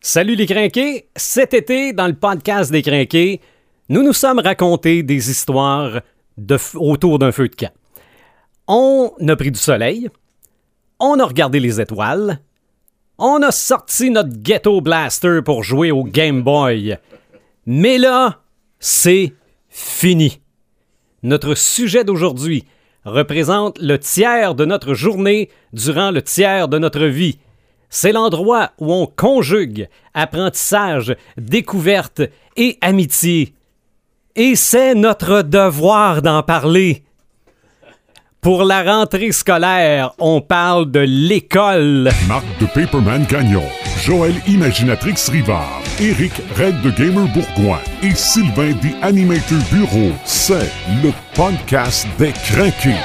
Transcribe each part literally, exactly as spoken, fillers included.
Salut les crinqués! Cet été, dans le podcast des crinqués, nous nous sommes racontés des histoires de f- autour d'un feu de camp. On a pris du soleil, on a regardé les étoiles, on a sorti notre Ghetto Blaster pour jouer au Game Boy. Mais là, c'est fini. Notre sujet d'aujourd'hui représente le tiers de notre journée durant le tiers de notre vie. C'est l'endroit où on conjugue apprentissage, découverte et amitié. Et c'est notre devoir d'en parler. Pour la rentrée scolaire, on parle de l'école. Marc de Paperman Gagnon, Joël Imaginatrix Rivard, Éric Red de Gamer Bourgoin et Sylvain des Animator Bureau. C'est le podcast des crinqués.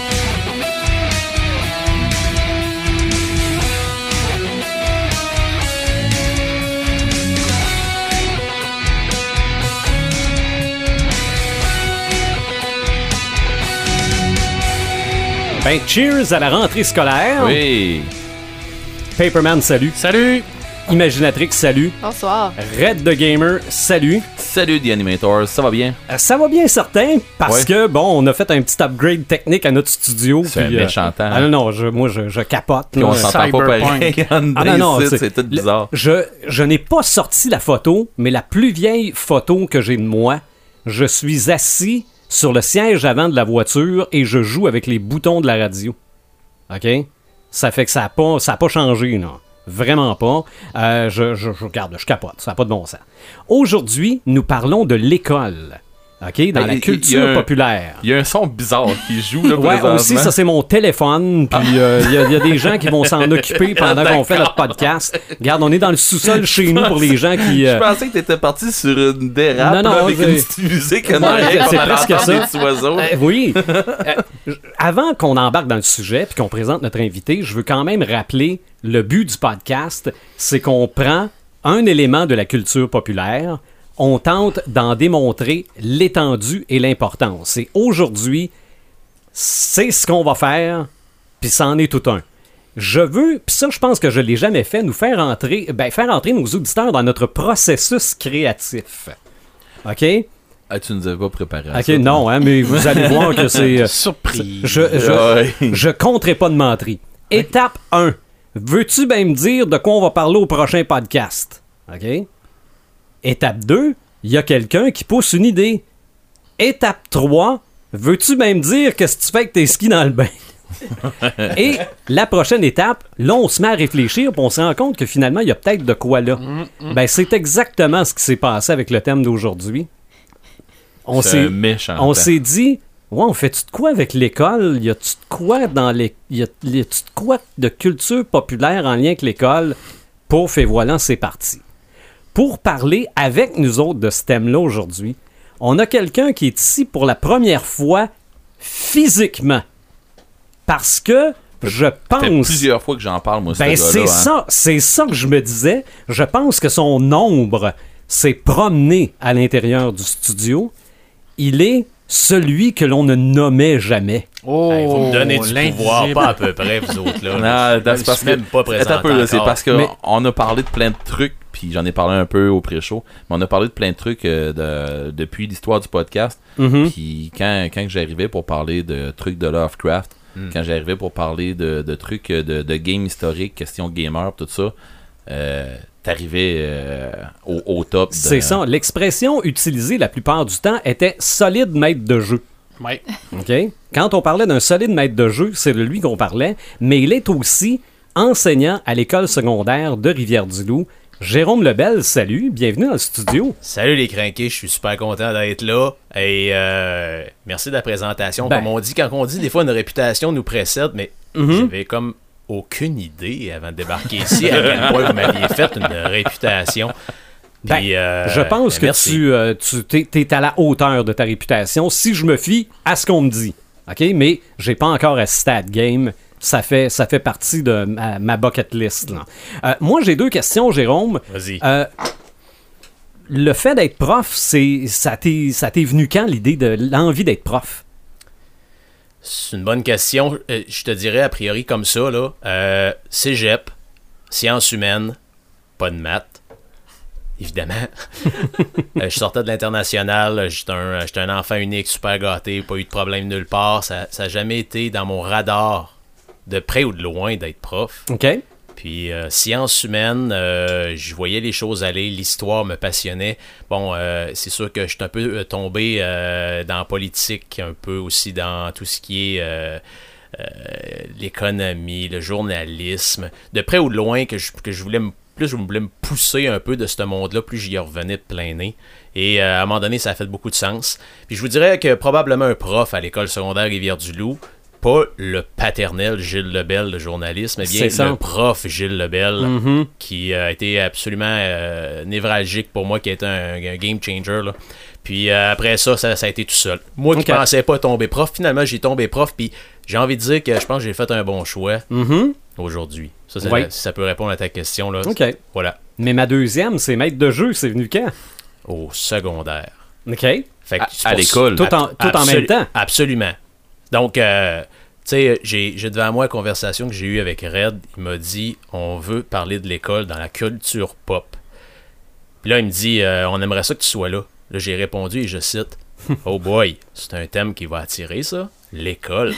Ben, cheers à la rentrée scolaire. Oui. Paperman, salut. Salut. Imaginatrix, salut. Bonsoir. Red the Gamer, salut. Salut, The Animators. Ça va bien? Euh, Ça va bien certain, parce Ouais. que, bon, on a fait un petit upgrade technique à notre studio. C'est puis, un méchant temps. Ah non, non, je, moi, je, je capote. Puis là. on s'entend pas pareil. Ah non, non, c'est, c'est- c'est tout le- bizarre. Je, je n'ai pas sorti la photo, mais la plus vieille photo que j'ai de moi, je suis assis sur le siège avant de la voiture et je joue avec les boutons de la radio. OK? Ça fait que ça n'a pas, ça a pas changé, non. Vraiment pas. Euh, je, je, je regarde, je capote. Ça n'a pas de bon sens. Aujourd'hui, nous parlons de l'école. OK? Dans Ben, la il- il culture y a un- populaire. Il y a un son bizarre qui joue là, Ouais, présentement. aussi, ça c'est mon téléphone. Puis euh, il y, a- il y a des gens qui vont s'en occuper pendant qu'on fait notre podcast. Regarde, on est dans le sous-sol chez nous pour les gens qui. Je euh, pensais que t'étais parti sur une dérape Non, non, là, avec c'est- une petite musique en Ouais, arrière, c'est on presque entend ça. des petits oiseaux. Euh, oui. Euh, j- avant qu'on embarque dans le sujet puis qu'on présente notre invité, je veux quand même rappeler le but du podcast, c'est qu'on prend un élément de la culture populaire, on tente d'en démontrer l'étendue et l'importance. Et aujourd'hui, c'est ce qu'on va faire, puis c'en est tout un. Je veux, puis ça, je pense que je l'ai jamais fait, nous faire entrer, ben, faire entrer nos auditeurs dans notre processus créatif. OK? Ah, tu nous avais pas préparé à Ok, ça. non, hein, mais vous allez voir que c'est. euh, Surprise. Je, je, Ouais. je compterai pas de menterie. Étape un. Veux-tu bien me dire de quoi on va parler au prochain podcast? OK? Étape deux. Il y a quelqu'un qui pousse une idée. Étape trois. Veux-tu bien me dire qu'est-ce que tu fais avec tes skis dans le bain? Et la prochaine étape, là, on se met à réfléchir puis on se rend compte que finalement, il y a peut-être de quoi là. Ben, c'est exactement ce qui s'est passé avec le thème d'aujourd'hui. On C'est s'est- un méchant on temps. s'est dit, ouais, on fait-tu de quoi avec l'école? Y a-tu de quoi dans les. Y a- y a-tu de quoi de culture populaire en lien avec l'école? Pouf, et voilà, c'est parti. Pour parler avec nous autres de ce thème-là aujourd'hui, on a quelqu'un qui est ici pour la première fois physiquement. Parce que je Ça fait pense. plusieurs fois que j'en parle, moi, ce Ben, gars-là. c'est hein. ça, c'est ça que je me disais. Je pense que son ombre s'est promené à l'intérieur du studio. Il est celui que l'on ne nommait jamais. Oh, Hey, vous me donnez du l'invisible. pouvoir, pas à peu près, vous autres, là. Non, Je c'est me parce suis que même pas présenté Attends un peu, là, c'est encore. parce que Mais- on a parlé de plein de trucs, puis j'en ai parlé un peu au pré-show, mais on a parlé de plein de trucs euh, de, depuis l'histoire du podcast. Mhm. Puis quand, quand j'arrivais pour parler de trucs de Lovecraft, Mm. quand j'arrivais pour parler de, de trucs de, de game historique, question gamer, tout ça, euh, t'arrivais euh, au, au top. de- C'est ça. L'expression utilisée la plupart du temps était solide maître de jeu. Ouais. OK? Quand on parlait d'un solide maître de jeu, c'est de lui qu'on parlait, mais il est aussi enseignant à l'école secondaire de Rivière-du-Loup. Jérôme Lebel, salut, bienvenue dans le studio. Salut les crinqués, je suis super content d'être là. Et euh, merci de la présentation. Ben. Comme on dit, quand on dit des fois une réputation nous précède, mais Mhm. j'avais comme aucune idée avant de débarquer ici à quel point vous m'aviez fait une réputation. Puis, Ben, euh, Je pense ben, que merci. tu, euh, tu t'es, t'es à la hauteur de ta réputation si je me fie à ce qu'on me dit. OK? Mais j'ai pas encore assisté à de game. Ça fait, ça fait partie de ma, ma bucket list. là. Euh, moi, j'ai deux questions, Jérôme. Vas-y. Euh, le fait d'être prof, c'est, ça, t'est, ça t'est venu quand, l'idée de l'envie d'être prof? C'est une bonne question. Euh, je te dirais a priori comme ça, là. Euh, cégep, sciences humaines, pas de maths. évidemment. euh, je sortais de l'international, j'étais un, j'étais un enfant unique, super gâté, pas eu de problème nulle part. Ça n'a jamais été dans mon radar, de près ou de loin, d'être prof. OK. Puis, euh, sciences humaines, euh, je voyais les choses aller, l'histoire me passionnait. Bon, euh, c'est sûr que je suis un peu tombé euh, dans la politique, un peu aussi dans tout ce qui est euh, euh, l'économie, le journalisme. De près ou de loin, que je, que je voulais me, plus je voulais me pousser un peu de ce monde-là, plus j'y revenais de plein nez. Et euh, à un moment donné, ça a fait beaucoup de sens. Puis je vous dirais que probablement un prof à l'école secondaire Rivière-du-Loup, pas le paternel Gilles Lebel de journalisme, mais bien le prof Gilles Lebel, mm-hmm. qui a été absolument euh, névralgique pour moi, qui a été un, un game changer. Là. Puis euh, après ça, ça, ça a été tout seul. Moi qui okay. pensais pas tomber prof, finalement j'ai tombé prof, puis j'ai envie de dire que je pense que j'ai fait un bon choix mm-hmm. aujourd'hui. Ça, ça, oui. ça, ça peut répondre à ta question. Là. OK. Voilà. Mais ma deuxième, c'est maître de jeu, c'est venu quand? Au secondaire. OK. Fait que à, à l'école. Tout, en, tout absolu- en même temps. Absolument. Donc, euh, tu sais, j'ai, j'ai devant moi une conversation que j'ai eue avec Red. Il m'a dit, on veut parler de l'école dans la culture pop. Puis là, il me dit, euh, on aimerait ça que tu sois là. Là, j'ai répondu et je cite, oh boy, c'est un thème qui va attirer ça, l'école.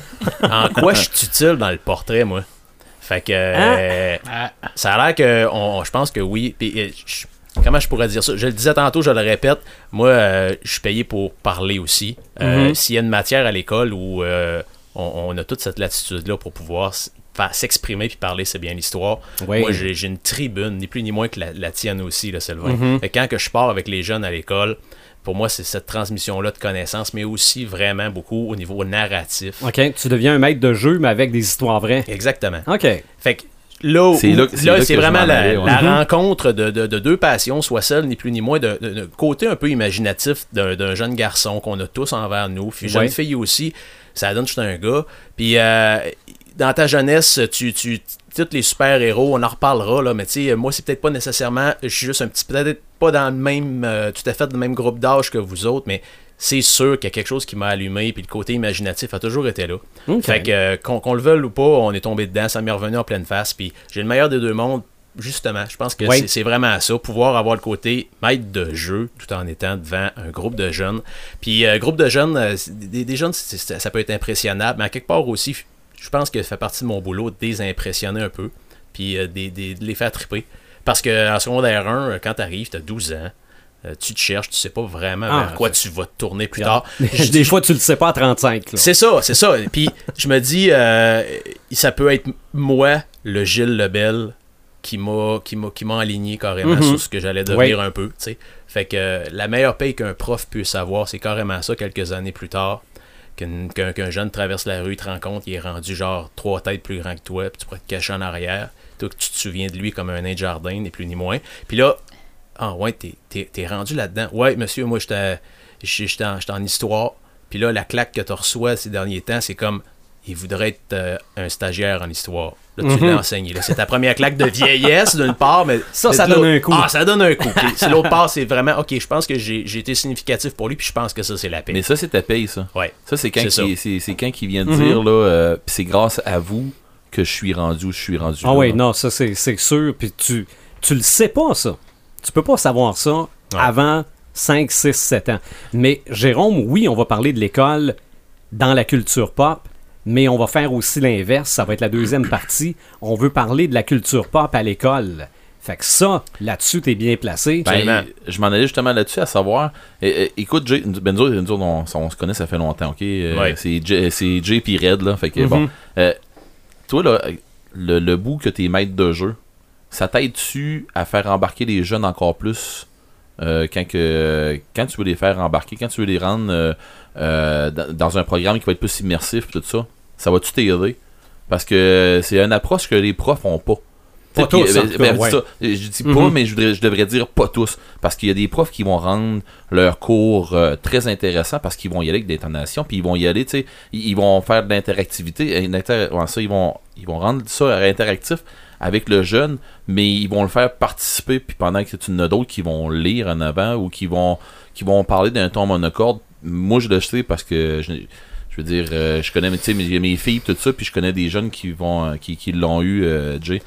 En quoi je suis utile dans le portrait, moi? Fait que, euh, hein? ça a l'air que, on, je pense que oui. Puis, euh, je, comment je pourrais dire ça? Je le disais tantôt, je le répète. Moi, euh, je suis payé pour parler aussi. Euh, mm-hmm. S'il y a une matière à l'école où euh, on, on a toute cette latitude-là pour pouvoir faire, s'exprimer puis parler, c'est bien l'histoire. Oui. Moi, j'ai, j'ai une tribune, ni plus ni moins que la, la tienne aussi, là, Sylvain. Mm-hmm. Fait que quand que je pars avec les jeunes à l'école, pour moi, c'est cette transmission-là de connaissances, mais aussi vraiment beaucoup au niveau narratif. OK, tu deviens un maître de jeu, mais avec des histoires vraies. Exactement. OK. Fait que là, c'est, où, là, c'est, là, là c'est vraiment la, allais, ouais. la mm-hmm. rencontre de, de, de deux passions, soit celle, ni plus ni moins, de, de, de côté un peu imaginatif d'un, d'un jeune garçon qu'on a tous envers nous, puis jeune ouais. fille aussi, ça donne juste un gars. Puis euh, dans ta jeunesse, tu, tu tous les super-héros, on en reparlera, là, mais tu sais, moi, c'est peut-être pas nécessairement, je suis juste un petit, peut-être pas dans le même, euh, tout à fait le même groupe d'âge que vous autres, mais c'est sûr qu'il y a quelque chose qui m'a allumé, puis le côté imaginatif a toujours été là. Okay. Fait que, euh, qu'on, qu'on le veuille ou pas, on est tombé dedans, ça m'est revenu en pleine face, puis j'ai le meilleur des deux mondes, justement. Je pense que oui. c'est, c'est vraiment ça, pouvoir avoir le côté maître de jeu, tout en étant devant un groupe de jeunes. Puis, euh, groupe de jeunes, euh, des, des jeunes, c'est, c'est, ça peut être impressionnable, mais à quelque part aussi, je pense que ça fait partie de mon boulot de les impressionner un peu, puis euh, de, de, de les faire triper. Parce qu'en secondaire un, quand tu arrives, tu as douze ans, euh, tu te cherches, tu sais pas vraiment ah, vers quoi tu vas te tourner plus tard. Des dis, fois, tu le sais pas à trente-cinq. Là. C'est ça, c'est ça. Puis je me dis, euh, ça peut être moi, le Gilles Lebel, qui m'a, qui m'a, qui m'a aligné carrément mm-hmm. sur ce que j'allais devenir oui. un peu. T'sais. Fait que euh, la meilleure paye qu'un prof puisse avoir, c'est carrément ça, quelques années plus tard. Qu'un, qu'un, qu'un jeune traverse la rue, il te rend compte, il est rendu genre trois têtes plus grand que toi, puis tu pourrais te cacher en arrière. Toi, que tu te souviens de lui comme un nain de jardin, ni plus ni moins. Puis là, ah ouais, t'es, t'es, t'es rendu là-dedans. Ouais, monsieur, moi, j'étais, j'étais, en, j'étais en histoire. Puis là, la claque que tu reçois ces derniers temps, c'est comme, il voudrait être euh, un stagiaire en histoire. Là, tu mm-hmm. l'as enseigné. Là. C'est ta première claque de vieillesse, d'une part, mais... Ça, mais ça donne un coup. Ah, ça donne un coup. C'est l'autre part, c'est vraiment, OK, je pense que j'ai, j'ai été significatif pour lui, puis je pense que ça, c'est la paye. Mais ça, c'est ta paye, ça. Ouais. Ça, c'est quand, c'est, qui, c'est, c'est quand qui vient de mm-hmm. dire, là, euh, puis c'est grâce à vous que je suis rendu où je suis rendu. Ah oui, non, ça, c'est, c'est sûr. Puis tu, tu le sais pas, ça. Tu peux pas savoir ça ouais. avant cinq, six, sept ans. Mais Jérôme, oui, on va parler de l'école dans la culture pop, mais on va faire aussi l'inverse. Ça va être la deuxième partie. On veut parler de la culture pop à l'école. Fait que ça, là-dessus, t'es bien placé. Ben, je m'en allais justement là-dessus, à savoir... É- é- écoute, Jay, ben, nous, nous, on, on se connaît, ça fait longtemps, OK? Euh, ouais. C'est Jay, c'est Jay puis Red, là. Fait que, mm-hmm. bon... Euh, toi, là, le, le bout que t'es maître de jeu, ça t'aide-tu à faire embarquer les jeunes encore plus euh, quand, que, quand tu veux les faire embarquer, quand tu veux les rendre euh, euh, dans, dans un programme qui va être plus immersif et tout ça? Ça va-tu t'aider? Parce que c'est une approche que les profs n'ont pas. Pas T'sais, tous, ben, en tout ben, cas, ouais. ça, je dis mm-hmm. pas, mais je, voudrais, je devrais dire pas tous. Parce qu'il y a des profs qui vont rendre leur cours euh, très intéressants parce qu'ils vont y aller avec des intonations, puis ils vont y aller, tu sais, ils, ils vont faire de l'interactivité. Une inter- ouais, ça, ils, vont, ils vont rendre ça interactif avec le jeune, mais ils vont le faire participer, puis pendant que tu en as d'autres qui vont lire en avant ou qui vont, qui vont parler d'un ton monocorde. Moi, je le sais parce que... Je, Je veux dire, euh, je connais mes, mes filles tout ça, puis je connais des jeunes qui vont, euh, qui, qui l'ont eu, euh, Jay.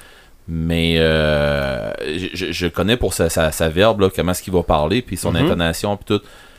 Mais euh, je, je connais pour sa, sa, sa verbe, là, comment est-ce qu'il va parler, puis son mm-hmm. intonation, puis tout.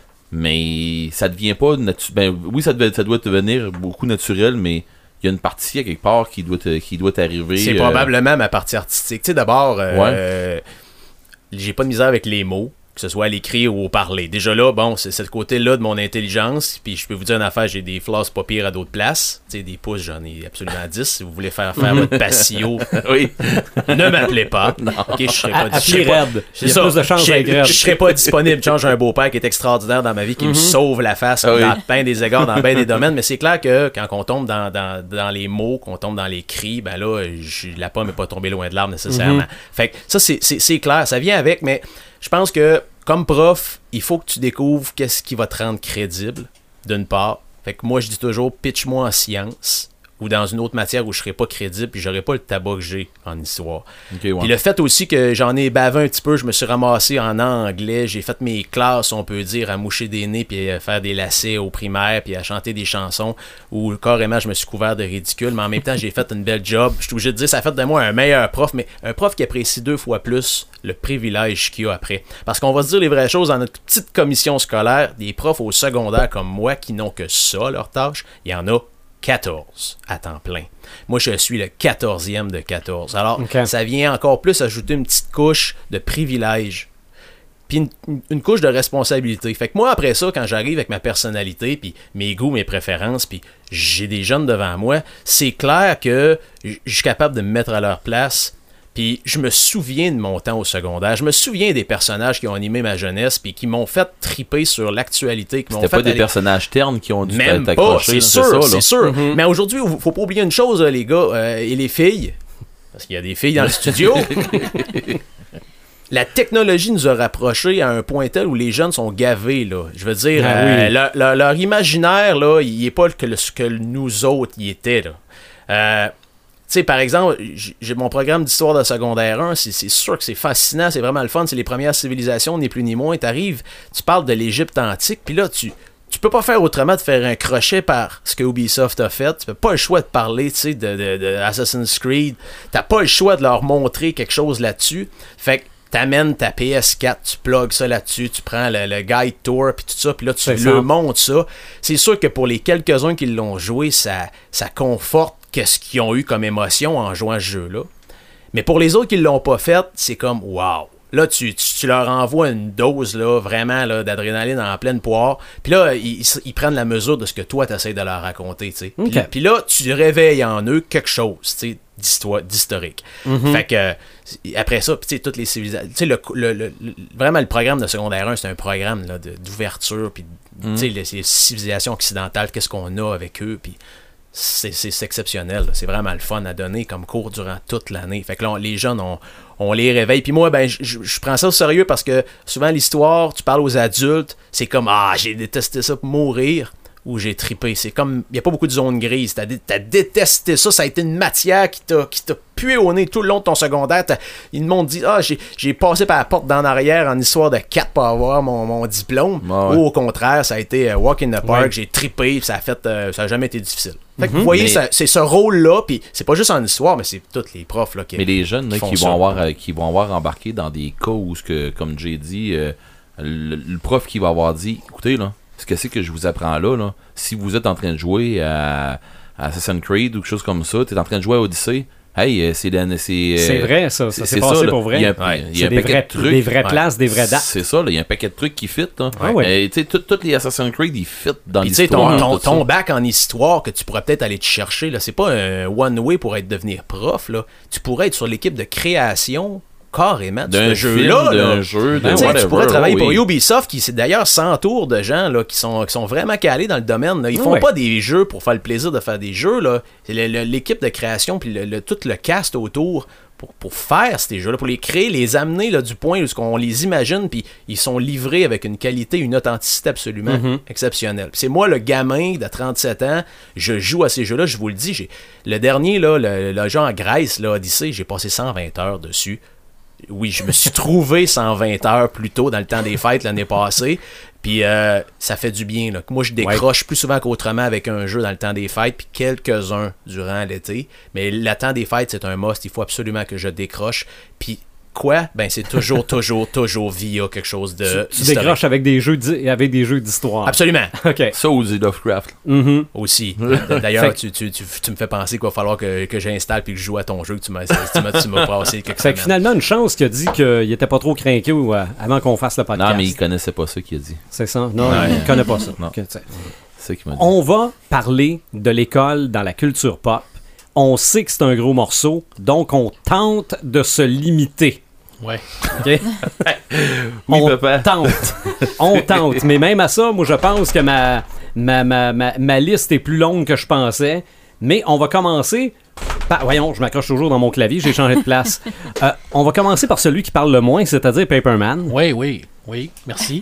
Mais ça devient pas naturel. Ben, oui, ça, devait, ça doit devenir beaucoup naturel, mais il y a une partie à quelque part qui doit, te, qui doit arriver. C'est euh... probablement ma partie artistique. Tu sais, d'abord, euh, ouais. j'ai pas de misère avec les mots, que ce soit à l'écrit ou au parler. Déjà là, bon, c'est, c'est le côté-là de mon intelligence. Puis je peux vous dire une affaire, j'ai des flosses pas pires à d'autres places. Tu sais, des pouces, j'en ai absolument dix. Si vous voulez faire faire votre patio, oui. ne m'appelez pas. Non. Okay, je serai pas disponible. Il y a ça. Plus de chance avec Red. Je serai pas disponible. Genre, j'ai un beau-père qui est extraordinaire dans ma vie, qui mm-hmm. me sauve la face ah, dans oui. bien des égards, dans bien des domaines. Mais c'est clair que quand on tombe dans, dans, dans les mots, qu'on tombe dans les cris, ben là, je, la pomme n'est pas tombée loin de l'arbre nécessairement. Mm-hmm. Fait que ça, c'est, c'est, c'est clair. Ça vient avec, mais je pense que comme prof, il faut que tu découvres qu'est-ce qui va te rendre crédible, d'une part. Fait que moi, je dis toujours, pitch-moi en sciences ou dans une autre matière où je serais pas crédible puis j'aurais pas le tabac que j'ai en histoire. Okay, ouais. Puis le fait aussi que j'en ai bavé un petit peu, je me suis ramassé en anglais, j'ai fait mes classes, on peut dire, à moucher des nez puis à faire des lacets au primaire puis à chanter des chansons où carrément je me suis couvert de ridicule, mais en même temps j'ai fait une belle job. Je suis obligé de dire, ça a fait de moi un meilleur prof, mais un prof qui apprécie deux fois plus le privilège qu'il y a après. Parce qu'on va se dire les vraies choses, dans notre petite commission scolaire, des profs au secondaire comme moi qui n'ont que ça, leur tâche, il y en a quatorze à temps plein. Moi, je suis le quatorzième de quatorze. Alors, okay. ça vient encore plus ajouter une petite couche de privilège puis une, une couche de responsabilité. Fait que moi, après ça, quand j'arrive avec ma personnalité, puis mes goûts, mes préférences, puis j'ai des jeunes devant moi, c'est clair que je suis capable de me mettre à leur place. Puis je me souviens de mon temps au secondaire. Je me souviens des personnages qui ont animé ma jeunesse puis qui m'ont fait triper sur l'actualité. Qui m'ont C'était fait pas des aller... personnages ternes qui ont dû Même t'accrocher. Pas, c'est sûr, c'est, ça, c'est sûr. Mm-hmm. Mais aujourd'hui, il faut pas oublier une chose, les gars euh, et les filles, parce qu'il y a des filles dans le studio. La technologie nous a rapprochés à un point tel où les jeunes sont gavés, là. Je veux dire, ah, euh, oui. leur, leur, leur imaginaire, là, il n'est pas que ce que nous autres y étaient, là. Euh, Tu sais, par exemple, j'ai mon programme d'histoire de secondaire un, c'est, c'est sûr que c'est fascinant, c'est vraiment le fun, c'est les premières civilisations, ni plus ni moins. T'arrives, tu parles de l'Égypte antique, puis là, tu, tu peux pas faire autrement de faire un crochet par ce que Ubisoft a fait. Tu n'as pas le choix de parler, tu sais, de, de, de Assassin's Creed. T'as pas le choix de leur montrer quelque chose là-dessus. Fait que t'amènes ta P S quatre, tu plugues ça là-dessus, tu prends le, le guide tour, puis tout ça, puis là, tu c'est le ça. montes ça. C'est sûr que pour les quelques-uns qui l'ont joué, ça, ça conforte qu'est-ce qu'ils ont eu comme émotion en jouant à ce jeu-là. Mais pour les autres qui ne l'ont pas fait, c'est comme wow. Là, tu, tu, tu leur envoies une dose là, vraiment là, d'adrénaline en pleine poire. Puis là, ils, ils prennent la mesure de ce que toi, tu essaies de leur raconter. Okay. Puis, puis là, tu réveilles en eux quelque chose d'histoire, d'historique. Mm-hmm. Fait que, après ça, tu sais, toutes les civilisations. Tu sais, le, le, le, vraiment, le programme de secondaire un, c'est un programme là, de, d'ouverture. Puis, mm-hmm. tu sais, les, les civilisations occidentales, qu'est-ce qu'on a avec eux. Puis, C'est, c'est, c'est exceptionnel. Là. C'est vraiment le fun à donner comme cours durant toute l'année. Fait que là, on, les jeunes, on, on les réveille. Puis moi, ben, je, je prends ça au sérieux parce que souvent, l'histoire, tu parles aux adultes, c'est comme « Ah, j'ai détesté ça pour mourir » ou « J'ai tripé ». C'est comme, il n'y a pas beaucoup de zones grises. T'as, t'as détesté ça. Ça a été une matière qui t'a, qui t'a pué au nez tout le long de ton secondaire. T'as, ils m'ont dit « Ah, j'ai, j'ai passé par la porte d'en arrière en histoire de quatre pour avoir mon, mon diplôme. Ah ouais. » Ou au contraire, ça a été uh, « Walk in the park ouais. ». J'ai tripé. Ça a fait, uh, ça a jamais été difficile. Fait que mm-hmm, vous voyez, mais... ça, c'est ce rôle-là, puis c'est pas juste en histoire, mais c'est tous les profs là, qui Mais les jeunes là, qui, qui, vont avoir, euh, qui vont avoir embarqué dans des cas où, ce que, comme j'ai dit, euh, le, le prof qui va avoir dit, écoutez, là, ce que c'est que je vous apprends là, là si vous êtes en train de jouer à, à Assassin's Creed ou quelque chose comme ça, tu es en train de jouer à Odyssey, hey, c'est, c'est, c'est vrai, ça. Ça s'est passé ça, pour vrai. Il y a, ouais, il y a des, vrais, de trucs, des vraies ouais. places, des vraies dates. C'est ça, il y a un paquet de trucs qui fit. Là. Ah ouais. Et, tous les Assassin's Creed, ils fit dans Puis, l'histoire. Ton, ton, ton bac en histoire que tu pourrais peut-être aller te chercher, là, c'est pas un one-way pour être devenir prof. Là. Tu pourrais être sur l'équipe de création carrément d'un jeu-là. D'un jeu, d'un whatever. Tu pourrais travailler oh, pour oui. Ubisoft, qui c'est d'ailleurs s'entoure de gens là, qui, sont, qui sont vraiment calés dans le domaine. Là. Ils font oui. pas des jeux pour faire le plaisir de faire des jeux. Là. C'est le, le, l'équipe de création, puis le, le, tout le cast autour pour, pour faire ces jeux-là, pour les créer, les amener là, du point où on les imagine, puis ils sont livrés avec une qualité, une authenticité absolument mm-hmm. exceptionnelle. Puis c'est moi, le gamin de trente-sept ans, je joue à ces jeux-là, je vous le dis. J'ai, le dernier, là, le, le jeu en Grèce, là, Odyssey, j'ai passé cent vingt heures dessus. Oui, je me suis trouvé cent vingt heures plus tôt dans le temps des fêtes l'année passée. Puis euh, ça fait du bien. Là. Moi, je décroche ouais. plus souvent qu'autrement avec un jeu dans le temps des fêtes, puis quelques-uns durant l'été. Mais le temps des fêtes, c'est un must. Il faut absolument que je décroche. Puis quoi? Ben c'est toujours, toujours, toujours via quelque chose de Tu, tu décroches avec des jeux di- avec des jeux d'histoire. Absolument. OK. Ça ou du Lovecraft. Mm-hmm. Aussi. D'ailleurs, tu, tu, tu, tu me fais penser qu'il va falloir que, que j'installe puis que je joue à ton jeu que tu m'as, tu m'as, tu m'as passé quelques Fait semaines. que finalement, une chance qu'il a dit qu'il était pas trop craqué ou, euh, avant qu'on fasse le podcast. Non, mais il connaissait pas ça qu'il a dit. C'est ça? Non, Ouais. il connaît pas ça. Non. Okay, c'est ça qu'il m'a dit. On va parler de l'école dans la culture pop. On sait que c'est un gros morceau, donc on tente de se limiter. Ouais. OK? Oui, on papa. tente. On tente. Mais même à ça, moi, je pense que ma, ma, ma, ma, ma liste est plus longue que je pensais. Mais on va commencer par... Voyons, je m'accroche toujours dans mon clavier, j'ai changé de place. Euh, on va commencer par celui qui parle le moins, c'est-à-dire Paperman. Oui, oui, oui, merci.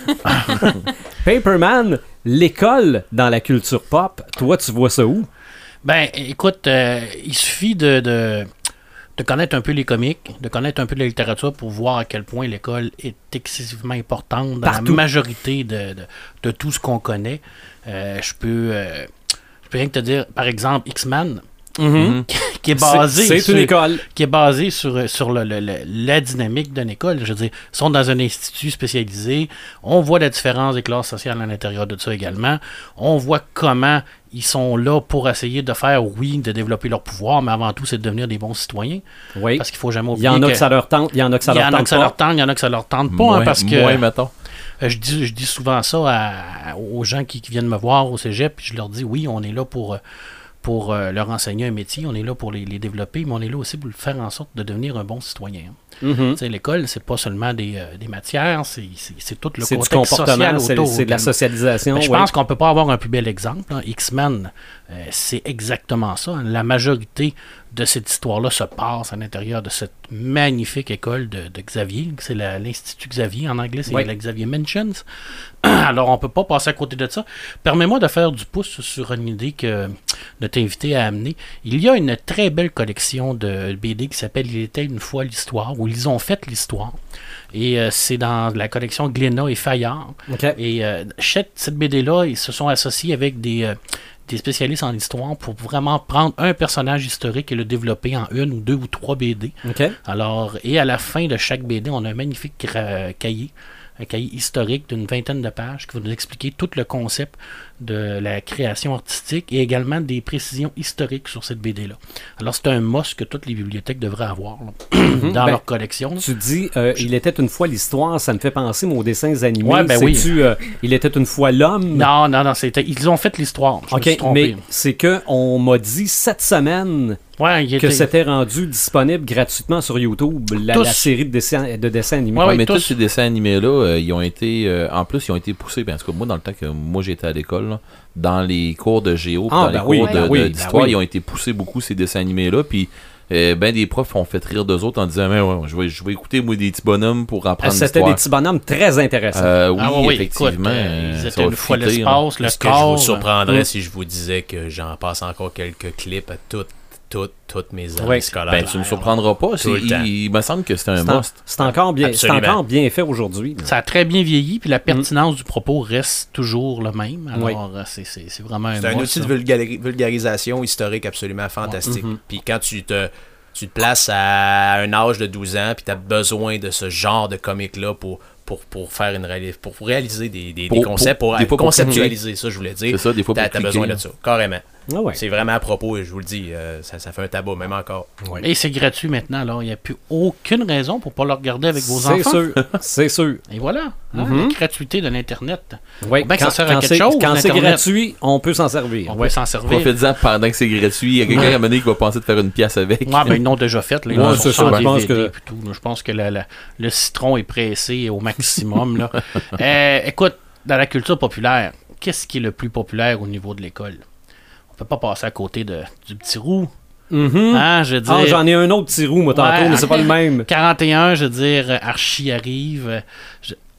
Paperman, l'école dans la culture pop, toi, tu vois ça où? Ben, écoute, euh, il suffit de, de, de connaître un peu les comics, de connaître un peu la littérature pour voir à quel point l'école est excessivement importante dans Partout. la majorité de, de, de tout ce qu'on connaît. Euh, je peux... Euh, je peux rien que te dire, par exemple, X-Men, Mm-hmm. qui est basé C'est, c'est sur, une école. qui est basé sur, sur le, le, le, la dynamique d'une école. Je veux dire, ils sont dans un institut spécialisé. On voit la différence des classes sociales à l'intérieur de ça également. On voit comment ils sont là pour essayer de faire, oui, de développer leur pouvoir, mais avant tout, c'est de devenir des bons citoyens. Oui. Parce qu'il faut jamais Il oublier y en a que que ça leur tente, il y en a que ça il y leur en a tente que ça pas. leur tente, il y en a que ça leur tente pas, Moins, hein, parce que moins, mettons. euh, je dis, je dis souvent ça à- aux gens qui, qui viennent me voir au cégep, puis je leur dis, oui, on est là pour... pour euh, leur enseigner un métier, on est là pour les, les développer, mais on est là aussi pour faire en sorte de devenir un bon citoyen. Mm-hmm. Tu sais, l'école, c'est pas seulement des, euh, des matières, c'est, c'est, c'est tout le C'est du contexte comportement, social c'est, autour. c'est de la socialisation. Ben, je ouais. pense qu'on peut pas avoir un plus bel exemple. hein. X-Men, euh, c'est exactement ça. hein. La majorité de cette histoire-là se passe à l'intérieur de cette magnifique école de, de Xavier. C'est la- l'Institut Xavier en anglais, c'est Oui. la Xavier Mansions. Alors, on peut pas passer à côté de ça. Permets-moi de faire du pouce sur une idée que de t'inviter à amener. Il y a une très belle collection de B D qui s'appelle Il était une fois l'histoire, où ils ont fait l'histoire. Et euh, c'est dans la collection Glénat et Fayard. OK. Et euh, cette, cette B D-là, ils se sont associés avec des, euh, des spécialistes en histoire pour vraiment prendre un personnage historique et le développer en une ou deux ou trois B D. OK. Alors, et à la fin de chaque B D, on a un magnifique cra- cahier, un cahier historique d'une vingtaine de pages qui va nous expliquer tout le concept de la création artistique et également des précisions historiques sur cette B D-là. Alors, c'est un must que toutes les bibliothèques devraient avoir là, dans Ben, leur collection. là. Tu dis, euh, il était une fois l'histoire, ça me fait penser aux dessins animés. Ouais, ben oui. C'est-tu, euh, il était une fois l'homme? Non, non, non, c'était, ils ont fait l'histoire. Je me suis OK, trompé. mais c'est que on m'a dit cette semaine Ouais, il que était- c'était rendu disponible gratuitement sur YouTube, la, Tous. la série de dessins, de dessins animés. Ouais, Ouais, ouais, mais tous. tous ces dessins animés-là, euh, ils ont été, euh, en plus, ils ont été poussés. Ben, en tout cas, moi, dans le temps que moi j'étais à l'école, là, dans les cours de géo, puis Ah, dans ben les oui, cours ben de- oui, de- ben d'histoire, oui. ils ont été poussés beaucoup ces dessins animés-là. Puis, euh, ben des profs ont fait rire d'eux autres en disant, mais ouais, je vais, je vais écouter moi des petits bonhommes pour Ah, apprendre c'était l'histoire. des petits bonhommes très intéressants. Euh, oui, Ah oui, oui, effectivement. écoute, euh, euh, ils ça étaient va une fois fitter, là. l'espace, le Est-ce que je corps. vous surprendrais Mm. si je vous disais que j'en passe encore quelques clips à toutes, toutes, toutes mes années Ouais. scolaires? Ben, tu me surprendras pas. C'est, Tout le temps. il, il me semble que c'est un C'est, en- must. c'est encore bien, c'est Absolument. encore bien fait aujourd'hui. là. Ça a très bien vieilli, puis la pertinence du propos reste toujours le même. Oui. Alors, euh, c'est, c'est, c'est vraiment un C'est un must, outil de ça. vulgari- vulgarisation historique absolument fantastique. Mhm. Puis quand tu te, tu te places à un âge de douze ans, puis tu as besoin de ce genre de comic-là pour, pour, pour, faire une réali- pour réaliser des, des, Pour- des concepts, pour, pour- des fois pour conceptualiser ça, je voulais dire. C'est ça, des fois, T'as pour t'as besoin cliquer. de ça, carrément. Ah ouais. C'est vraiment à propos, et je vous le dis, euh, ça, ça fait un tabac, même encore. Et c'est gratuit maintenant, alors il n'y a plus aucune raison pour ne pas le regarder avec vos C'est enfants. sûr, c'est sûr. Et voilà, hein, Mhm. la gratuité de l'Internet. Oui, Faut bien que ça sert à quand quelque c'est, chose, quand c'est l'Internet. gratuit, on peut s'en servir. On Ouais. peut s'en servir. Profite-en pendant que c'est gratuit. Il y a quelqu'un Ouais. à un moment donné qui va penser de faire une pièce avec. Ouais, ben, ils l'ont déjà fait. Là, ils Ouais, l'ont c'est sorti ça, en je pense D V D que- puis tout, là. Je pense que la- la- le citron est pressé au maximum. là. Euh, écoute, dans la culture populaire, qu'est-ce qui est le plus populaire au niveau de l'école? On peut pas passer à côté de, du petit roux. Mhm. Hein, je veux dire, Ah, j'en ai un autre petit roux, moi, tantôt, Ouais, mais c'est pas le même. quarante et un, je veux dire, Archie arrive. Je-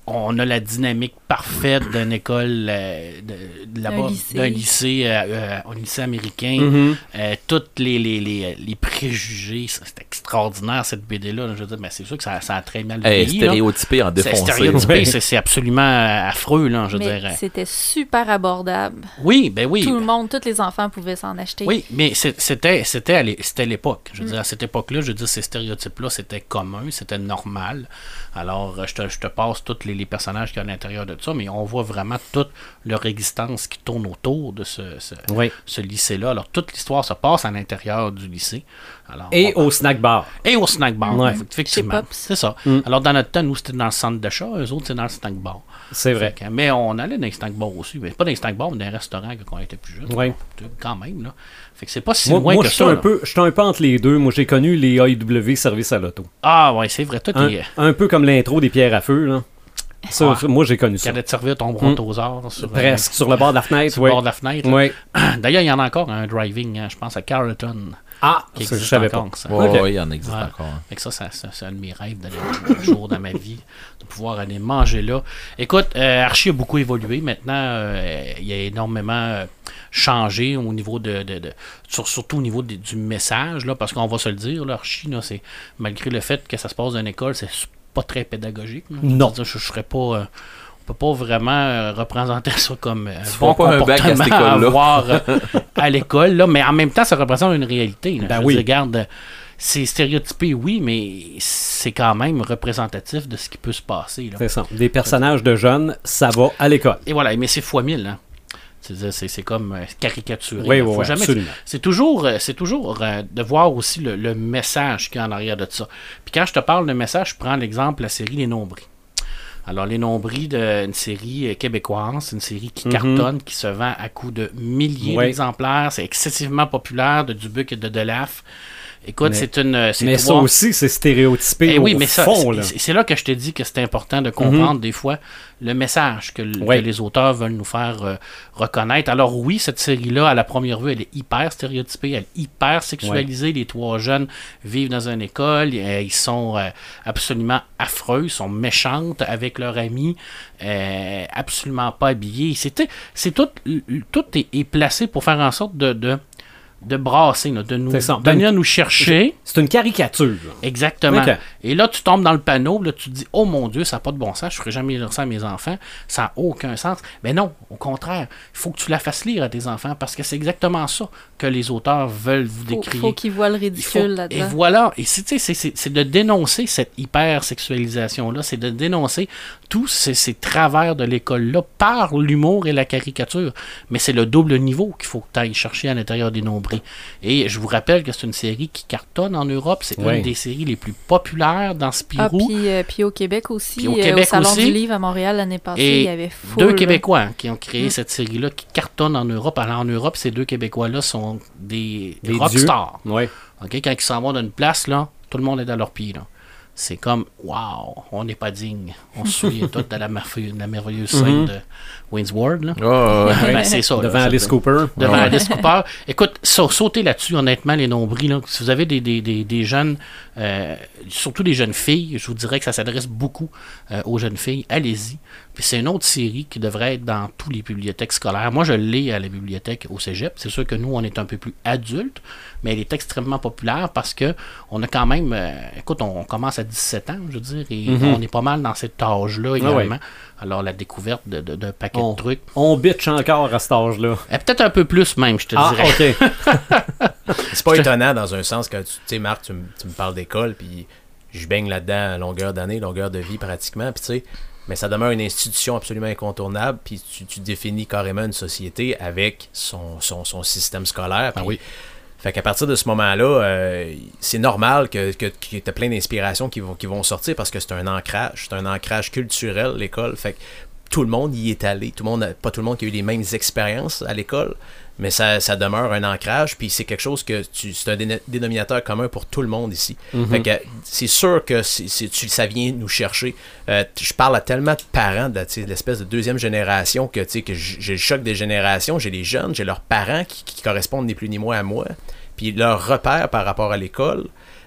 on a la dynamique parfaite d'une école euh, de, de là-bas, Un lycée. d'un lycée, euh, euh, un lycée américain. Mhm. Euh, tous les, les, les, les préjugés, ça, c'est extraordinaire cette B D-là. Là. Je veux dire, mais c'est sûr que ça, ça a très mal Hey, vieilli. là. stéréotypé en C'est défoncé. stéréotypé, Ouais. c'est, c'est absolument euh, affreux. Là, je veux Mais dire. c'était super abordable. Oui, ben oui. Tout le monde, tous les enfants pouvaient s'en acheter. Oui, mais c'est- c'était, c'était, à l'é- c'était l'époque. Je veux dire, à cette époque-là, je veux dire, ces stéréotypes-là, c'était commun, c'était normal. Alors, euh, je te, je te passe tous les, les personnages qu'il y a à l'intérieur de ça, mais on voit vraiment toute leur existence qui tourne autour de ce, ce, Oui. ce lycée-là. Alors, toute l'histoire se passe à l'intérieur du lycée. Alors, Et on- au snack bar. et au snack bar, Ouais. effectivement. Chez Pops. C'est ça. Mm. Alors, dans notre temps, nous, c'était dans le centre d'achat, eux autres, c'est dans le snack bar. C'est vrai. Fait que- mais on allait dans les snack bars aussi. Mais pas dans les snack bars, mais dans les restaurants quand on était plus jeune. Ouais. Quand même, là. Fait que c'est pas si Moi, loin moi que je suis ça. un là. peu, je suis un peu entre les deux. Moi, j'ai connu les A E W services à l'auto. Ah, ouais, c'est vrai. Toi, Un, t'es. un peu comme l'intro des pierres à feu, là. Ça, Ouais. ça, moi, j'ai connu ça. Qu'elle allait te servir ton brontosaure sur, Presque, sur le bord de la fenêtre, sur oui. le bord de la fenêtre. là. Oui. D'ailleurs, il y en a encore un driving, hein, je pense, à Carleton. Ah, Qui ça, je existe savais pas. encore, ça. Ouais, Ok. ouais, il en existe Ouais. encore. hein. Fait que ça, ça, ça, c'est un de mes rêves d'aller un jour dans ma vie, de pouvoir aller manger là. Écoute, euh, Archie a beaucoup évolué. Maintenant, euh, il a énormément euh, changé au niveau de, de, de- sur- surtout au niveau de- du message, là, parce qu'on va se le dire, là, Archie, là, c'est malgré le fait que ça se passe dans une école, c'est pas très pédagogique. là. Non. Je, je, je serais pas. euh, on peut pas vraiment euh, représenter ça comme euh, un Tu bon feras pas un bac à cette comportement à école-là. avoir euh, à l'école, là, mais en même temps, ça représente une réalité. Là. Ben Je oui. veux dire, regarde, euh, c'est stéréotypé, oui, mais c'est quand même représentatif de ce qui peut se passer. Là. C'est ça. Des personnages de jeunes, ça va à l'école. Et voilà, mais c'est fois mille. Hein. C'est, c'est, c'est comme euh, caricaturé. Oui, là. oui, Faut oui, jamais- absolument. C'est toujours, euh, c'est toujours euh, de voir aussi le, le message qu'il y a en arrière de ça. Puis quand je te parle de message, je prends l'exemple de la série Les Nombris. Alors, Les Nombris, de, une série euh, québécoise, une série qui Mhm. cartonne, qui se vend à coups de milliers Oui. d'exemplaires. C'est excessivement populaire, de Dubuc et de Delaf. Écoute, Mais- c'est une... C'est Mais ça trois- aussi, c'est stéréotypé Eh au oui, mais ça, fond, c'est- là. c'est, c'est là que je te dis que c'est important de comprendre des fois le message que, l- Oui. que les auteurs veulent nous faire euh, reconnaître. Alors oui, cette série-là, à la première vue, elle est hyper stéréotypée, elle est hyper sexualisée. Les trois jeunes vivent dans une école, euh, ils sont euh, absolument affreux, ils sont méchantes avec leurs amis, euh, absolument pas habillés. C'est, c'est tout, tout est, est placé pour faire en sorte de... de de brasser, là, de nous C'est ça. venir nous chercher. C'est une caricature. Exactement. Ok. Et là, tu tombes dans le panneau, là, tu te dis, oh mon Dieu, ça n'a pas de bon sens, je ne ferai jamais lire ça à mes enfants, ça n'a aucun sens. Mais non, au contraire, il faut que tu la fasses lire à tes enfants parce que c'est exactement ça que les auteurs veulent vous Faut, décrire. faut qu'ils voient le Il faut- ridicule Et là-dedans. voilà, et c'est, tu sais, c'est, c'est, c'est de dénoncer cette hypersexualisation-là, c'est de dénoncer tous ces, ces travers de l'école-là par l'humour et la caricature. Mais c'est le double niveau qu'il faut que tu ailles chercher à l'intérieur des nombris. Et je vous rappelle que c'est une série qui cartonne en Europe, c'est Ouais. une des séries les plus populaires dans Ah, Spirou. puis, euh, puis au Québec aussi, Puis au euh, Québec au Salon aussi. du Livre à Montréal l'année passée, Et il y avait full, Deux là. Québécois hein, qui ont créé Mm. cette série-là qui cartonne en Europe. Alors en Europe, ces deux Québécois-là sont des, des Des rockstars. Oui. OK? Quand ils s'en vont d'une place, là, tout le monde est à leurs pieds. Là. C'est comme, waouh, on n'est pas digne. On se souvient tous de la, merveille- de la merveilleuse scène Mhm. de Wayne's World. Là. Oh, ouais. Ben, c'est ça. là, Devant ça Alice peut- Cooper. Devant Ouais. Alice Cooper. Écoute, sa- sautez là-dessus, honnêtement, les nombris. Là. Si vous avez des, des, des, des jeunes, euh, surtout des jeunes filles, je vous dirais que ça s'adresse beaucoup euh, aux jeunes filles. Allez-y. Puis c'est une autre série qui devrait être dans toutes les bibliothèques scolaires. Moi, je l'ai à la bibliothèque au cégep. C'est sûr que nous, on est un peu plus adultes, mais elle est extrêmement populaire parce que on a quand même... euh, écoute, on, on commence à dix-sept ans, je veux dire, et Mhm. on est pas mal dans cet âge-là Ah également. ouais. Alors, la découverte de- de- d'un paquet On, de trucs. on bitch encore à cet âge-là. Eh, peut-être un peu plus même, je te Ah, dirais. OK. C'est pas étonnant dans un sens que tu tu sais, Marc, tu, me- tu me parles d'école, puis je baigne là-dedans à longueur d'année, longueur de vie pratiquement, puis tu sais, mais ça demeure une institution absolument incontournable, puis tu, tu définis carrément une société avec son, son, son système scolaire. Ah puis- oui. Fait qu'à partir de ce moment-là, euh, c'est normal que, que, que tu aies plein d'inspirations qui vont, qui vont sortir parce que c'est un ancrage, c'est un ancrage culturel, l'école. Fait que tout le monde y est allé. Tout le monde, a- pas tout le monde qui a eu les mêmes expériences à l'école, mais ça, ça demeure un ancrage, puis c'est quelque chose que tu, c'est un déno- dénominateur commun pour tout le monde ici. Mhm. Fait que c'est sûr que c'est, c'est- tu- ça vient nous chercher. Euh, je parle à tellement de parents de, la- tu sais, de l'espèce de deuxième génération que, tu sais, que j- j'ai le choc des générations, j'ai les jeunes, j'ai leurs parents qui, qui correspondent ni plus ni moins à moi, puis leurs repères par rapport à l'école.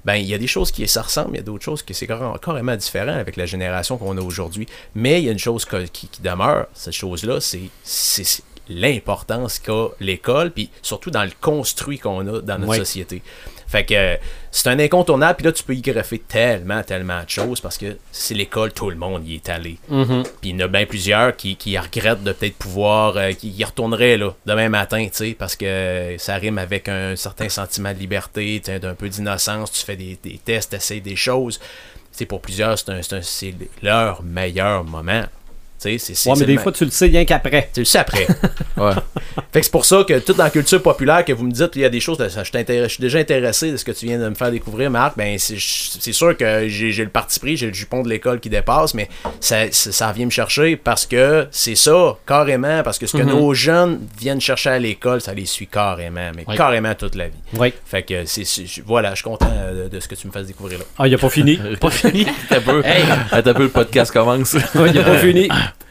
ben il y a des choses qui se ressemblent, il y a d'autres choses qui c'est carrément, carrément différent avec la génération qu'on a aujourd'hui. Mais il y a une chose que, qui, qui demeure, cette chose-là, c'est, c'est, c'est l'importance qu'a l'école, puis surtout dans le construit qu'on a dans notre oui. société. Fait que euh, c'est un incontournable, puis là, tu peux y greffer tellement, tellement de choses, parce que c'est l'école, tout le monde y est allé. Mm-hmm. Puis il y en a bien plusieurs qui, qui regrettent de peut-être pouvoir, euh, qui y retourneraient là, demain matin, tu sais, parce que ça rime avec un certain sentiment de liberté, d'un peu d'innocence, tu fais des, des tests, tu essaies des choses. C'est pour plusieurs, c'est, un, c'est, un, c'est leur meilleur moment. C'est, c'est, ouais, mais c'est des le... fois, tu le sais rien qu'après. Tu le sais après. Ouais. Fait que c'est pour ça que tout dans la culture populaire que vous me dites, il y a des choses, je, je suis déjà intéressé de ce que tu viens de me faire découvrir, Marc. Ben c'est, c'est sûr que j'ai, j'ai le parti pris, j'ai le jupon de l'école qui dépasse, mais ça, ça, ça vient me chercher parce que c'est ça, carrément, parce que ce que mm-hmm. nos jeunes viennent chercher à l'école, ça les suit carrément, mais oui. carrément toute la vie. Oui. Fait que c'est, c'est voilà, je suis content de, de ce que tu me fasses découvrir là. Ah, il a pas fini. Pas fini. T'as peu. Hey. T'as peu, le podcast commence. Oui, il a pas fini.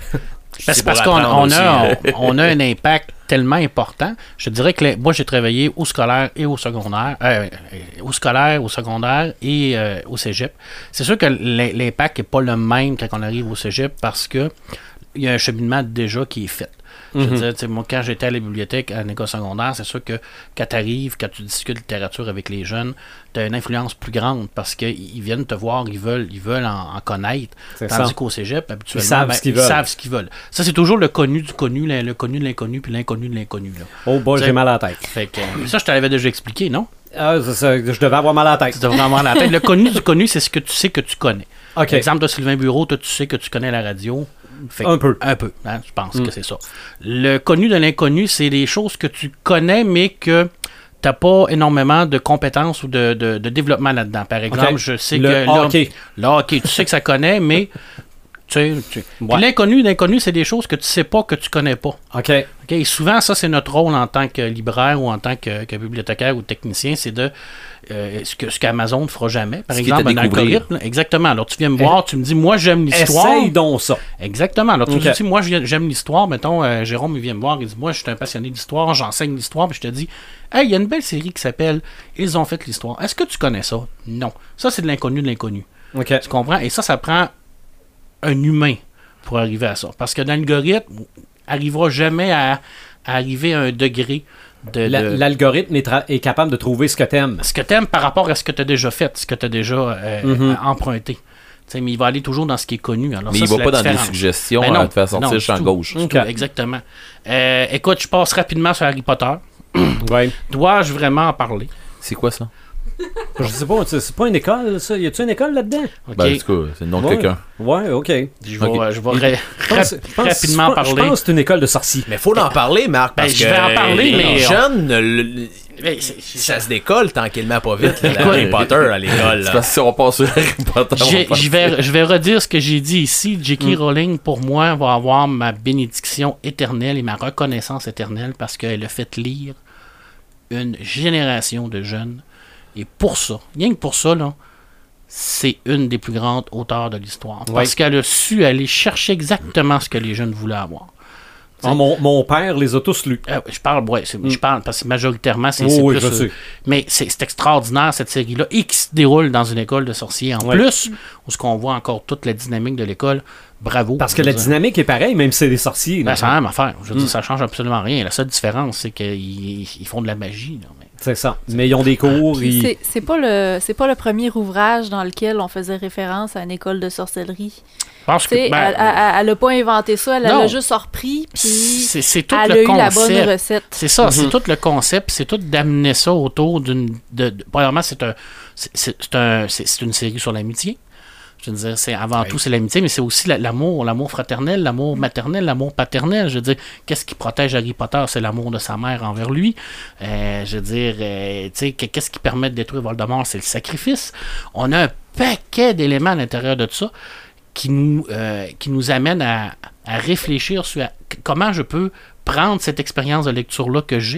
C'est parce qu'on on a, on, on a un impact tellement important. Je dirais que les, moi, j'ai travaillé au scolaire et au secondaire, euh, au scolaire, au secondaire et euh, au cégep. C'est sûr que l'impact n'est pas le même quand on arrive au cégep parce que il y a un cheminement déjà qui est fait. Je veux mm-hmm. dire, moi, quand j'étais à la bibliothèque à l'école secondaire, c'est sûr que quand tu arrives, quand tu discutes de littérature avec les jeunes, tu as une influence plus grande parce qu'ils viennent te voir, ils veulent, ils veulent en, en connaître. C'est Tandis ça. Qu'au cégep, habituellement, ils savent, ben, ce qu'ils, ils veulent. savent ce qu'ils veulent. Ça, c'est toujours le connu du connu, le, le connu de l'inconnu, puis l'inconnu de l'inconnu. Là. Oh boy, j'ai mal à la tête. Fait que, ça, je te l'avais déjà expliqué, non? Ah, ça, ça, je devais avoir mal à la tête. Tu devais avoir mal à la tête. Le connu du connu, c'est ce que tu sais que tu connais. Okay. Exemple de Sylvain Bureau, toi, tu sais que tu connais la radio. Fait, un peu. Un peu, hein, je pense mm. que c'est ça. Le connu de l'inconnu, c'est des choses que tu connais, mais que tu n'as pas énormément de compétences ou de, de, de développement là-dedans. Par exemple, okay. je sais le que... Là, hockey. Là, OK, tu sais que ça connaît, mais... Tu sais, tu... Ouais. Puis l'inconnu, l'inconnu, c'est des choses que tu sais pas, que tu connais pas. OK. OK, et souvent, ça, c'est notre rôle en tant que libraire ou en tant que, que bibliothécaire ou technicien, c'est de euh, ce, que, ce qu'Amazon ne fera jamais. Par ce exemple, un algorithme. Exactement. Alors, tu viens me voir, tu me dis, moi, j'aime l'histoire. Essaye donc ça. Exactement. Alors, tu okay. me dis, moi, j'aime l'histoire. Mettons, euh, Jérôme, il vient me voir, il dit, moi, je suis un passionné d'histoire, j'enseigne l'histoire, puis je te dis, hey, il y a une belle série qui s'appelle Ils ont fait l'histoire. Est-ce que tu connais ça? Non. Ça, c'est de l'inconnu de l'inconnu. OK. Tu comprends? Et ça, ça prend un humain pour arriver à ça. Parce que l'algorithme n'arrivera jamais à, à arriver à un degré de... La, de... L'algorithme est, tra- est capable de trouver ce que t'aimes. Ce que t'aimes par rapport à ce que tu as déjà fait, ce que tu as déjà euh, mm-hmm. emprunté. T'sais, mais il va aller toujours dans ce qui est connu. Alors, mais ça, il ne va pas dans différence. des suggestions ben non, à te faire sortir champ gauche. Okay. Exactement. Euh, écoute, je passe rapidement sur Harry Potter. Ouais. Dois-je vraiment en parler? C'est quoi ça? Je sais pas, c'est pas une école, ça. Y a-tu une école là-dedans? Okay. Ben, en tout cas, c'est le nom de ouais. quelqu'un. Ouais, ok. Je vais, okay. je vais ré- pense, rap- pense, rapidement je parler. Je pense que c'est une école de sorciers. Mais faut en parler, Marc, parce ben, je que vais en parler, mais les on... jeunes, le, le, mais c'est, ça se décolle tranquillement pas vite, là, Harry Potter à l'école. C'est parce que si on passe sur Harry Potter, je vais, je vais redire ce que j'ai dit ici. J K Mm. Rowling, pour moi, va avoir ma bénédiction éternelle et ma reconnaissance éternelle parce qu'elle a fait lire une génération de jeunes. Et pour ça, rien que pour ça, là, c'est une des plus grandes auteurs de l'histoire. Oui. Parce qu'elle a su aller chercher exactement ce que les jeunes voulaient avoir. Ah, mon, mon père les a tous lus. Euh, je parle, ouais, c'est, mm. je parle parce que majoritairement, c'est, oh, c'est oui, plus... je Euh, sais. mais c'est, c'est extraordinaire, cette série-là, et qui se déroule dans une école de sorciers. En ouais. plus, où ce qu'on voit encore toute la dynamique de l'école, bravo. Parce que la dire. dynamique est pareille, même si c'est des sorciers. Ben, c'est la même affaire. Je veux mm. dire, ça change absolument rien. La seule différence, c'est qu'ils ils font de la magie. Là, mais... C'est ça. Mais ils ont des cours. Puis ils... c'est, c'est, pas le, c'est pas le premier ouvrage dans lequel on faisait référence à une école de sorcellerie. Parce que, ben, elle, elle, elle a pas inventé ça, elle non. l'a juste repris, puis c'est, c'est tout elle le a concept. eu la bonne recette. C'est ça, Mm-hmm. c'est tout le concept, c'est tout d'amener ça autour d'une... De, de, premièrement, c'est, un, c'est, c'est, c'est, un, c'est, c'est une série sur l'amitié. Je veux dire, c'est avant oui. tout, c'est l'amitié, mais c'est aussi la, l'amour, l'amour fraternel, l'amour maternel, l'amour paternel. Je veux dire, qu'est-ce qui protège Harry Potter? C'est l'amour de sa mère envers lui. Euh, je veux dire, euh, tu sais, qu'est-ce qui permet de détruire Voldemort? C'est le sacrifice. On a un paquet d'éléments à l'intérieur de tout ça qui nous, euh, qui nous amènent à, à réfléchir sur à, comment je peux prendre cette expérience de lecture-là que j'ai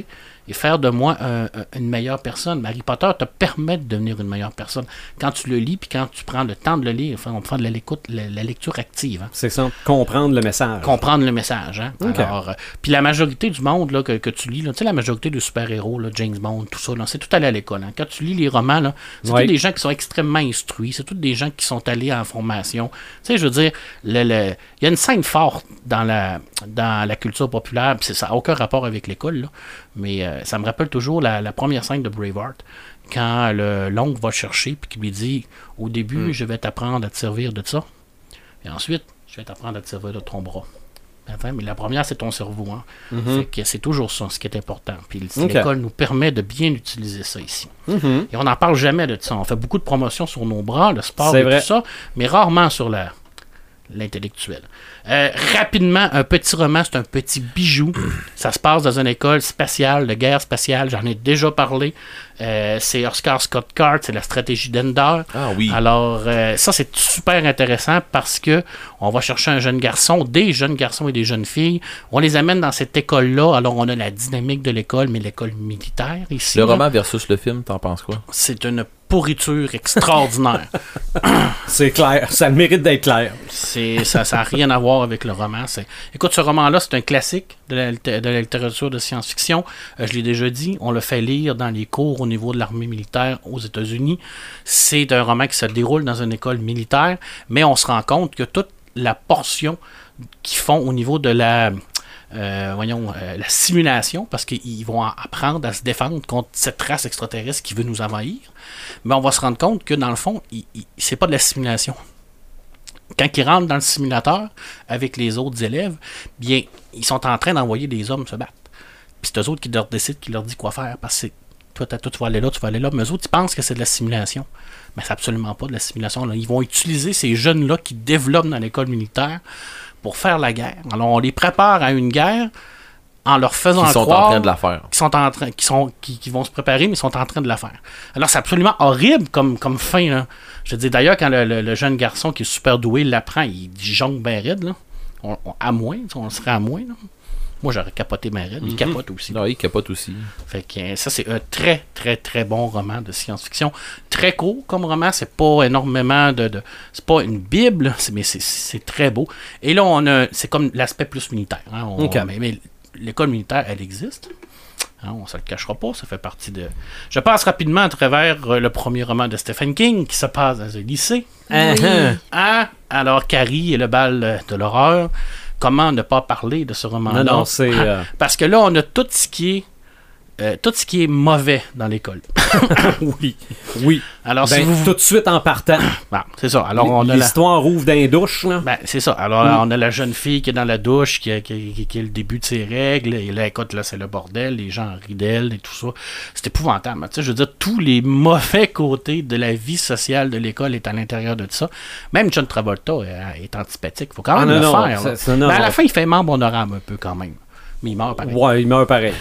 et faire de moi un, un, une meilleure personne. Harry Potter te permet de devenir une meilleure personne. Quand tu le lis, puis quand tu prends le temps de le lire, enfin, on prend de la, l'écoute, la, la lecture active. Hein. C'est ça, comprendre le message. Comprendre le message. Hein. Okay. Alors, euh, puis la majorité du monde là, que, que tu lis, tu sais, la majorité des super-héros, là, James Bond, tout ça, là, c'est tout allé à l'école. Hein. Quand tu lis les romans, là, c'est ouais. tous des gens qui sont extrêmement instruits, c'est tous des gens qui sont allés en formation. Tu sais, je veux dire, le, le, il y a une scène forte dans la, dans la culture populaire, puis ça n'a aucun rapport avec l'école, là, mais euh, ça me rappelle toujours la, la première scène de Braveheart, quand le, l'oncle va chercher, puis qu'il lui dit, au début, mm. je vais t'apprendre à te servir de ça, et ensuite, je vais t'apprendre à te servir de ton bras. Enfin, mais la première, c'est ton cerveau. Hein. Mm-hmm. Fait que c'est toujours ça, ce qui est important. Puis okay. l'école nous permet de bien utiliser ça ici. Mm-hmm. Et on n'en parle jamais de ça. On fait beaucoup de promotions sur nos bras, le sport c'est et vrai. Tout ça, mais rarement sur la, l'intellectuel. Euh, rapidement, un petit roman, c'est un petit bijou. Ça se passe dans une école spatiale, de guerre spatiale. J'en ai déjà parlé. Euh, c'est Oscar Scott Card, c'est la stratégie d'Endor. Ah oui. Alors, euh, ça, c'est super intéressant parce que on va chercher un jeune garçon, des jeunes garçons et des jeunes filles. On les amène dans cette école-là. Alors, on a la dynamique de l'école, mais l'école militaire ici. Le là, roman versus le film, t'en penses quoi? C'est une pourriture extraordinaire. C'est clair, ça le mérite d'être clair. C'est, ça n'a rien à voir avec le roman. C'est... Écoute, ce roman-là, c'est un classique de la, de la littérature de science-fiction. Euh, je l'ai déjà dit, on le fait lire dans les cours au niveau de l'armée militaire aux États-Unis. C'est un roman qui se déroule dans une école militaire, mais on se rend compte que toute la portion qu'ils font au niveau de la... Euh, voyons, euh, la simulation, parce qu'ils vont apprendre à se défendre contre cette race extraterrestre qui veut nous envahir. Mais on va se rendre compte que, dans le fond, il, il, c'est pas de la simulation. Quand ils rentrent dans le simulateur avec les autres élèves, bien, ils sont en train d'envoyer des hommes se battre. Puis c'est eux autres qui leur décident, qui leur disent quoi faire, parce que c'est, toi, toi, tu vas aller là, tu vas aller là. Mais eux autres, ils pensent que c'est de la simulation. Mais c'est absolument pas de la simulation. Là. Ils vont utiliser ces jeunes-là qui développent dans l'école militaire pour faire la guerre. Alors, on les prépare à une guerre en leur faisant qui sont croire... en train de la faire. Qui sont en train... Qui, sont, qui, qui vont se préparer, mais ils sont en train de la faire. Alors, c'est absolument horrible comme, comme fin, là. Je dis d'ailleurs, quand le, le, le jeune garçon qui est super doué l'apprend, il jongle bien raide, là. On, on, à moins, on serait à moins, là. Moi, j'aurais capoté ma raide. Il mm-hmm. capote aussi. Non, il capote aussi. Fait que ça, c'est un très, très, très bon roman de science-fiction. Très court comme roman. C'est pas énormément de... de c'est pas une bible, c'est, mais c'est, c'est très beau. Et là, on a... C'est comme l'aspect plus militaire. Hein, on, okay. mais, mais l'école militaire, elle existe. Hein, on ne se le cachera pas. Ça fait partie de... Je passe rapidement à travers le premier roman de Stephen King qui se passe dans un lycée. Oui. Ah, alors, Carrie et le bal de l'horreur. Comment ne pas parler de ce roman-là? Non, non, c'est... Euh... Parce que là, on a tout ce qui est euh, tout ce qui est mauvais dans l'école. oui. Oui. Alors, ben, si vous... tout de suite en partant. Bon, c'est ça. Alors, on a l'histoire la... ouvre dans les douches. Là. Ben, c'est ça. Alors, mm. on a la jeune fille qui est dans la douche, qui a, qui, qui, qui a le début de ses règles. Et là, écoute, là, c'est le bordel. Les gens rient d'elle et tout ça. C'est épouvantable. Tu sais, je veux dire, tous les mauvais côtés de la vie sociale de l'école est à l'intérieur de ça. Même John Travolta est, est antipathique. Il faut quand même ah, non, le non, faire. C'est, c'est, non, Mais à la fin, il fait membre honorable un peu quand même. Mais il meurt pareil. Ouais, il meurt pareil.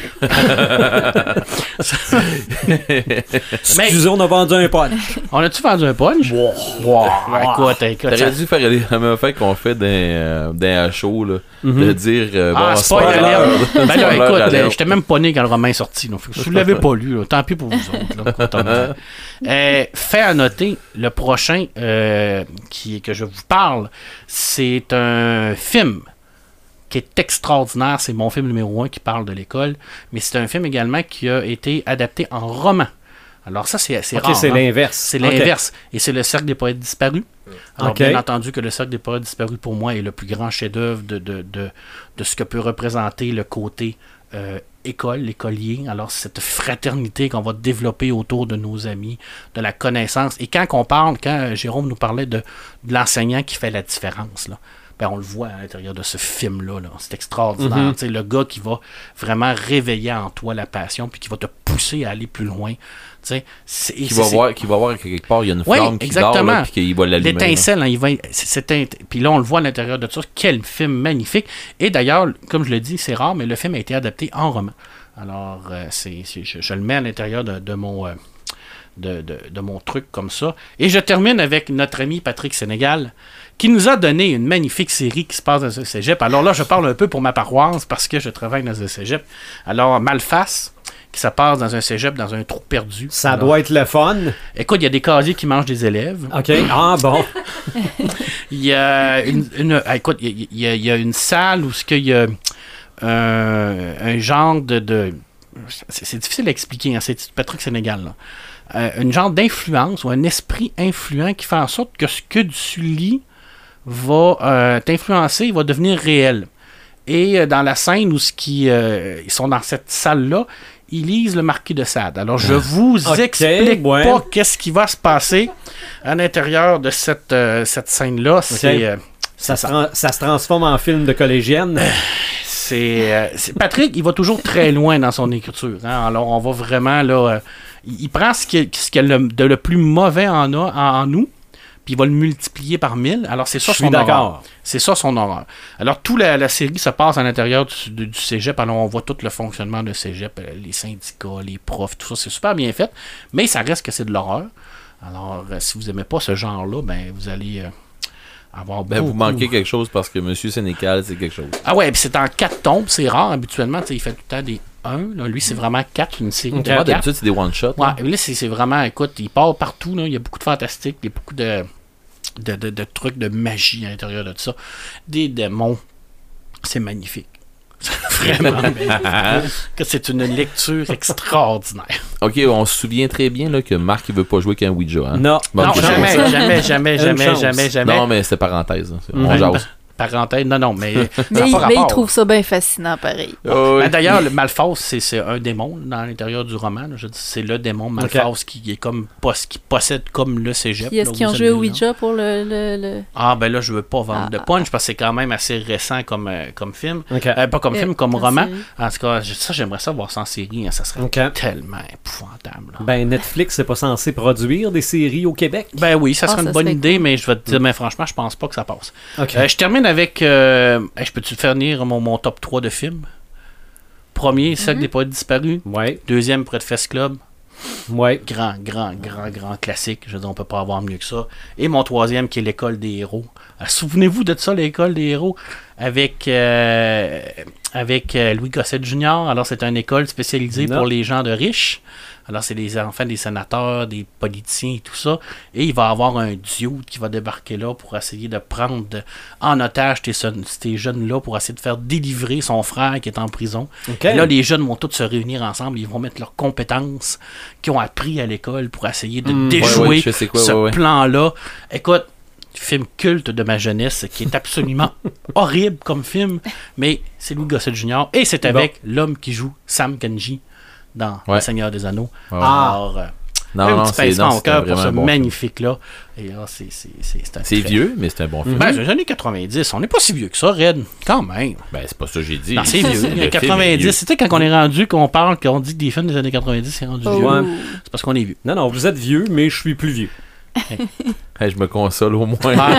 Excusez, on a vendu un punch. On a-tu vendu un punch? Wow. Wow. Écoute, écoute. T'aurais dû faire la même affaire qu'on fait dans, euh, dans un show, là. Mm-hmm. De dire, euh, bon, ah, c'est pas alerte. Ben là, écoute, là, j'étais même pas né quand le roman est sorti. Donc, si vous l'avez pas lu, là, tant pis pour vous autres. Là, euh, fait à noter, le prochain euh, qui, que je vous parle, c'est un film qui est extraordinaire. C'est mon film numéro un qui parle de l'école. Mais c'est un film également qui a été adapté en roman. Alors ça, c'est, c'est okay, rare. C'est hein? l'inverse. C'est l'inverse. Okay. Et c'est Le Cercle des Poètes Disparus. Alors okay. bien entendu que Le Cercle des Poètes Disparus, pour moi, est le plus grand chef-d'œuvre de, de, de, de ce que peut représenter le côté euh, école, l'écolier. Alors cette fraternité qu'on va développer autour de nos amis, de la connaissance. Et quand on parle, quand Jérôme nous parlait de, de l'enseignant qui fait la différence, là, ben on le voit à l'intérieur de ce film-là. Là. C'est extraordinaire. Mm-hmm. Le gars qui va vraiment réveiller en toi la passion puis qui va te pousser à aller plus loin. C'est, qui, va c'est, voir, qui va voir quelque part, il y a une oui, flamme qui dort là, puis qu'il va l'allumer. L'étincelle, hein, il va, c'est, c'est un, puis là, on le voit à l'intérieur de ça. Quel film magnifique. Et d'ailleurs, comme je le dis, c'est rare, mais le film a été adapté en roman. Alors, euh, c'est, c'est, je, je le mets à l'intérieur de, de mon... Euh, De, de, de mon truc comme ça. Et je termine avec notre ami Patrick Sénégal, qui nous a donné une magnifique série qui se passe dans un cégep. Alors là, je parle un peu pour ma paroisse, parce que je travaille dans un cégep. Alors, Malface, qui se passe dans un cégep, dans un trou perdu. Ça Alors, doit être le fun. Écoute, il y a des casiers qui mangent des élèves. OK. Ah, bon. Il y a une, une- ah, écoute, il y a, il y a- il y a une salle où il y a euh, un genre de... de- c'est, c'est difficile à expliquer, hein, c'est Patrick Sénégal, là. Euh, une genre d'influence ou un esprit influent qui fait en sorte que ce que tu lis va euh, t'influencer, il va devenir réel. Et euh, dans la scène où ce qui, euh, ils sont dans cette salle-là, ils lisent le Marquis de Sade. Alors, je vous Ok, explique ouais. pas qu'est-ce qui va se passer à l'intérieur de cette, euh, cette scène-là. C'est, euh, Ça se, tran- ça se transforme en film de collégienne. c'est, euh, c'est- Patrick, il va toujours très loin dans son écriture. Hein. Alors, on va vraiment, là... euh, il, il prend ce qu'il ce qu'il y a le, de le plus mauvais en, a, en, en nous, puis il va le multiplier par mille. Alors, c'est ça Je suis son horreur. d'accord. C'est ça son horreur. Alors, toute la, la série se passe à l'intérieur du, du, du cégep. Alors, on voit tout le fonctionnement de cégep, euh, les syndicats, les profs, tout ça. C'est super bien fait, mais ça reste que c'est de l'horreur. Alors, euh, si vous n'aimez pas ce genre-là, ben, vous allez euh, avoir Ben, beaucoup... vous manquez quelque chose parce que M. Sénécal, c'est quelque chose. Ah ouais, puis c'est en quatre tombes. C'est rare, habituellement. Tu sais, il fait tout le temps des un. Là. Lui, c'est vraiment quatre, une série Ok. de Moi, quatre. d'habitude, c'est des one-shots. Ouais, mais là, c'est, c'est vraiment, écoute, il part partout, là. Il y a beaucoup de fantastique, il y a beaucoup de, de, de, de trucs de magie à l'intérieur de tout ça. Des démons, c'est magnifique. Vraiment magnifique. Que c'est une lecture extraordinaire. Ok, on se souvient très bien là, que Marc, il veut pas jouer qu'un Ouija. Hein? Non. Bonne non, chance. jamais, jamais, jamais, Une jamais, chance. jamais, jamais. Non, mais c'est parenthèse. hein. C'est- On Ouais, jase. parenthèse, non, non, mais. ça a Mais, pas il- mais il rapport. trouve ça bien fascinant, pareil. Oh, oui. Ah, d'ailleurs, le Malphas, c'est, c'est un démon dans l'intérieur du roman. là. Je dis, c'est le démon Malphas qui est comme pos- qui possède comme le cégep. Puis est-ce là, qu'ils ont vous joué avez au vu, là. Ouija pour le... le, le... Ah, ben là, je veux pas vendre Ah, de punch parce que c'est quand même assez récent comme, euh, comme film. OK. Euh, pas comme Euh, film, comme en roman. série. En tout cas, je- ça, j'aimerais ça voir ça en série. hein. Ça serait OK. tellement épouvantable. là. Ben, Netflix, c'est pas censé produire des séries au Québec. Ben oui, ça Ah, serait ça une bonne serait idée, cool. mais je vais te dire, mais franchement, je pense pas que ça passe. OK. Euh, je termine avec. Euh, hey, je peux-tu faire venir mon, mon top trois de films? Premier, Cercle des Poètes Disparus. Ouais, Deuxième, Près de Fest Club. ouais. Grand, grand, grand, grand classique. Je veux dire, on peut pas avoir mieux que ça. Et mon troisième, qui est l'École des héros. Euh, Souvenez-vous de ça, l'École des héros, avec, euh, avec euh, Louis Gossett junior Alors, c'est une école spécialisée Non. pour les gens de riches. Alors, c'est les enfants des sénateurs, des politiciens et tout ça. Et il va y avoir un duo qui va débarquer là pour essayer de prendre de- en otage ces, ces jeunes-là pour essayer de faire délivrer son frère qui est en prison. OK. Et là, les jeunes vont tous se réunir ensemble. Ils vont mettre leurs compétences qu'ils ont appris à l'école pour essayer de Mm. déjouer Ouais, ouais, je sais quoi, ce ouais, ouais. plan-là. Écoute, film culte de ma jeunesse qui est absolument horrible comme film, mais c'est Louis Gossett junior Et c'est avec l'homme qui joue Sam Kenji dans Ouais. Le Seigneur des Anneaux. Ouais. Alors, euh, Non, un non, petit c'est pincement non, au c'était cœur pour vraiment ce un bon film. magnifique-là. Et là, c'est, c'est, c'est, c'est un C'est très- vieux, mais c'est un bon film. Ben, c'est les années quatre-vingt-dix. On n'est pas si vieux que ça, Red. Quand même. Ben, c'est pas ça que j'ai dit. Non, c'est Le vieux. film est quatre-vingt-dix. vieux. C'était quand on est rendu, qu'on parle, qu'on dit que des films des années quatre-vingt-dix, c'est rendu Oh. vieux. Ouais. C'est parce qu'on est vieux. Non, non, vous êtes vieux, mais je suis plus vieux. Hey, je me console au moins.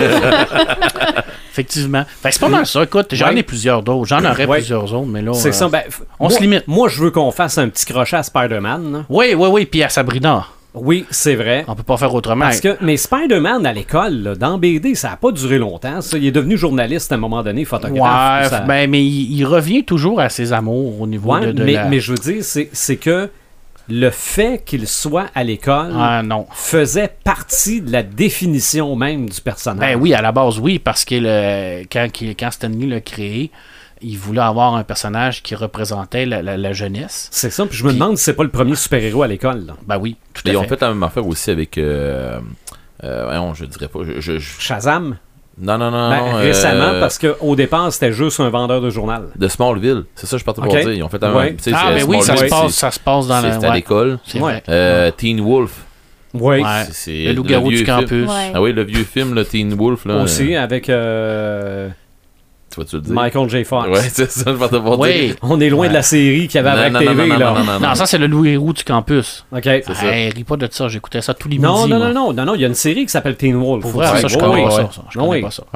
Effectivement. Fait que c'est pas mal ça. Écoute, j'en Ouais. ai plusieurs d'autres. J'en aurais Ouais. plusieurs autres, mais là. C'est euh, ça. Ben, f- on moi- se limite. Moi, je veux qu'on fasse un petit crochet à Spider-Man. là. Oui, oui, oui. Puis à Sabrina. Oui, c'est vrai. On peut pas faire autrement. Parce que, mais Spider-Man à l'école, là, dans B D, ça n'a pas duré longtemps. Ça. Il est devenu journaliste à un moment donné, photographe. Ouais, ça- ben, mais il, il revient toujours à ses amours au niveau Ouais, de, de mais, la... mais je veux dire, c'est, c'est que le fait qu'il soit à l'école Ah non. faisait partie de la définition même du personnage. Ben oui, à la base, oui, parce que le, quand, qu'il- quand Stanley l'a créé, il voulait avoir un personnage qui représentait la, la- la jeunesse. C'est ça, puis je me Puis- demande si c'est pas le premier super-héros à l'école. là. Ben oui, tout Ils à ont fait. fait la même affaire aussi avec. Euh, euh, voyons, je dirais pas. Je, je- je- Shazam, non, non, non. ben, non, récemment, euh, parce qu'au départ, c'était juste un vendeur de journal. De Smallville. C'est ça que je partais pour Ok. dire. Ils ont fait la Ouais. même. tu sais, Ah, c'est- ben oui, ça se, Smallville, passe, c'est- ça se passe dans c'est- la... C'était à ouais, l'école. c'est Ouais. vrai. Euh, Teen Wolf. Oui, Ouais. C'est- c'est Le loup-garou vieux du film. campus. Ouais. Ah oui, le vieux film, le Teen Wolf. Là, aussi euh, avec euh, tu vas-tu le dire? Michael J. Fox. Ouais, c'est ça, je partais pour Oui. dire. On est loin Ouais. de la série qu'il y avait Non, avec non, T V. non, non, là. non, non, Non, ça, c'est le loup-garou du campus. OK. C'est ça. Hey, ris pas de ça, j'écoutais ça tous les Non, midis. non, moi. non, non, non, non, il y a une série qui s'appelle Teen Wolf. Pour faut vrai, dire. ça, je Ouais, connais ouais, pas ouais. ça. ça, Je Non, connais oui. pas ça. Ouais.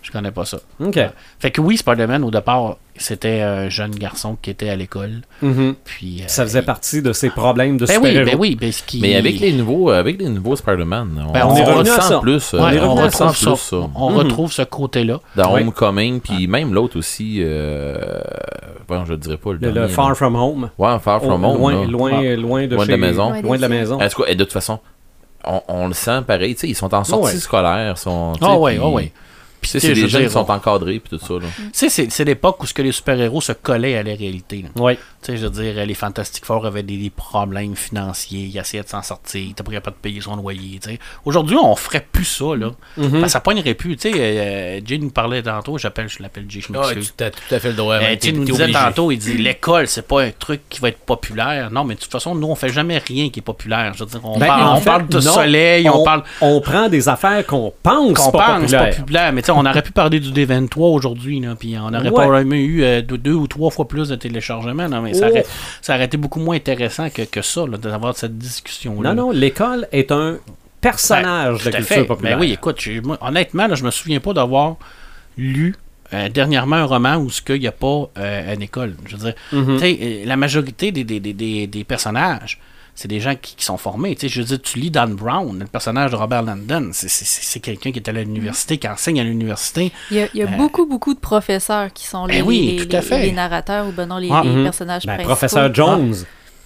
Je connais pas ça. OK. Ouais. Fait que oui, Spider-Man, au départ, c'était un jeune garçon qui était à l'école. Mhm. Puis, euh, Ça faisait partie de ses problèmes de ben oui, super-héros. ben oui, ben ce qui... Mais avec les nouveaux, avec les nouveaux Spider-Man, on, Ben, on, on est revenu à ressent ça. plus. Ouais, euh, on, on ressent retrouve plus ça. ça. On Mhm. retrouve ce côté-là. Dans Oui. Homecoming, puis même l'autre aussi. Euh... Bon, je ne dirais pas le, Le, le dernier, Far là. From Home. Ouais, Far From Oh, Home. loin, là. loin, Ah. loin de Loin de chez- la maison. Loin Loin de la des maison. En tout cas, et de toute façon, on, on le sent pareil. Tu sais, ils sont en sortie ouais. scolaire. Sont, tu sais, Ah ouais, puis- ah ouais. Puis tu sais, tu sais, c'est je des veux jeunes dire, qui sont on- encadrés, puis tout ça. Là. Tu sais, c'est, c'est l'époque où ce que les super-héros se collaient à la réalité. Là. Oui. Tu sais, je veux dire, les Fantastic Four avaient des, des problèmes financiers, ils essayaient de s'en sortir, ils n'étaient pas capables de payer son loyer. Tu sais. Aujourd'hui, on ferait plus ça, là. Mhm. Parce que ça pognerait plus. Tu sais, euh, Jay nous parlait tantôt, j'appelle, je l'appelle Jay, je Ah, m'excuse. tu as tout à fait le droit. Euh, man. tu sais, T'es- nous t'es disait obligé. tantôt, il dit l'école, c'est pas un truc qui va être populaire. Non, mais de toute façon, nous, on fait jamais rien qui est populaire. Je veux dire, on Ben, parle, en on fait, parle de non, soleil, on, parle. On prend des affaires qu'on pense Qu'on pas pense populaires. pas populaire, mais tu sais, on aurait pu parler du D vingt-trois aujourd'hui, là, puis on aurait Ouais. pas même eu euh, deux, deux ou trois fois plus de téléchargements, non, mais ça, Oh. aurait, ça aurait été beaucoup moins intéressant que, que ça, là, d'avoir cette discussion-là. Non, non, l'école est un personnage Tout de à culture fait. populaire. Ben oui, écoute, j'ai- moi, honnêtement, là, je me souviens pas d'avoir lu euh, dernièrement un roman où il n'y a pas euh, une école. Je veux dire, Mhm. tu sais, euh, la majorité des, des, des, des, des personnages, c'est des gens qui, qui sont formés. Tu sais, je veux dire, tu lis Dan Brown, le personnage de Robert Landon, c'est, c'est, c'est c'est quelqu'un qui est à l'université, qui enseigne à l'université. Il y a, il y a Euh, beaucoup, beaucoup de professeurs qui sont les, ben oui, les, tout à les- fait. les narrateurs ou ben non, les, Ah, les mhm. personnages Ben, principaux. professeur Jones,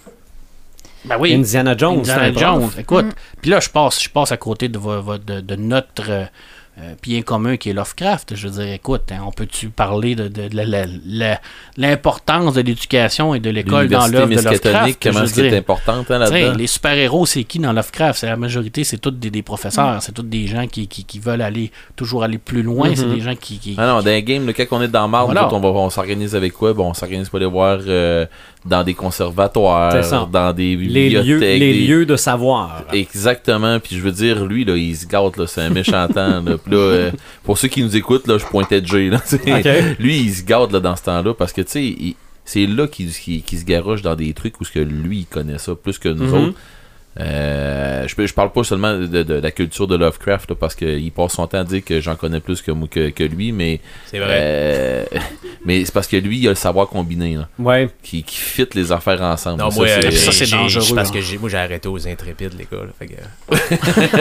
Ben oui. Indiana Jones, Indiana c'est un prof. Jones. Écoute, Mm. puis là, je passe, je passe à côté de, vo- vo- de, de notre euh, euh, bien commun qui est Lovecraft. Je veux dire, écoute, hein, on peut-tu parler de, de, de la- la- la- l'importance de l'éducation et de l'école dans L'université l'œuvre de Lovecraft? miskatonique, comment Je est-ce veux qu'elle est dire, importante hein, tu sais, là-dedans? les super-héros, c'est qui dans Lovecraft? C'est la majorité, c'est tous des, des professeurs, c'est tous des gens qui, qui, qui veulent aller toujours aller plus loin, c'est Mhm. des gens qui... qui- Ah non, dans les games, là, quand on est dans Marde, Voilà. on, va, on s'organise avec quoi? Bon, on s'organise pour aller voir euh, dans des C'est ça. conservatoires, dans des Les bibliothèques. lieux, les des- lieux de savoir. Exactement, puis je veux dire, lui, là, il se gâte, là, c'est un méchant temps. Là. Puis là, euh, pour ceux qui nous écoutent, là, je pointais Jay. Là, tu sais. Ok. Lui, il se gâte là, dans ce temps-là parce que tu sais, il- c'est là qu'il qu'il- qu'il se garoche dans des trucs où ce que lui, il connaît ça plus que nous Mhm. autres. Euh, je, peux- je parle pas seulement de, de- de la culture de Lovecraft là, parce qu'il passe son temps à dire que j'en connais plus que, moi- que, que lui, mais C'est vrai. euh, mais c'est parce que lui, il a le savoir combiné là, Ouais. qui, qui fit les affaires ensemble. Non, Ça, moi, c'est- euh, ça, c'est j'ai- dangereux, j'ai- Parce hein. que j'ai, moi, j'ai arrêté aux intrépides, les gars. Là, fait que-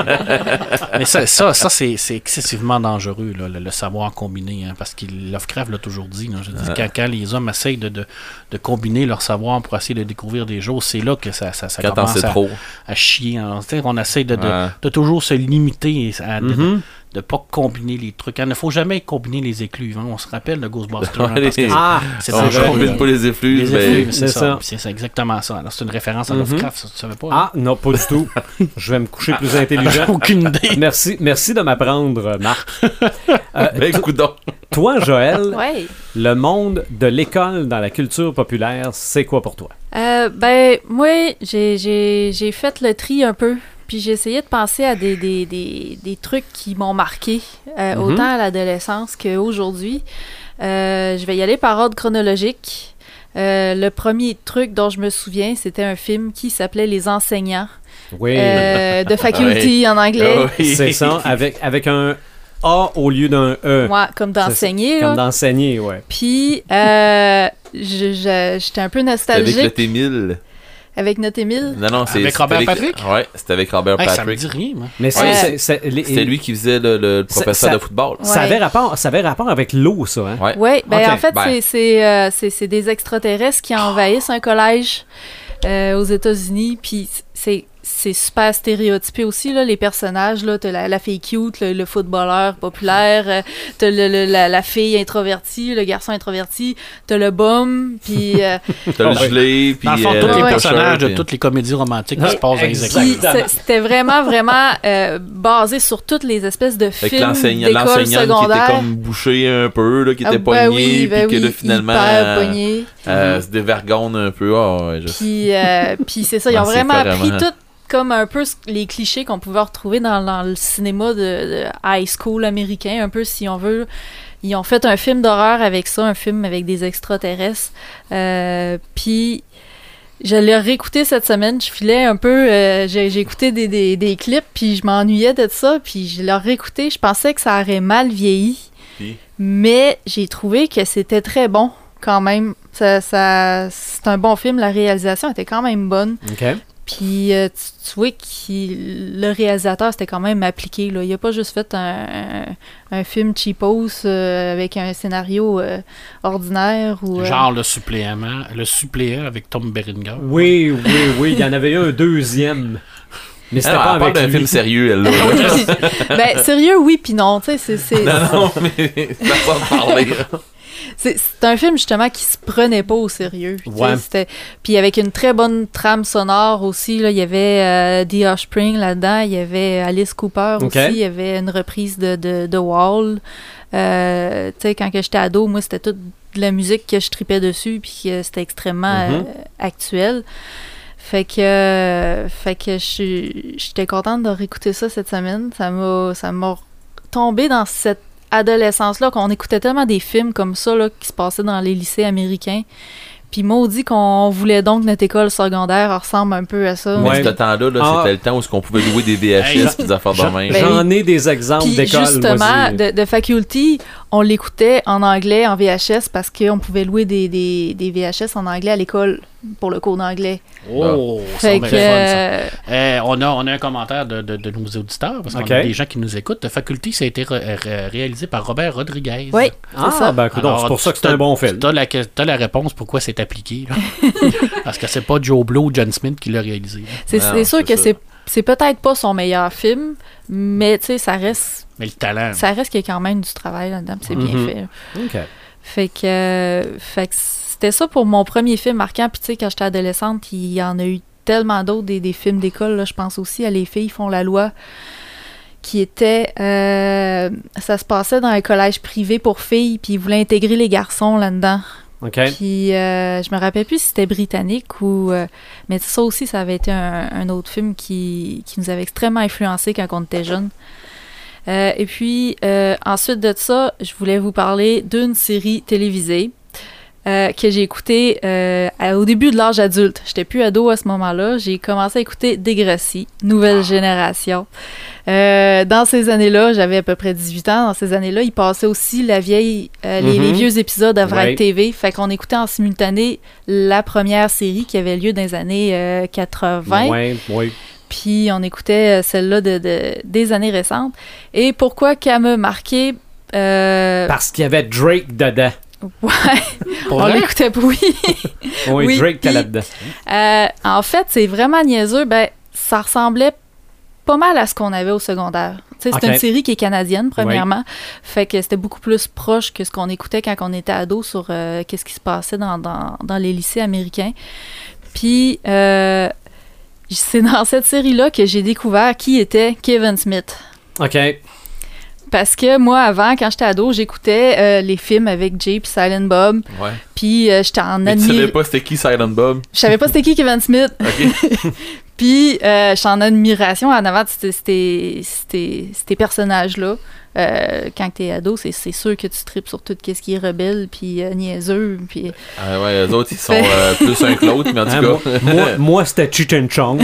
Mais ça, ça, ça c'est, c'est excessivement dangereux, là, le, le savoir combiner, hein, parce que Lovecraft l'a toujours dit. Là, je veux dire, Ouais. quand, quand les hommes essayent de, de, de combiner leur savoir pour essayer de découvrir des choses, c'est là que ça, ça, ça quand t'en commence sais à, trop. à chier. Hein. Tu sais, on essaie de, de, Ouais. de toujours se limiter à de, Mhm. de pas combiner les trucs. Il ne faut jamais combiner les éclus. Hein. On se rappelle de Ghostbusters. hein, Ouais, parce que les- Ah, c'est On dangereux. combine là. pas les effluves. Les ben, effluves, c'est c'est ça. ça. C'est, c'est exactement ça. Alors, c'est une référence à Mhm. Lovecraft, ça, tu savais pas? hein? ah, non, pas du tout. Je vais me coucher plus intelligent. Aucune idée. Merci, merci de m'apprendre, Marc. Euh, ben, to- coudonc. toi, Joël, Ouais. le monde de l'école dans la culture populaire, c'est quoi pour toi? Euh, ben, moi, j'ai, j'ai, j'ai fait le tri un peu. Puis j'ai essayé de penser à des, des, des, des trucs qui m'ont marqué, euh, Mhm. autant à l'adolescence qu'aujourd'hui. Euh, je vais y aller par ordre chronologique. Euh, le premier truc dont je me souviens, c'était un film qui s'appelait Les Enseignants, Oui, euh, de Faculty en anglais. Ah oui. c'est ça, avec, avec un A au lieu d'un E. Ouais, comme d'enseigner. Comme là. d'enseigner, ouais. Puis, euh, je- je- j'étais un peu C'était avec nostalgique le T mille. avec notre Émile. Non, non, c'est Avec c'était Robert Patrick? Ouais, c'était avec Robert Hey, ça me Patrick. dit rien, moi. Mais c'est, Ouais. c'est- c'est- les- C'était lui qui faisait le, le Ça- professeur ça- de football. Ouais. Ça avait rapport, ça avait rapport avec l'eau, ça, hein? Ouais. Oui, ben Ok, en fait, ben. c'est- c'est euh, c'est- c'est des extraterrestres qui envahissent un collège euh, aux États-Unis, puis c'est c'est super stéréotypé aussi, là, les personnages. Là, t'as la, la fille cute, le, le footballeur populaire, euh, t'as le, le- la, la fille introvertie, le garçon introverti, t'as le bum, puis... euh, T'as le Ouais. gelé, puis Dans le fond, euh, tous le les ouais. personnages de puis- toutes les comédies romantiques qui se passent dans les Exact. puis écoles. Exactement. c'est- c'était vraiment, vraiment euh, basé sur toutes les espèces de Avec films l'enseignant- d'école l'enseignante qui était secondaire. comme bouché un peu, là, qui Ah, était ben pogné, oui, ben puis que là, oui, finalement, hyper euh, pogné. euh, se dévergonde un peu. Ah, ouais, je sais. Puis, euh, puis c'est ça, ils Ah, ont c'est vraiment carrément. pris tout comme un peu ce- les clichés qu'on pouvait retrouver dans, dans le cinéma de, de high school américain, un peu si on veut. Ils ont fait un film d'horreur avec ça, un film avec des extraterrestres. Euh, puis Je l'ai réécouté cette semaine. Je filais un peu. Euh, j'ai, j'ai écouté des, des, des clips, puis je m'ennuyais de ça. Puis je l'ai réécouté. Je pensais que ça aurait mal vieilli. Puis? Mais j'ai trouvé que c'était très bon quand même. Ça, ça, c'est un bon film. La réalisation était quand même bonne. OK. Puis euh, tu, tu vois que le réalisateur c'était quand même appliqué. Là. Il a pas juste fait un, un, un film cheapos euh, avec un scénario euh, ordinaire. Ou, euh... Genre le suppléant, le suppléant avec Tom Berenger. Oui, oui, oui. Il y en avait eu un deuxième. Mais c'était Ah, pas elle parle avec d'un lui. film sérieux, elle, là. ben, sérieux, oui, puis non. Tu sais, c'est, c'est, non, non, mais façon de parler. c'est, c'est un film, justement, qui se prenait pas au sérieux. Tu sais, Ouais. c'était... Puis avec une très bonne trame sonore aussi. Là, il y avait euh, The Offspring là-dedans. Il y avait Alice Cooper Ok. aussi. Il y avait une reprise de, de, de Wall. Euh, tu sais, quand que j'étais ado, moi, c'était toute de la musique que je tripais dessus, puis que c'était extrêmement Mhm. euh, actuel. Fait que, euh, fait que je- j'étais contente de réécouter ça cette semaine. Ça m'a, ça m'a tombé dans cette adolescence-là, qu'on écoutait tellement des films comme ça là, qui se passaient dans les lycées américains. Puis maudit qu'on voulait donc que notre école secondaire ressemble un peu à ça. Mais Ouais. ce temps-là, là, Ah. c'était le temps où on pouvait louer des V H Hey, S et des affaires de Jean- même. Ben J'en ai des exemples Puis d'école. justement, vas-y. de, de Faculty, on l'écoutait en anglais, en V H S, parce qu'on pouvait louer des, des, des V H S en anglais à l'école pour le cours d'anglais. Oh, ça Fait va que... être fun, ça. euh, Euh, on, a, on a un commentaire de, de, de nos auditeurs, parce qu'on Ok. a des gens qui nous écoutent. The Faculty, ça a été ré- ré- réalisé par Robert Rodriguez. Oui, Ah, c'est ça. ben, écoute, Alors, c'est pour ça que tu c'est un t'as- bon film. Tu as la, t'as la réponse pourquoi c'est appliqué. Là. Parce que c'est pas Joe Blow ou John Smith qui l'a réalisé. là. C'est, Non, c'est sûr c'est que ça. c'est, c'est peut-être pas son meilleur film, mais tu sais, ça reste, Mais le talent. ça reste qu'il y a quand même du travail là-dedans, puis c'est bien Mhm. fait. OK. Fait que, euh, fait que c'était ça pour mon premier film marquant. Puis tu sais, quand j'étais adolescente, il y en a eu tellement d'autres, des, des films d'école. Là. Je pense aussi à Les filles font la loi, qui était... euh, ça se passait dans un collège privé pour filles, puis ils voulaient intégrer les garçons là-dedans. OK. Puis euh, je me rappelle plus si c'était britannique ou... euh, mais ça aussi, ça avait été un, un autre film qui, qui nous avait extrêmement influencé quand on était jeunes. Euh, et puis, euh, ensuite de ça, je voulais vous parler d'une série télévisée euh, que j'ai écoutée euh, à- au début de l'âge adulte. J'étais plus ado à ce moment-là. J'ai commencé à écouter Degrassi, Nouvelle Génération. Euh, dans ces années-là, j'avais à peu près dix-huit ans. Dans ces années-là, il passait aussi la vieille, euh, les, Mhm. les vieux épisodes à Vrac Ouais. T V. Fait qu'on écoutait en simultané la première série qui avait lieu dans les années euh, quatre-vingts. Ouais, ouais. Puis on écoutait euh, celle-là de, de- des années récentes. Et pourquoi qu'elle m'a marqué... euh, Parce qu'il y avait Drake dedans. ouais, Pour on vrai? l'écoutait, oui. Oui, Oui, Drake était puis- là-dedans. Euh, en fait, c'est vraiment niaiseux. Ben, ça ressemblait pas mal à ce qu'on avait au secondaire. Tu sais, c'est Ok. une série qui est canadienne, premièrement. Fait que c'était beaucoup plus proche que ce qu'on écoutait quand on était ado sur euh, qu'est-ce qui se passait dans, dans, dans les lycées américains. Puis, euh, c'est dans cette série-là que j'ai découvert qui était Kevin Smith. OK. Parce que moi, avant, quand j'étais ado, j'écoutais euh, les films avec Jay puis Silent Bob. Ouais. Puis euh, j'étais en Mais tu savais admiration. pas c'était qui Silent Bob? Je savais pas c'était qui Kevin Smith. Ok. Puis euh, j'étais en admiration en avant de ces- ces ces- ces personnages-là. Euh, quand t'es ado, c'est c'est sûr que tu tripes sur tout ce qui est rebelle, puis euh, niaiseux, puis... Ah ouais, eux autres, ils sont euh, plus un que l'autre, mais en tout Hein, cas. moi, moi, moi, c'était Cheech and Chong.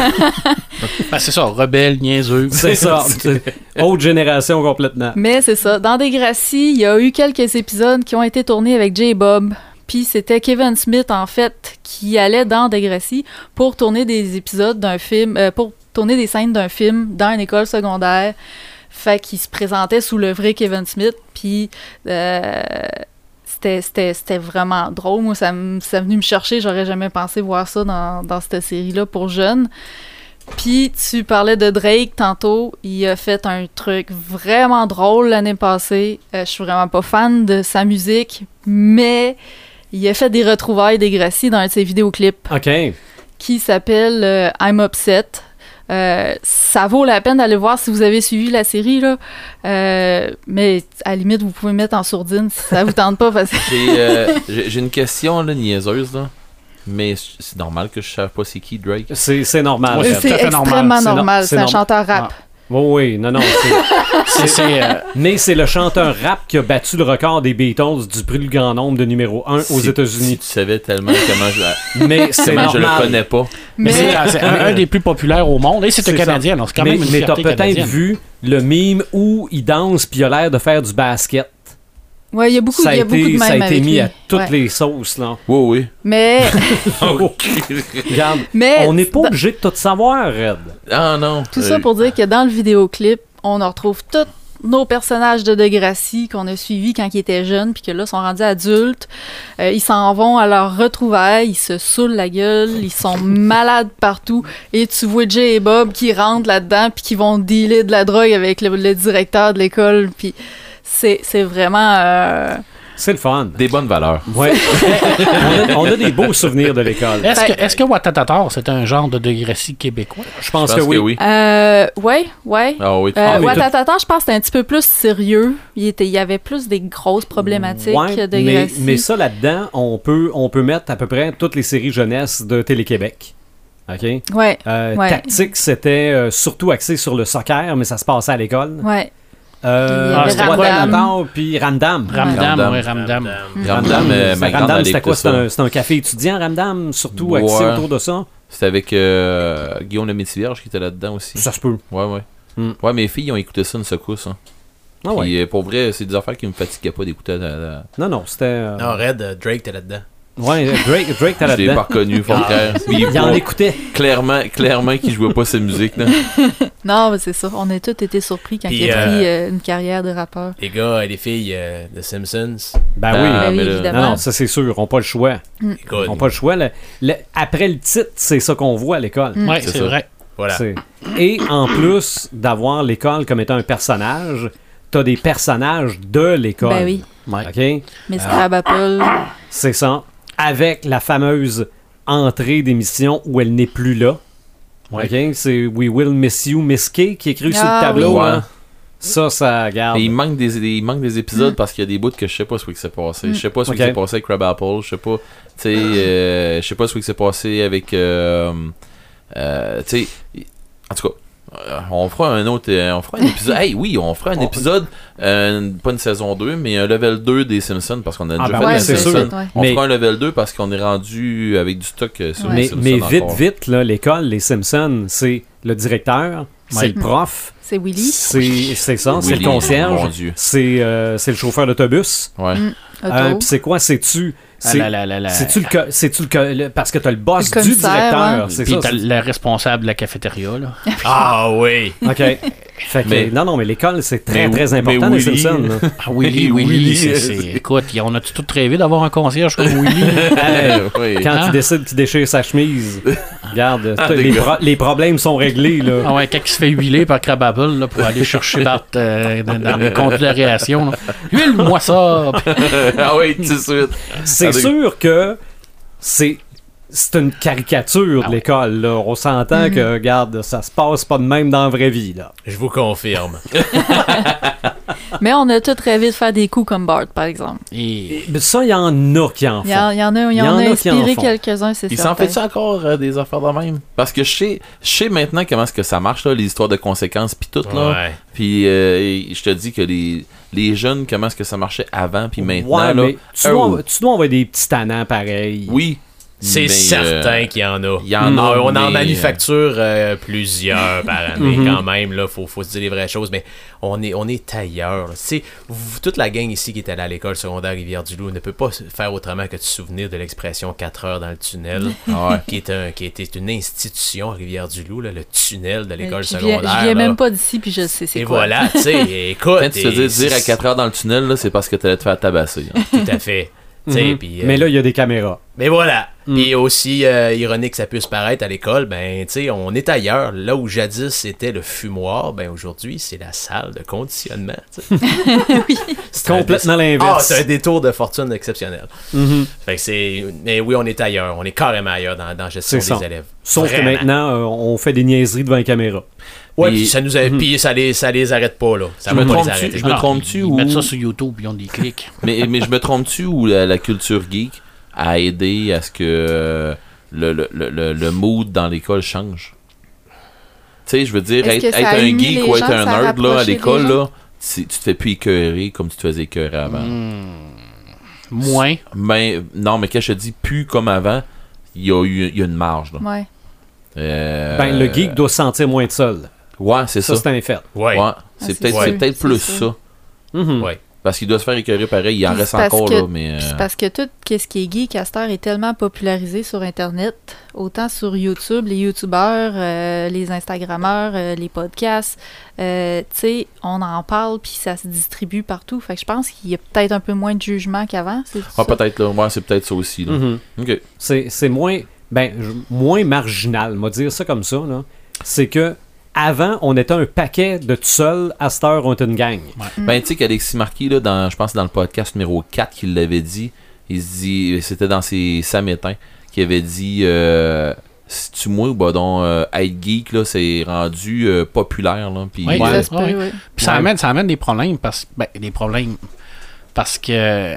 Ben, c'est ça, rebelle, niaiseux. C'est ça. C'est autre génération complètement. Mais c'est ça. Dans Degrassi, il y a eu quelques épisodes qui ont été tournés avec Jay et Bob. Puis c'était Kevin Smith, en fait, qui allait dans Degrassi pour tourner des épisodes d'un film, euh, pour tourner des scènes d'un film dans une école secondaire. Fait qu'il se présentait sous le vrai Kevin Smith. Puis euh, c'était, c'était, c'était vraiment drôle. Moi, ça, m- ça est venu me chercher. J'aurais jamais pensé voir ça dans, dans cette série-là pour jeunes. Puis tu parlais de Drake tantôt. Il a fait un truc vraiment drôle l'année passée. Euh, je suis vraiment pas fan de sa musique, mais il a fait des retrouvailles Degrassi dans un de ses vidéoclips OK. qui s'appelle euh, I'm Upset. Euh, ça vaut la peine d'aller voir si vous avez suivi la série, là. Euh, mais à la limite, vous pouvez mettre en sourdine si ça vous tente pas. Parce que J'ai euh, j'ai- j'ai une question là, niaiseuse, là. Mais c'est normal que je sache pas c'est qui Drake. C'est c'est normal. Ouais, Fred. tout c'est à fait normal. extrêmement C'est no- normal. c'est C'est un normal. chanteur rap. Oui, oui, non, non. c'est- C'est, c'est, euh, Mais c'est le chanteur rap qui a battu le record des Beatles du plus grand nombre de numéro un aux Si- Si États-Unis. tu savais tellement comment je, Mais c'est comment je le normal. connais pas. mais c'est, c'est un, un des plus populaires au monde. Et c'est un C'est Canadien, ça. alors c'est quand mais même une mais t'as fierté peut-être canadienne. vu le mime où il danse puis il a l'air de faire du basket. Ouais, il y a beaucoup, ça a il y a été, beaucoup de ça a mèmes été avec mis lui. à toutes Ouais. les sauces, là. Oui, oui. Mais, Regarde, mais on n'est pas dans- obligé de tout savoir, Red. Ah non. tout Euh, ça pour dire que dans le vidéoclip, on en retrouve tous nos personnages de Degrassi qu'on a suivis quand ils étaient jeunes, puis que là, sont rendus adultes. Euh, ils s'en vont à leur retrouvailles, ils se saoulent la gueule, ils sont malades partout. Et tu vois Jay et Bob qui rentrent là-dedans, puis qui vont dealer de la drogue avec le, le directeur de l'école, puis c'est, c'est vraiment... euh, C'est le fun. Des bonnes valeurs. Ouais. on, a, on a des beaux souvenirs de l'école. Est-ce Ben- que, est-ce que Watatata, c'est un genre de Degrassi québécois? Je pense, Je que pense oui. que oui. Euh, ouais, ouais. Ah oui. Euh, Ah, mais Watatata, je pense que c'était un petit peu plus sérieux. Il, était, il y avait plus des grosses problématiques Ouais, de mais, Gracie. mais ça là-dedans, on peut, on peut mettre à peu près toutes les séries jeunesse de Télé-Québec. OK? Ouais, Euh, Ouais. Tactique, c'était euh, surtout axé sur le soccer, mais ça se passait à l'école. ouais. Euh, Il y avait c'était Ramdam. Watatata, puis Ramdam. Ramdam, Ramdam. ouais, Ramdam. Ramdam, euh, ma grande Ramdam, allait c'était quoi? écouter C'était ça. un, c'était un café étudiant, Ramdam, surtout axé Ouais. autour de ça. C'était avec euh, Guillaume le Métivierge qui était là-dedans aussi. Ça se peut. Ouais, ouais. Hmm. Ouais, mes filles ont écouté ça une secousse. Hein. Ah ouais. Puis, euh, pour vrai, c'est des affaires qui me fatiguaient pas d'écouter. la- la- Non, non, c'était... euh, Non, Red, euh, Drake, t'es là-dedans. Ouais, Drake, Drake t'as Je l'ai pas là-dedans. reconnu, fort clair. Puis, Il en pour- écoutait. clairement, clairement qu'il jouait pas cette musique. Là. Non, mais c'est ça. On a tous été surpris quand Puis, il a euh, pris euh, une carrière de rappeur. Les gars et les filles euh, de Simpsons. Ben Ah, oui. Ben oui, mais là- évidemment. Non, non, ça c'est sûr, on n'a pas le choix. Écoute, On n'a pas le choix. Le- le- après le titre, c'est ça qu'on voit à l'école. Ouais, C'est c'est ça. vrai. voilà. C'est- Et en plus d'avoir l'école comme étant un personnage, t'as des personnages de l'école. Ben oui. OK? Miss Crabapple. C'est ça. Avec la fameuse entrée d'émission où elle n'est plus là. OK? C'est We Will Miss You, Miss K qui est écrit sur Ah le tableau. oui. hein. Ça, ça garde. Et il manque des, des- il manque des épisodes parce qu'il y a des bouts que je sais pas ce qui s'est passé. Je sais pas ce qui Ok. s'est passé avec Crab Apple. Je sais pas. Tu sais, euh, je sais pas ce qui s'est passé avec. Euh, euh, tu sais. En tout cas. euh, On fera un autre. euh, On fera un épisode. Hey, oui, on fera un épisode. euh, pas une saison deux, mais un level deux des Simpsons parce qu'on a Ah, déjà ben fait ouais, les c'est Simpsons. sûr. ouais. On Mais- fera un level deux parce qu'on est rendu avec du stock euh, sur Ouais. les Mais, Simpsons. mais vite, encore. vite, là, l'école, les Simpsons, c'est le directeur, c'est Ouais. le prof, C'est Willy. c'est c'est ça, c'est le Willy, concierge, mon Dieu. c'est euh, c'est le chauffeur d'autobus. Ouais. Auto. Euh, Puis c'est quoi? C'est-tu... Ah, C'est la- la- la- la- c'est-tu le, co- c'est-tu le, co- le- parce que t'as le boss Le du commissaire, directeur, ouais. c'est Puis ça. t'as c'est- le responsable de la cafétéria, là. Ah oui! OK. Fait que, Mais- non, non, mais l'école, c'est très, mais- très mais important, les Willy- Simpsons. là. Ah, Willy, Willy, Willy, c'est, c'est- c'est- écoute, on a tout rêvé d'avoir un concierge comme Willy. Hey, Oui. quand Hein? il décide qu'il déchire sa chemise, regarde, Ah, t- les, des gars. pro- les problèmes sont réglés, là. Ah ouais, quand il se fait huiler par Crabapple là, pour aller chercher Bart euh, dans, dans les comptes de la réaction. là. Huile-moi ça! ah oui, tout de suite. C'est Ah, des- sûr que c'est c'est une caricature de Ah ouais. l'école, là. On s'entend que, regarde, ça se passe pas de même dans la vraie vie, là. Je vous confirme. Mais on a tous rêvé de faire des coups comme Bart, par exemple. Et Mais ça, il y en a qui en Il y, font. en, il y en a, il y Il y en en a a qui en inspiré font. quelques-uns, c'est Il certain. s'en fait-tu encore euh, des affaires de même? Parce que je sais, je sais maintenant comment est-ce que ça marche, là, les histoires de conséquences, puis tout, là. Ouais. Puis euh, et je te dis que les, les jeunes, comment est-ce que ça marchait avant, puis maintenant, Ouais, là. mais tu, oh, dois, tu dois avoir des petits tannants pareils. Oui. C'est mais, certain euh, qu'il y en a. il y en a, On, on en mais- manufacture euh, plusieurs par année Mhm. quand même. Là, faut, faut se dire les vraies choses. Mais on est, on est ailleurs. là. Tu sais, vous- toute la gang ici qui est allée à l'école secondaire Rivière-du-Loup ne peut pas se faire autrement que de se souvenir de l'expression quatre heures dans le tunnel, Ah ouais. qui, est un, qui était une institution à Rivière-du-Loup, là, le tunnel de l'école je viens, secondaire. je viens là. même pas d'ici, puis je sais c'est Et quoi. voilà, tu sais, écoute. Quand tu te et dis dire à c'est- quatre heures dans le tunnel, là, c'est parce que t'allais te faire tabasser. hein. Tout à fait. Tu sais, Mhm. puis, euh, Mais là, il y a des caméras. Mais voilà. Mm. Puis aussi euh, ironique que ça puisse paraître à l'école, ben tu sais, on est ailleurs. Là où jadis c'était le fumoir, ben aujourd'hui c'est la salle de conditionnement. tu sais. C'est un Complètement dé- Ah, l'inverse. c'est un détour de fortune exceptionnel. Mhm. Fait que c'est. Mais oui, on est ailleurs. On est carrément ailleurs dans, dans la gestion C'est des ça. élèves. Sauf Vraiment. que maintenant, euh, on fait des niaiseries devant les caméras. Ouais, Puis- puis ça nous a, Mhm. puis ça les, ça les arrête pas là. Ça Je va me pas les trompe-tu? arrêter. Je me Ah, trompe-tu ils ou- mettent ça sur YouTube, ils ont des clics. mais, mais je me trompe-tu ou la, la culture geek a aidé à ce que euh, le, le, le, le- le mood dans l'école change? sais, je veux dire, Est-ce être, que ça être a un uni geek les ou être gens, un ça a nerd là, à rapproché l'école, les gens? là, tu, tu te fais plus écœurer comme tu te faisais écœurer avant. Hmm. Moins. Mais, non, mais quand je te dis plus comme avant, il y a eu il y a une marge. Là. Ouais. Euh, Ben, le geek doit se sentir moins de seul. Ouais, c'est ça. Ça, c'est un fait. Ouais. Ouais, c'est c'est peut-être sûr, c'est peut-être c'est plus sûr. ça. Mhm. Ouais. Parce qu'il doit se faire écœurer pareil. Il en Puis reste c'est parce encore, que- là, mais... Puis euh, c'est parce que tout ce qui est geek à cette heure est tellement popularisé sur Internet, autant sur YouTube, les YouTubeurs, euh, les Instagrammeurs, euh, les podcasts, euh, tu sais, on en parle puis ça se distribue partout. Fait que je pense qu'il y a peut-être un peu moins de jugement qu'avant. C'est Ah, ça? peut-être, là. Ouais, c'est peut-être ça aussi, là. Mhm. OK. C'est c'est moins, ben, je- moins marginal, on va dire ça comme ça. là. C'est que avant, on était un paquet de tout seul, à cette heure, on était une gang. Ben, tu sais qu'Alexis Marquis, là, dans, je pense dans le podcast numéro quatre qu'il l'avait dit, il se dit, c'était dans ses samétins, qu'il avait dit, euh, si tu moi ou bah donc, euh, être geek, là, c'est rendu euh, populaire, là, puis Ouais, euh, Ça se peut, ouais. oui. Puis ça, Ouais. amène, ça amène des problèmes parce ben, des problèmes parce que euh,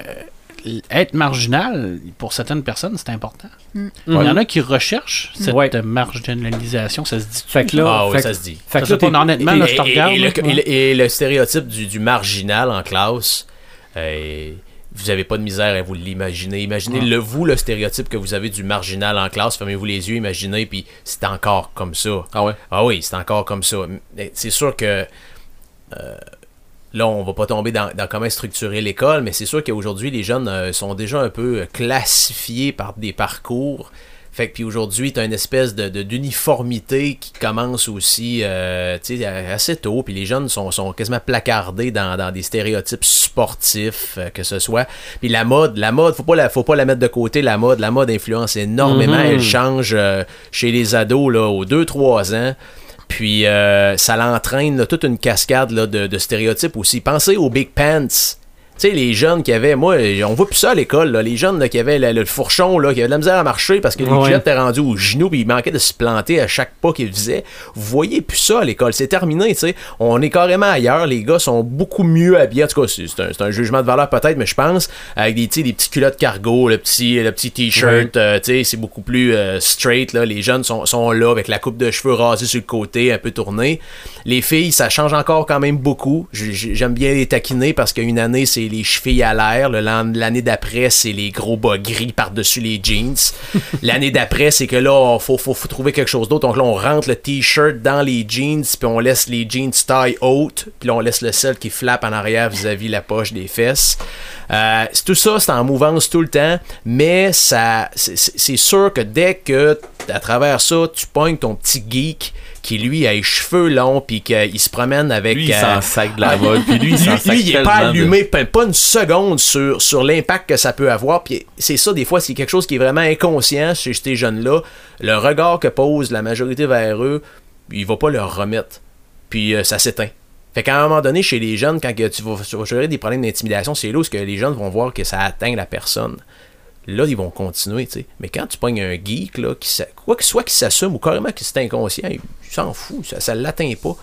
être marginal pour certaines personnes c'est important. Mm. Il y en a qui recherchent cette Ouais. marginalisation, ça se dit. Fait que là, Ah oui, fait, ça se dit. fait que Ça, là, c'est t'es- pas honnêtement, là, je te et, regarde. et là, le, et le- et le stéréotype du, du marginal en classe, euh, vous avez pas de misère à vous l'imaginer. Imaginez Ah. le vous, le stéréotype que vous avez du marginal en classe. Fermez-vous les yeux, imaginez, puis c'est encore comme ça. Ah ouais? Ah oui, c'est encore comme ça. Mais c'est sûr que euh, là, on va pas tomber dans, dans comment structurer l'école, mais c'est sûr qu'aujourd'hui, les jeunes euh, sont déjà un peu classifiés par des parcours. Fait que puis aujourd'hui, t'as une espèce de, de- d'uniformité qui commence aussi euh, tu sais, assez tôt, puis les jeunes sont, sont quasiment placardés dans, dans des stéréotypes sportifs, euh, que ce soit. Puis la mode, la mode, faut pas la, faut pas la mettre de côté, la mode, la mode influence énormément, Mhm. elle change euh, chez les ados là, aux deux trois ans. Puis euh, ça l'entraîne là, toute une cascade là, de, de stéréotypes aussi. Pensez aux Big Pants. Tu sais, les jeunes qui avaient, moi, on voit plus ça à l'école, là, les jeunes là, qui avaient le, le fourchon, là, qui avaient de la misère à marcher parce que les Ouais. jets étaient rendus aux genoux puis ils manquaient de se planter à chaque pas qu'ils faisaient. Vous voyez plus ça à l'école, c'est terminé, tu sais. On est carrément ailleurs, les gars sont beaucoup mieux habillés. En tout cas, c'est, c'est, un, c'est un jugement de valeur peut-être, mais je pense, avec des, tu sais, des petits culottes cargo, le petit, le petit t-shirt, euh, tu sais, c'est beaucoup plus euh, straight, là. Les jeunes sont, sont là avec la coupe de cheveux rasée sur le côté, un peu tournée. Les filles, ça change encore quand même beaucoup. J- j- J'aime bien les taquiner parce qu'une année, c'est les chevilles à l'air. Le- l'an- L'année d'après, c'est les gros bas gris par-dessus les jeans. L'année d'après, c'est que là, il faut, faut, faut trouver quelque chose d'autre. Donc là, on rentre le t-shirt dans les jeans, puis on laisse les jeans taille haute, puis là, on laisse le sel qui flappe en arrière vis-à-vis la poche des fesses. Euh, c'est- tout ça, c'est en mouvance tout le temps, mais ça, c'est, c'est c'est sûr que dès que, à travers ça, tu pognes ton petit geek qui, lui, a les cheveux longs, puis qu'il se promène avec... Lui, il euh, s'en sac de la mode, puis lui, il s'en lui, sac lui, il est pas tellement de- allumé, pas pas une seconde sur, sur l'impact que ça peut avoir. Puis c'est ça, des fois, c'est quelque chose qui est vraiment inconscient chez ces jeunes-là. Le regard que pose la majorité vers eux, il va pas leur remettre. Puis euh, ça s'éteint. Fait qu'à un moment donné, chez les jeunes, quand que tu vas, tu vas gérer des problèmes d'intimidation, c'est là où ce que les jeunes vont voir que ça atteint la personne. Là, ils vont continuer, tu sais. Mais quand tu pognes un geek, là, qui s'a- quoi que soit qui s'assume ou carrément qui c'est inconscient, il s'en fout, ça, ça l'atteint pas.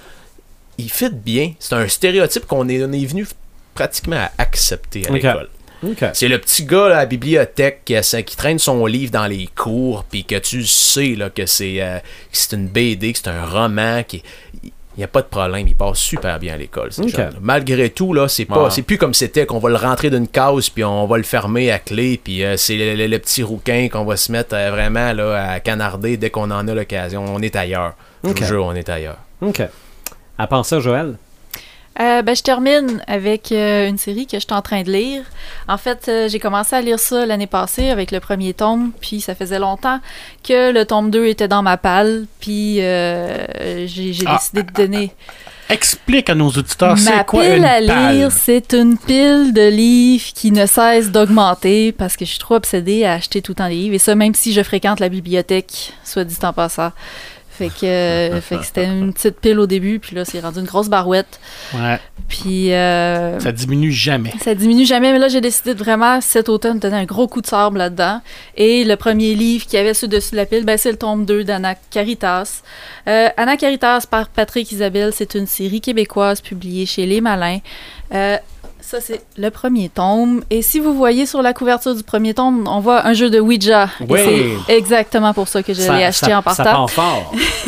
Il fit bien. C'est un stéréotype qu'on est, on est venu pratiquement à accepter à Ok. l'école. OK. C'est le petit gars là, à la bibliothèque qui, essa- qui traîne son livre dans les cours, puis que tu sais là, que c'est euh, que c'est une B D, que c'est un roman, qui il n'y a pas de problème, il passe super bien à l'école. Ces Ok. jeunes-là. Malgré tout, là, c'est pas, Ouais. c'est plus comme c'était qu'on va le rentrer d'une case puis on va le fermer à clé, puis euh, c'est le, le- le petit rouquin qu'on va se mettre euh, vraiment là, à canarder dès qu'on en a l'occasion. On est ailleurs. Je Ok. vous jure, on est ailleurs. OK. À penser à Joël? Euh, ben, je termine avec euh, une série que je suis en train de lire. En fait, euh, j'ai commencé à lire ça l'année passée avec le premier tome, puis ça faisait longtemps que le tome deux était dans ma palle, puis euh, j'ai j'ai Ah. décidé de donner... Explique à nos auditeurs, Ma c'est quoi pile une à palle? lire, c'est une pile de livres qui ne cesse d'augmenter parce que je suis trop obsédée à acheter tout le temps des livres, et ça même si je fréquente la bibliothèque, soit dit en passant. Fait que, euh, fait que c'était une petite pile au début, puis là, c'est rendu une grosse barouette. Ouais, Puis euh, ça diminue jamais. ça diminue jamais, mais là, j'ai décidé de vraiment, cet automne, de donner un gros coup de sable là-dedans. Et le premier livre qu'il y avait sur le dessus de la pile, ben, c'est le tome deux d'Anna Caritas. Euh, Anna Caritas par Patrick Isabelle, c'est une série québécoise publiée chez Les Malins. Euh, ça, c'est le premier tome. Et si vous voyez sur la couverture du premier tome, on voit un jeu de Ouija. Et Oui. c'est exactement pour ça que je l'ai acheté en ça partant. part fort.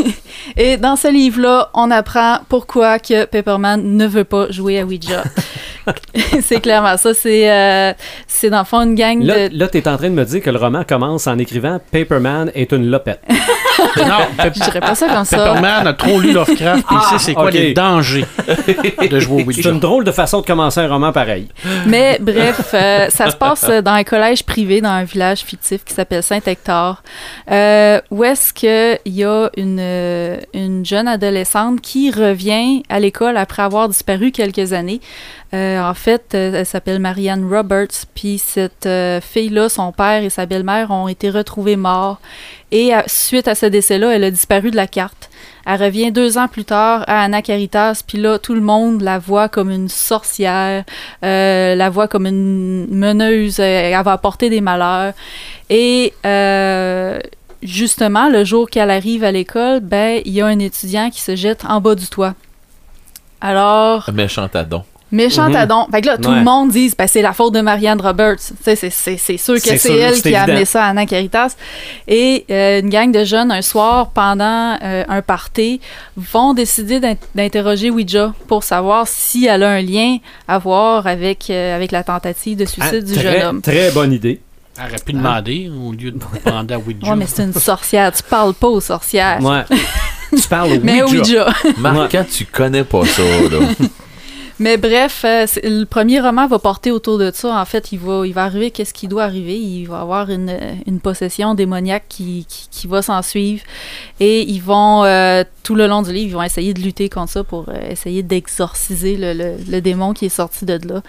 Et dans ce livre-là, on apprend pourquoi que Pepperman ne veut pas jouer à Ouija. C'est clairement ça. C'est, euh, c'est dans le fond une gang là, de... Là, t'es en train de me dire que le roman commence en écrivant « Paperman est une lopette ». Non, Je dirais pas ça comme ça. Pepperman a trop lu Lovecraft, puis il sait c'est quoi ok. les dangers de jouer au Ouija. C'est une drôle de façon de commencer un roman pareil. Mais bref, euh, ça se passe dans un collège privé, dans un village fictif qui s'appelle Saint-Hector, euh, où est-ce qu'il y a une, euh, une jeune adolescente qui revient à l'école après avoir disparu quelques années. Euh, en fait, euh, elle s'appelle Marianne Roberts, puis cette euh, fille-là, son père et sa belle-mère ont été retrouvés morts. Et à, suite à ce décès-là, elle a disparu de la carte. Elle revient deux ans plus tard à Anacaritas, puis là, tout le monde la voit comme une sorcière, euh, la voit comme une meneuse, euh, elle va apporter des malheurs. Et euh, justement, le jour qu'elle arrive à l'école, ben, il y a un étudiant qui se jette en bas du toit. Alors... Méchant adon. Méchant Mhm. adon. Fait que là, tout Ouais. le monde dit ben, c'est la faute de Marianne Roberts. Tu sais, c'est, c'est, c'est sûr que C'est c'est, sûr, elle c'est qui a évident. amené ça à Anacaritas. Et euh, une gang de jeunes, un soir, pendant euh, un party, vont décider d'in- d'interroger Ouija pour savoir si elle a un lien à voir avec, euh, avec la tentative de suicide Ah, du très, jeune homme. très bonne idée. Elle aurait pu demander au lieu de demander à Ouija. Ouais, mais c'est une sorcière. Tu parles pas aux sorcières. Ouais. Tu parles au Mais Ouija. Ouija. Marc, quand tu connais pas ça, là. Mais bref, euh, c'est- le premier roman va porter autour de ça. En fait, il va, il va arriver qu'est-ce qui doit arriver. Il va avoir une, une possession démoniaque qui, qui, qui va s'en suivre. Et ils vont, euh, tout le long du livre, ils vont essayer de lutter contre ça pour euh, essayer d'exorciser le, le, le démon qui est sorti de là.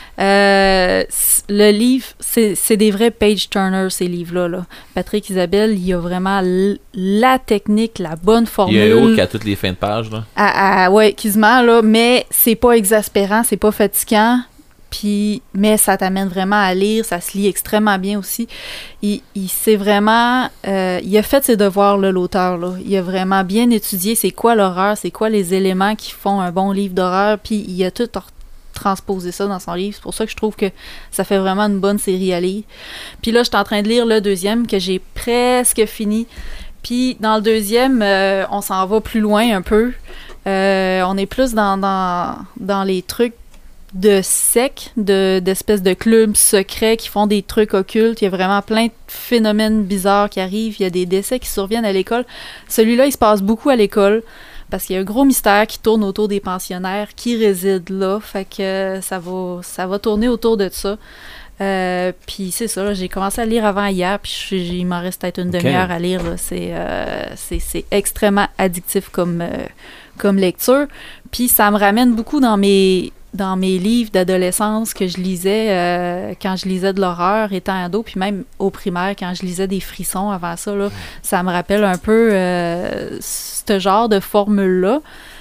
Euh, c- le livre, c'est, c'est des vrais page-turners, ces livres-là. Là. Patrick Isabelle, il y a vraiment l- la technique, la bonne Il formule. y a Hook à toutes les fins de page, là. Ah, ah, ouais, quasiment, là, mais c'est pas exaspérant, c'est pas fatigant, puis, mais ça t'amène vraiment à lire, ça se lit extrêmement bien aussi. Il, il s'est vraiment... euh, il a fait ses devoirs, là, l'auteur, là. Il a vraiment bien étudié c'est quoi l'horreur, c'est quoi les éléments qui font un bon livre d'horreur, puis il a tout transposer ça dans son livre. C'est pour ça que je trouve que ça fait vraiment une bonne série à lire. Puis là, je suis en train de lire le deuxième, que j'ai presque fini. Puis dans le deuxième, euh, on s'en va plus loin un peu. Euh, on est plus dans, dans, dans les trucs de sec, de, d'espèces de clubs secrets qui font des trucs occultes. Il y a vraiment plein de phénomènes bizarres qui arrivent. Il y a des décès qui surviennent à l'école. Celui-là, il se passe beaucoup à l'école. Parce qu'il y a un gros mystère qui tourne autour des pensionnaires qui résident là. Fait que ça va, ça va tourner autour de ça. Euh, puis c'est ça, là, j'ai commencé à lire avant hier, puis je- il m'en reste peut-être une Ok. demi-heure à lire. Là. C'est, euh, c'est, c'est extrêmement addictif comme, euh, comme lecture. Puis ça me ramène beaucoup dans mes, dans mes livres d'adolescence que je lisais euh, quand je lisais de l'horreur étant ado, puis même au primaire quand je lisais des frissons avant ça. Là, ça me rappelle un peu euh, ce genre de formule-là.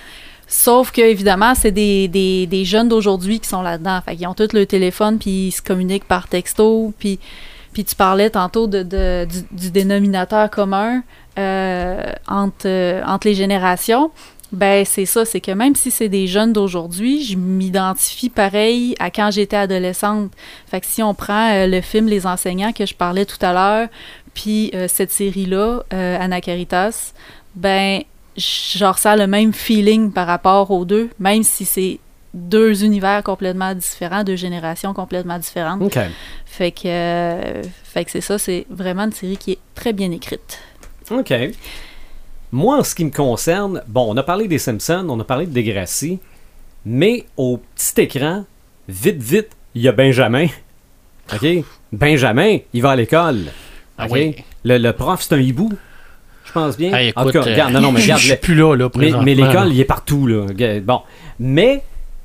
Sauf que, évidemment, c'est des, des, des jeunes d'aujourd'hui qui sont là-dedans. Fait qu'ils ont tous le téléphone, puis ils se communiquent par texto. Puis, puis tu parlais tantôt de, de, du, du dénominateur commun euh, entre, euh, entre les générations. Ben, c'est ça, c'est que même si c'est des jeunes d'aujourd'hui, je m'identifie pareil à quand j'étais adolescente. Fait que si on prend euh, le film Les Enseignants que je parlais tout à l'heure, puis euh, cette série-là, euh, Anacaritas, ben, je ressens le même feeling par rapport aux deux, même si c'est deux univers complètement différents, deux générations complètement différentes. OK. Fait que, euh, fait que c'est ça, c'est vraiment une série qui est très bien écrite. OK. Moi, en ce qui me concerne, bon, on a parlé des Simpsons, on a parlé de Degrassi, mais au petit écran, vite, vite, il y a Benjamin. OK? Benjamin, il va à l'école. Ah OK? oui. Le, le prof, c'est un hibou. Je pense bien. Hey, en tout écoute, cas, regarde, non, non, mais je regarde. suis plus là, là, Mais, présentement. mais l'école, là. il est partout, là. Gue- Bon. Mais,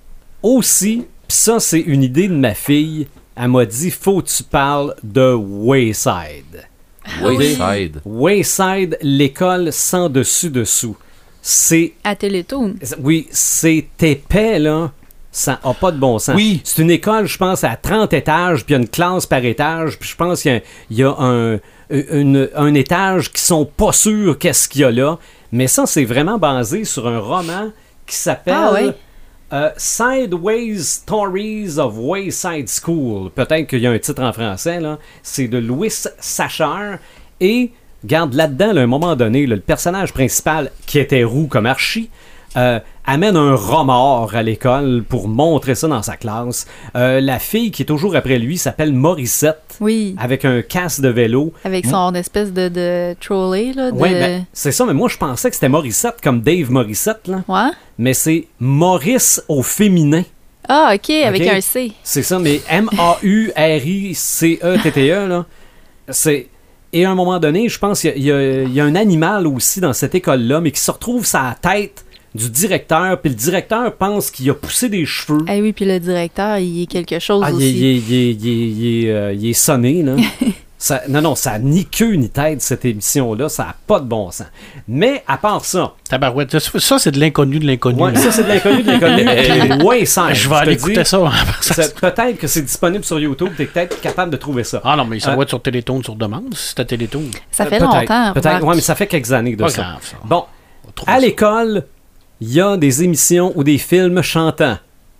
aussi, pis ça, c'est une idée de ma fille, elle m'a dit, faut que tu parles de Wayside. Wayside. Wayside, l'école sans dessus-dessous. C'est... À Télétoon. Oui, c'est épais, là. Ça n'a pas de bon sens. Oui. C'est une école, je pense, à trente étages, puis il y a une classe par étage, puis je pense qu'il y a, il y a un, une- un étage qui sont pas sûrs qu'est-ce qu'il y a là. Mais ça, c'est vraiment basé sur un roman qui s'appelle Ah oui. euh, Sideways Stories of Wayside School. Peut-être qu'il y a un titre en français, là. C'est de Louis Sachar. Et Garde là-dedans, là, à un moment donné, là, le personnage principal, qui était roux comme Archie, euh, amène un remords à l'école pour montrer ça dans sa classe. Euh, la fille qui est toujours après lui s'appelle Morissette, Oui. avec un casque de vélo. Avec son espèce de, de trolley, là. De... Oui, ben, c'est ça, mais moi je pensais que c'était Morissette comme Dave Morissette, là. Ouais. Mais c'est Maurice au féminin. Ah, OK, avec OK? un C. C'est ça, mais M A U R I C E T T E, là. C'est... Et à un moment donné, je pense qu'il y, y, y a un animal aussi dans cette école-là, mais qui se retrouve sur la tête du directeur, puis le directeur pense qu'il a poussé des cheveux. Ah oui, puis le directeur, il est quelque chose Ah, il, est- aussi. il est- il est- il est- il est, euh, il est sonné, là. Ça, non, non, ça n'a ni queue ni tête, cette émission-là. Ça n'a pas de bon sens. Mais, à part ça... Tabarouette, ça, c'est de l'inconnu de l'inconnu. Ouais, là. ça, c'est de l'inconnu, de l'inconnu. Puis loin sans. Je vais aller te dis, écouter ça. c'est- Peut-être que c'est disponible sur YouTube. T'es peut-être capable de trouver ça. Ah non, mais ça Euh, doit être sur Télétoon sur demande, si c'était Télétoon. Ça Euh, fait peut-être, longtemps. Peut-être, remarque. ouais, mais ça fait quelques années de Pas ça. grave, ça. Bon, On va trouver à ça. l'école, il y a des émissions ou des films chantants.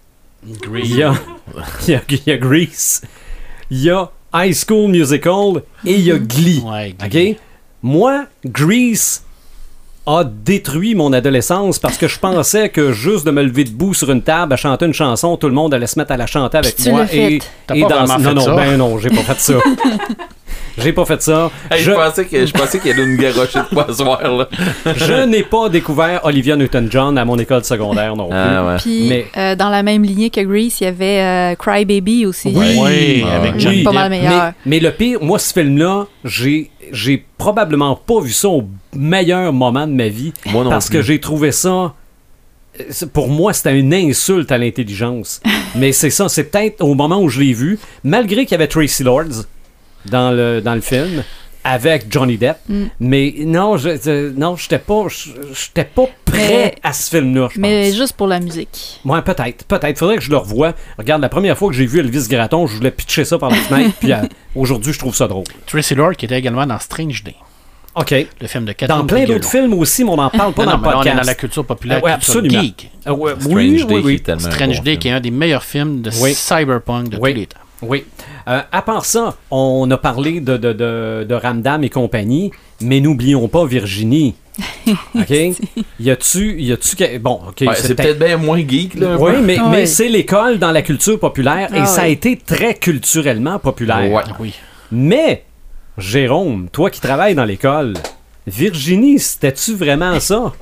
Il y a, il y a, il y a Grease, il y a High School Musical et il y a Glee. Ouais, Glee. OK? Moi, Grease a détruit mon adolescence parce que je pensais que juste de me lever debout sur une table à chanter une chanson, tout le monde allait se mettre à la chanter avec Puis tu moi l'as et, fait. T'as et pas danser. vraiment Non, fait non, ça. ben non, j'ai pas fait ça. J'ai pas fait ça. Hey, Je- je... pensais que je pensais qu'il y avait une garochée de quoi ce soir, là. Je n'ai pas découvert Olivia Newton-John à mon école secondaire non plus. Ah, ouais. Puis, Mais- euh, dans la même lignée que Grease, il y avait euh, Cry Baby aussi. Oui, Oui, Ah, avec ouais. Johnny Pas mal Depp. meilleur. Mais, mais le pire, moi, ce film-là, j'ai, j'ai probablement pas vu ça au meilleur moment de ma vie. Moi non parce plus. que j'ai trouvé ça. euh, c'est- Pour moi, c'était une insulte à l'intelligence. Mais c'est ça, c'est peut-être au moment où je l'ai vu, malgré qu'il y avait Tracy Lords dans le, dans le film, avec Johnny Depp. Mm. Mais non, je, je- non, j'étais pas, je- j'étais pas prêt Mais- à ce film-là, je Mais pense. juste pour la musique. Ouais, peut-être, peut-être. Faudrait que je le revoie. Regarde, la première fois que j'ai vu Elvis Gratton, je voulais pitcher ça par la fenêtre, puis euh, aujourd'hui, je trouve ça drôle. Tracy Lord qui était également dans Strange Day, OK. le film de Catherine Dans plein Bigelow. d'autres films aussi, mais on n'en parle pas Non, dans non, le mais là, on est podcast. dans la culture populaire, Ah ouais, culture absolument. geek. Ah ouais, Strange oui, Day oui, qui est oui. tellement un Strange bon Day film. qui est un des meilleurs films de Oui. cyberpunk de Oui. tous les temps. Oui. Euh, à part ça, on a parlé de, de, de, de Ramdam et compagnie, mais n'oublions pas Virginie. OK? Y a-tu... Y a-tu que- bon, OK. Ouais, c'est peut-être bien moins geek, là. un Oui, peu. mais, Ouais. mais c'est l'école dans la culture populaire et Ah ça a ouais. été très culturellement populaire. Ouais. Oui. Mais, Jérôme, toi qui travailles dans l'école, Virginie, c'était-tu vraiment ça?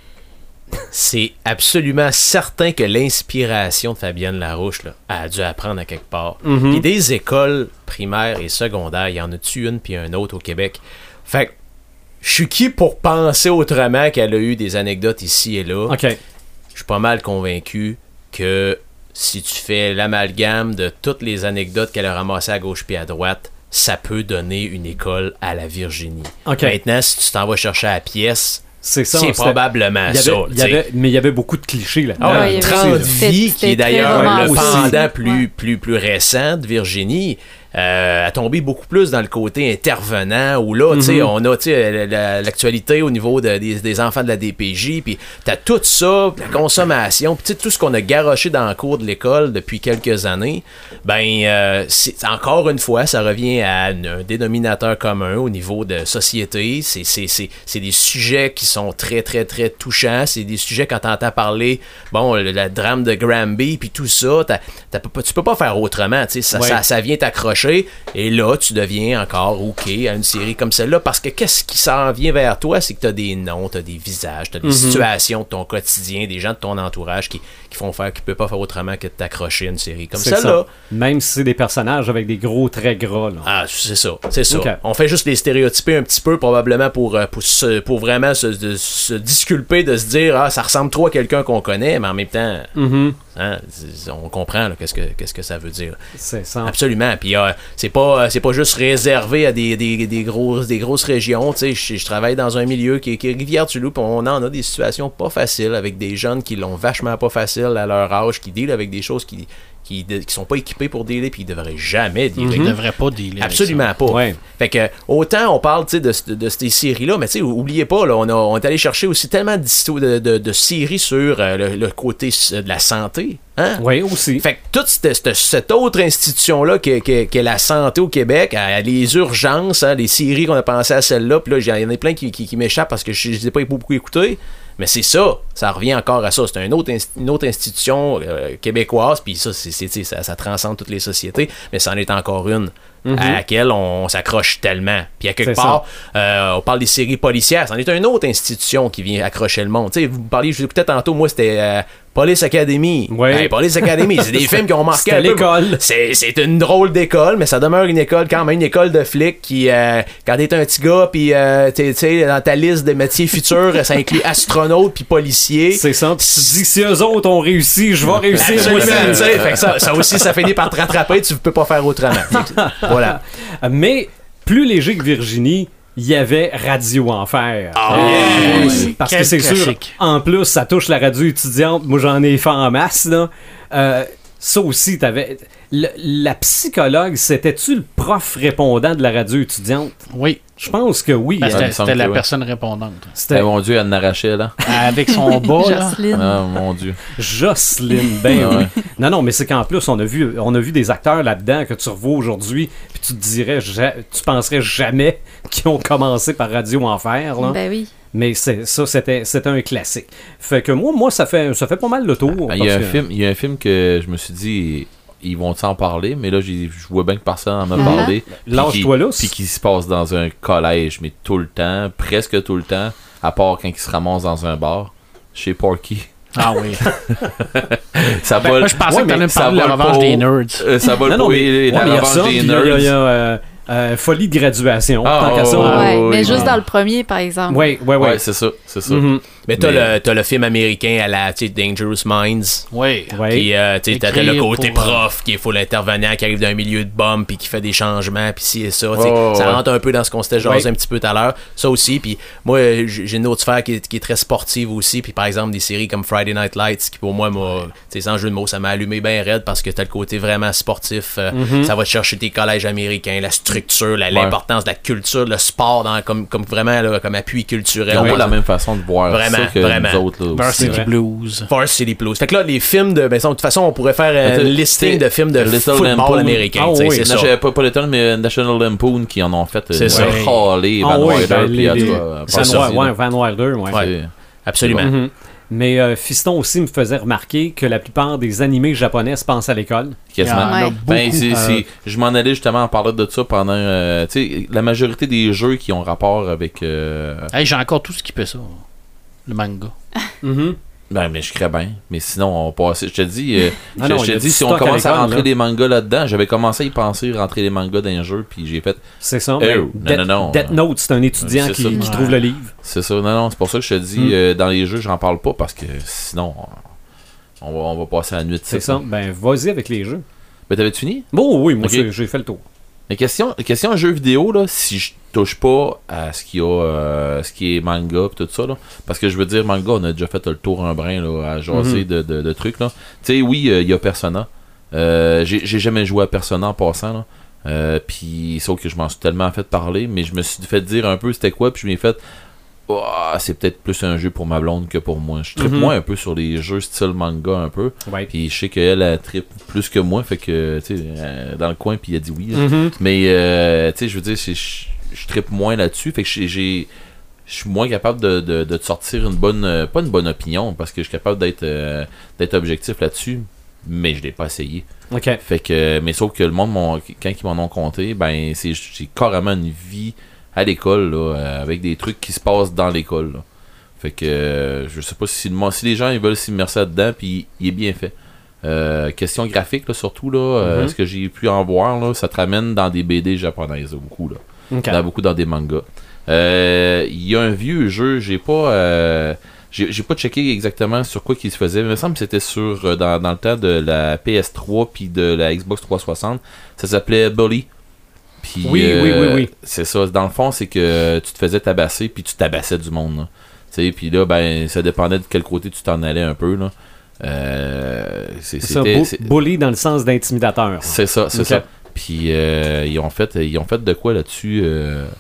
C'est absolument certain que l'inspiration de Fabienne Larouche là, a dû apprendre à quelque part. Mhm. Puis des écoles primaires et secondaires, il y en a-tu une puis un autre au Québec? Fait que, je suis qui pour penser autrement qu'elle a eu des anecdotes ici et là? OK. Je suis pas mal convaincu que si tu fais l'amalgame de toutes les anecdotes qu'elle a ramassées à gauche puis à droite, ça peut donner une école à la Virginie. OK. Maintenant, si tu t'en vas chercher à la pièce, C'est ça. c'est c'était- probablement il y ça. avait, il y tu sais. avait- mais il y avait beaucoup de clichés là. Ah Ouais, ouais, il y avait- trente c'était- vies, c'était qui est très d'ailleurs romancé. le pendant plus, Ouais. plus, plus récent de Virginie, euh, a tombé beaucoup plus dans le côté intervenant, où là, tu sais, Mhm. on a tu sais, la- la- l'actualité au niveau de- des, des enfants de la D P J, puis t'as tout ça, la consommation, puis tu sais, tout ce qu'on a garoché dans le cours de l'école depuis quelques années, ben, euh, c'est encore une fois, ça revient à un, un dénominateur commun au niveau de société. C'est, c'est, c'est, c'est des sujets qui sont très, très, très touchants. C'est des sujets, quand t'entends parler, bon, le, le drame de Granby, puis tout ça, t'as, t'as pas- tu peux pas faire autrement, tu sais, ça, Ouais. ça, ça vient t'accrocher, et là, tu deviens encore OK à une série comme celle-là, parce que qu'est-ce qui s'en vient vers toi, c'est que t'as des noms, t'as des visages, t'as des Mhm. situations de ton quotidien, des gens de ton entourage qui, qui font faire, qui peuvent pas faire autrement que de t'accrocher à une série comme C'est celle-là. ça. Même si c'est des personnages avec des gros traits gras. Là. Ah, c'est ça, c'est ça. Ok. On fait juste les stéréotyper un petit peu, probablement pour, euh, pour, se- pour vraiment se, de- se disculper de se dire, ah, ça ressemble trop à quelqu'un qu'on connaît, mais en même temps, Mhm. hein, c'est- on comprend là, qu'est-ce, que, qu'est-ce que ça veut dire. C'est ça. Absolument. Puis euh, c'est pas euh, c'est pas juste réservé à des, des, des, grosses, des grosses régions. Tu sais, je, je travaille dans un milieu qui est, qui est Rivière-du-Loup, puis on en a des situations pas faciles avec des jeunes qui l'ont vachement pas facile à leur âge, qui dealent avec des choses qui qui, de- qui sont pas équipés pour dealer, puis ils devraient jamais dealer. Il ne devrait pas dealer avec Absolument pas. Ouais. Fait que autant on parle tu sais, de, de, de ces séries-là, mais tu sais, oubliez pas, là, on, a, on est allé chercher aussi tellement d'histo- de, de, de séries sur euh, le, le côté s- de la santé. Hein? Oui, aussi. Fait que toute cette, cette, cette autre institution-là qu'est qu qu la santé au Québec, à, à les urgences, hein, les séries qu'on a pensé à celle-là, puis là, il y en a plein qui, qui, qui m'échappent parce que je ne les ai pas beaucoup écoutés. Mais c'est ça, ça revient encore à ça. C'est une autre, une autre institution euh, québécoise, puis ça, c'est, c'est, ça, ça transcende toutes les sociétés, mais c'en est encore une. Mm-hmm. À laquelle on, on s'accroche tellement. Puis à quelque c'est part, euh, on parle des séries policières. C'en est une autre institution qui vient accrocher le monde. Tu sais, vous parliez, je vous écoutais tantôt, moi, c'était euh, Police Academy. Ouais. Hey, Police Academy, c'est des films qui ont marqué un peu. l'école. C'est, c'est une drôle d'école, mais ça demeure une école quand même, une école de flics qui, euh, quand t'es un petit gars, puis euh, tu sais, dans ta liste de métiers futurs, ça inclut astronaute puis policier. C'est ça. Tu dis, si eux autres ont réussi, je vais réussir. Absolument, fait que ça, ça aussi, ça finit par te rattraper, tu peux pas faire autrement. Voilà. Mais plus léger que Virginie, il y avait Radio Enfer. Ah euh, oui. Parce Quel que c'est classique. sûr, en plus, ça touche la radio étudiante. Moi, j'en ai fait en masse, là. Euh, ça aussi, t'avais... Le, la psychologue, c'était-tu le prof répondant de la radio étudiante? Oui. Je pense que oui. Ben, hein. c'était c'était la oui. personne répondante. C'était Eh, mon Dieu, elle n'arrachait, là. Avec son bas, là. Jocelyne. Ah, mon Dieu. Jocelyne, ben Ouais. oui. Non, non, mais c'est qu'en plus, on a vu, on a vu des acteurs là-dedans que tu revois aujourd'hui, puis tu te dirais, ja- tu penserais jamais qu'ils ont commencé par Radio Enfer, là. Ben oui. Mais c'est, ça, c'était, c'était un classique. Fait que moi, moi ça, fait, ça fait pas mal le tour. Ah, Il y a un parce que- film, il y a un film que je me suis dit, ils vont s'en parler, mais là, j'ai- je vois bien que personne en a Mhm. parlé. Lâche-toi là. Puis qui se passe dans un collège, mais tout le temps, presque tout le temps, à part quand ils se ramassent dans un bar, chez Porky. Ah oui. Ça Ben, vole- moi, je pensais ouais, que t'allais mais me ça parler de la vole revanche pas des haut. nerds. Euh, ça va Non, non, mais, oui, ouais, la mais il y a revanche ça, des puis il y a, nerds. il y a, euh, euh, Folie de graduation. Ah, tant qu'à ça. oh, hein. Ouais, oui, mais oui, juste oui. dans le premier, par exemple. Ouais, ouais, ouais. Ouais, c'est ça, c'est ça. Mhm. Mais t'as, Mais- le, t'as le film américain à la, tu sais, Dangerous Minds. Oui. Ouais. Puis, euh, tu sais, t'as, t'as le Écrit côté pour, euh, prof qui est full intervenant, qui arrive d'un milieu de bombe, puis qui fait des changements, puis ci et ça. tu sais, Oh, ça ouais. rentre un peu dans ce qu'on s'était jasé Ouais. un petit peu tout à l'heure. Ça aussi. Puis moi, euh, j'ai j'ai une autre sphère qui est, qui est très sportive aussi. Puis par exemple, des séries comme Friday Night Lights, qui pour moi, m'a, tu sais, sans jeu de mots, ça m'a allumé bien raide parce que t'as le côté vraiment sportif. euh, Mhm. Ça va te chercher tes collèges américains, la structure, la- Ouais. l'importance de la culture, le sport dans, comme, comme vraiment là, comme appui culturel. Ils ont Ouais. pas la même façon de voir Vraiment, ça que vraiment. nous autres. Là, aussi. Varsity vrai. Blues. Varsity Blues. Fait que là, les films de. Ben, de toute façon, on pourrait faire un Attends, listing t'sais, de films de Little football Lampoon. américain. Ah t'sais, oui, c'est ça. Nation- Pas, pas Little, mais National Lampoon qui en ont fait. C'est ça. Râler, Ah Van oui, Wilder, ben, puis les- en tout les- cas, Van, pas ça, Wi- c'est- ouais, Van Wilder, ouais. Ouais. c'est- Absolument. Mhm. Mais euh, Fiston aussi me faisait remarquer que la plupart des animés japonais se pensent à l'école. Quasiment. Il y en a Ouais. Ben, beaucoup. c'est, Euh, c'est- je m'en allais justement en parler de ça pendant. euh, tu sais, la majorité des jeux qui ont rapport avec. euh, Hey, j'ai encore tout skippé ça. Le manga. Mhm. Ben, mais je crée bien. Mais sinon, on passe. Je te dis, euh, Ah je, non, je il y te a dis, du si on stock à commence à l'école, rentrer là. des mangas là-dedans, j'avais commencé à y penser, rentrer les mangas dans un jeu, puis j'ai fait. C'est ça. Oh, mais non, Death, non, non. Death Note, c'est un étudiant C'est qui, ça. qui Ouais. trouve le livre. C'est ça. Non, non, c'est pour ça que je te dis, Mm. euh, dans les jeux, j'en parle pas parce que sinon, on va, on va passer la nuit de C'est ça. Ben, vas-y avec les jeux. Ben, t'avais fini? Bon, oui, moi, Ok. c'est- j'ai fait le tour. Mais question, question jeux vidéo, là, si je touche pas à ce qu'il y a, euh, ce qui est manga pis tout ça, là, parce que je veux dire, manga, on a déjà fait le tour un brin, là, à jaser Mhm. de, de, de trucs, là. Tu sais, oui, euh, il y a Persona. Euh, j'ai j'ai jamais joué à Persona en passant, là. Euh, puis, sauf que je m'en suis tellement fait parler, mais je me suis fait dire un peu c'était quoi, puis je m'ai fait, oh, c'est peut-être plus un jeu pour ma blonde que pour moi. Je trippe Mhm. moins un peu sur les jeux style manga un peu, Ouais. puis je sais qu'elle, elle trippe plus que moi, fait que, tu sais, euh, dans le coin, puis elle a dit oui, là. Mhm. Mais, euh, tu sais, je veux dire, c'est- je je trippe moins là-dessus. Fait que j'ai- j'ai. Je suis moins capable de, de, de te sortir une bonne. euh, pas une bonne opinion, parce que je suis capable d'être euh, d'être objectif là-dessus, mais je l'ai pas essayé. OK. Fait que. Mais sauf que le monde, m'ont- quand ils m'en ont compté, ben, c'est j'ai carrément une vie à l'école, là, euh, avec des trucs qui se passent dans l'école, là. Fait que. euh, je sais pas si, le monde- si les gens ils veulent s'immerser là-dedans, puis il est bien fait. Euh, question graphique, là, surtout, là, euh, Mhm. ce que j'ai pu en voir, là, ça te ramène dans des B D japonaises, là, beaucoup, là. OK. Dans beaucoup dans des mangas. Euh, Il y a un vieux jeu, j'ai pas euh, j'ai j'ai pas checké exactement sur quoi qu'il se faisait, mais il me semble que c'était sur euh, dans, dans le temps de la P S trois puis de la Xbox trois cent soixante. Ça s'appelait Bully. Puis, Oui, euh, oui, oui, oui. C'est ça. Dans le fond, c'est que tu te faisais tabasser puis tu tabassais du monde, là. Tu sais, puis là, ben, ça dépendait de quel côté tu t'en allais un peu, là. Euh, c'est- C'est ça, c'était- bu- c'est- bully dans le sens d'intimidateur. c'est ça, c'est Ok. ça. Puis euh, ils ont fait ils ont fait de quoi là-dessus euh,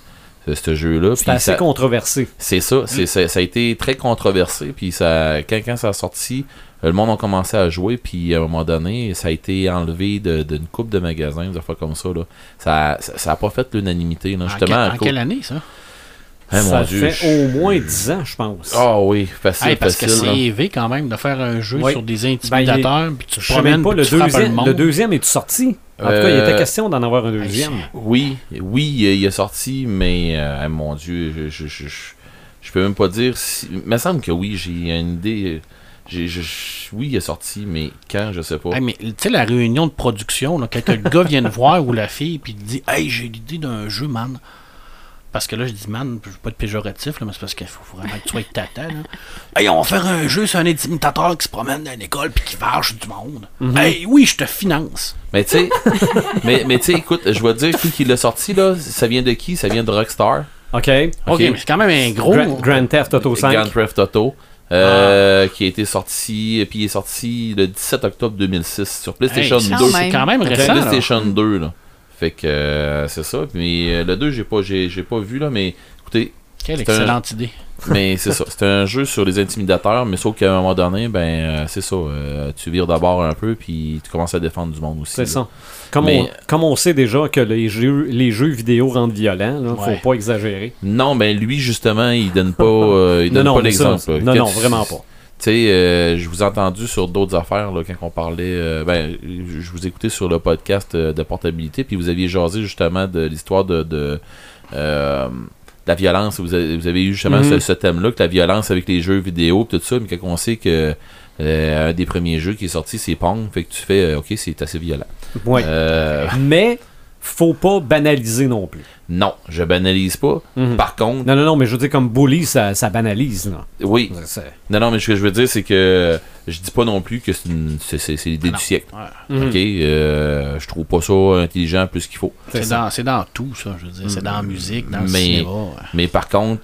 ce, ce jeu-là. C'est Puis assez ça- controversé. C'est ça, c'est, ça, ça a été très controversé, puis ça, quand, quand ça a sorti, le monde a commencé à jouer, puis à un moment donné, ça a été enlevé de- d'une coupe de magasins, des affaires comme ça. Là. Ça, ça, ça a pas fait l'unanimité, là, En, justement. quel- à en cause- quelle année, ça? Hein, ça mon Dieu, fait je- au moins dix ans, je pense. Ah oui, facile, Hey, parce facile. que c'est là. élevé quand même de faire un jeu Oui. sur des intimidateurs, puis tu te Je sais même promènes, pas, puis le tu frappes le deuxième, monde. le deuxième est-tu sorti? En tout cas, il Euh, était question d'en avoir un deuxième. Oui, oui, il est- il est sorti, mais euh, mon Dieu, je, je, je, je, je peux même pas dire si. Il me semble que oui, j'ai une idée. J'ai, je, je- oui, il est sorti, mais quand, je sais pas. Hey, mais tu sais, la réunion de production, là, quand le gars vient te voir ou la fille, puis il te dit Hey, j'ai l'idée d'un jeu, man. Parce que là, je dis man, je veux pas être péjoratif, là, mais c'est parce qu'il faut vraiment que tu sois avec tata. Là. Hey, on va faire un jeu sur un intimidateur qui se promène dans l'école puis qui vache du monde. Hey, oui, je te finance. Mais tu sais, mais, mais tu sais, écoute, je vais te dire qui, qui l'a sorti, là. Ça vient de qui? Ça vient de Rockstar. OK. Ok, mais c'est quand même un gros. Grand, Grand Theft Auto cinq. Grand Theft Auto. euh, qui a été sorti, puis il est sorti le dix-sept octobre deux mille six sur PlayStation Hey, quand deux. même. c'est quand même Ok. récent. là. PlayStation deux, là. Fait que euh, c'est ça. Mais euh, le deux, j'ai pas, j'ai, j'ai pas vu, là, mais écoutez, Quelle c'est un- excellente idée. mais c'est ça. C'est un jeu sur les intimidateurs, mais sauf qu'à un moment donné, ben, euh, c'est ça. euh, tu vires d'abord un peu, puis tu commences à défendre du monde aussi. C'est là. ça. Comme, Mais- on, comme on sait déjà que les jeux, les jeux vidéo rendent violents, là, Ouais. faut pas exagérer. Non, ben lui, justement, il donne pas, euh, il Non, donne non, pas mais ça, l'exemple. là. non, Quand non, tu- vraiment pas. Tu sais, euh, je vous ai entendu sur d'autres affaires là, quand on parlait. euh, ben, je vous écoutais sur le podcast euh, de portabilité, puis vous aviez jasé justement de l'histoire de, de, euh, de la violence. Vous avez, vous avez eu justement Mhm. ce, ce thème-là, que la violence avec les jeux vidéo, tout ça, mais quand on sait que euh, un des premiers jeux qui est sorti, c'est Pong, fait que tu fais, euh, ok, c'est assez violent. Ouais. Euh, Mais faut pas banaliser non plus. non, je banalise pas. Mhm. Par contre, Non, non, non, mais je veux dire, comme bully, ça, ça banalise. Là. oui, C'est- non, non, mais ce que je veux dire, c'est que je dis pas non plus que c'est, une- c'est, c'est, c'est l'idée Ah non. du siècle. Ouais. Mhm. Ok, euh, je trouve pas ça intelligent plus qu'il faut. C'est C'est ça. dans, c'est dans tout, ça, je veux dire. C'est dans la musique, dans le Mais- cinéma. ouais. Mais par contre,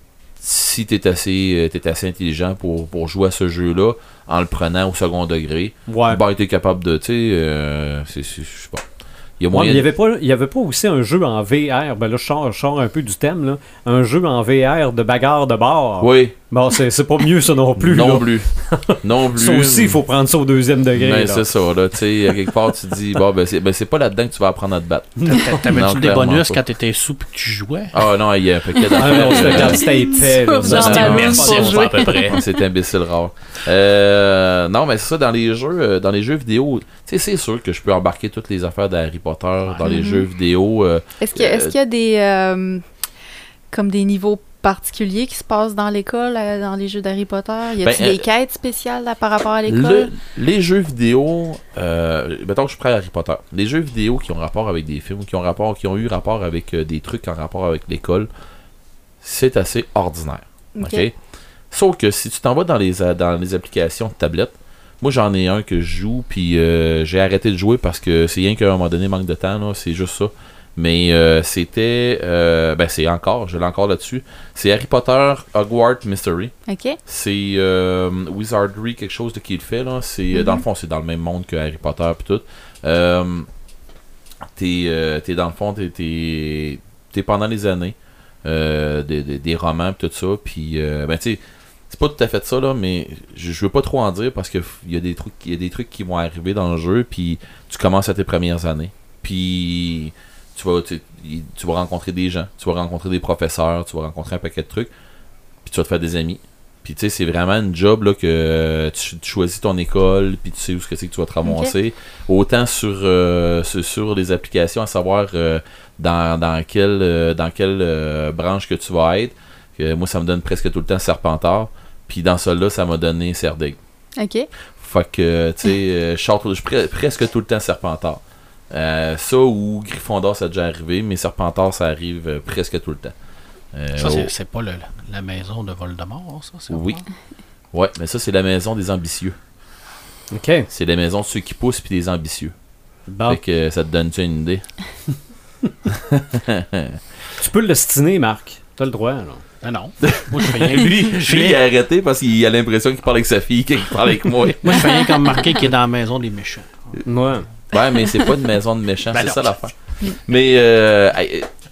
si t'es assez, euh, t'es assez intelligent pour, pour jouer à ce jeu-là en le prenant au second degré, Ouais. ben t'es capable de, tu sais, euh, c'est, c'est- je sais pas. Il y a Ouais, mais moyen. il n'y avait, pas- il y avait pas aussi un jeu en V R. Ben là, je sors, je sors un peu du thème. Là. Un jeu en V R de bagarre de bar. Oui, Bon, c'est c'est pas mieux ça non plus. non là. plus. Non plus. Ça aussi, il faut prendre ça au deuxième degré. Ben, là. c'est ça, là, tu sais, à quelque part, tu te dis, bon, ben c'est, ben, c'est pas là-dedans que tu vas apprendre à te battre. T'a- Non, T'avais-tu des clairement bonus pas. quand t'étais sous et que tu jouais? Ah non, il y a un paquet Ah d'affaires. non, c'était euh, quand c'était épais. là. Ça, Ça, c'était c'était- merci Merci pour jouer. à peu près. C'est imbécile rare. Euh, non, mais c'est ça, dans les jeux, euh, dans les jeux vidéo, tu sais, c'est sûr que je peux embarquer toutes les affaires d'Harry Potter dans les Mhm. jeux vidéo. euh, Est-ce qu'il y, a- est-ce qu'il y a des euh, comme des niveaux particuliers qui se passent dans l'école, euh, dans les jeux d'Harry Potter? Y a-t-il Ben, des euh, quêtes spéciales là, par rapport à le- l'école? les jeux vidéo, euh, mettons que je prends Harry Potter. Les jeux vidéo qui ont rapport avec des films, qui ont rapport, qui ont eu rapport avec euh, des trucs en rapport avec l'école, c'est assez ordinaire. Ok. OK? Sauf que si tu t'en vas dans les, euh, dans les applications de tablette, moi j'en ai un que je joue, puis euh, j'ai arrêté de jouer parce que c'est rien qu'à un moment donné, manque de temps, là, c'est juste ça. Mais euh, c'était. euh, ben, c'est encore, je l'ai encore là-dessus. C'est Harry Potter Hogwarts Mystery. Ok. C'est euh, Wizardry, quelque chose de qui le fait, là. C'est, Mhm. Dans le fond, c'est dans le même monde que Harry Potter, puis tout. Euh, t'es, euh, t'es dans le fond, t'es, t'es, t'es pendant les années euh, des, des, des romans, puis tout ça. Puis, euh, ben, tu sais, c'est pas tout à fait ça, là, mais je, je veux pas trop en dire parce qu'il y a des trucs, il y a des trucs qui vont arriver dans le jeu, puis tu commences à tes premières années. Puis tu vas, tu, tu vas rencontrer des gens, tu vas rencontrer des professeurs, tu vas rencontrer un paquet de trucs, puis tu vas te faire des amis. Puis tu sais, c'est vraiment une job là, que tu, tu choisis ton école, puis tu sais où ce que c'est que tu vas te ramasser. Autant sur, euh, sur, sur les applications, à savoir euh, dans, dans quelle, euh, dans quelle euh, branche que tu vas être. Que moi, ça me donne presque tout le temps Serpentard. Puis dans celle-là, ça m'a donné Serdaigle. Ok. Fait que, tu sais, euh, je sors tout- je suis pre- presque tout le temps Serpentard. Euh, ça ou Gryffondor, ça a déjà arrivé, mais Serpentard, ça arrive euh, presque tout le temps. Euh, Ça, oh, c'est, c'est pas le- la maison de Voldemort, ça? C'est oui. pas- Ouais, mais ça, c'est la maison des ambitieux. OK. C'est la maison de ceux qui poussent puis des ambitieux. Bon. Fait que euh, ça te donne-tu une idée? Tu peux le stiner, Marc. T'as le droit. Là. Ah non. Moi, je fais rien. lui, je fais lui, il rien- a arrêté parce qu'il a l'impression qu'il parle avec sa fille, qu'il parle avec moi. Moi, je fais rien comme marquer qu'il est dans la maison des méchants. Ouais. Ouais, mais c'est pas une maison de méchants, Ben c'est non. ça l'affaire. Mais, euh, hey,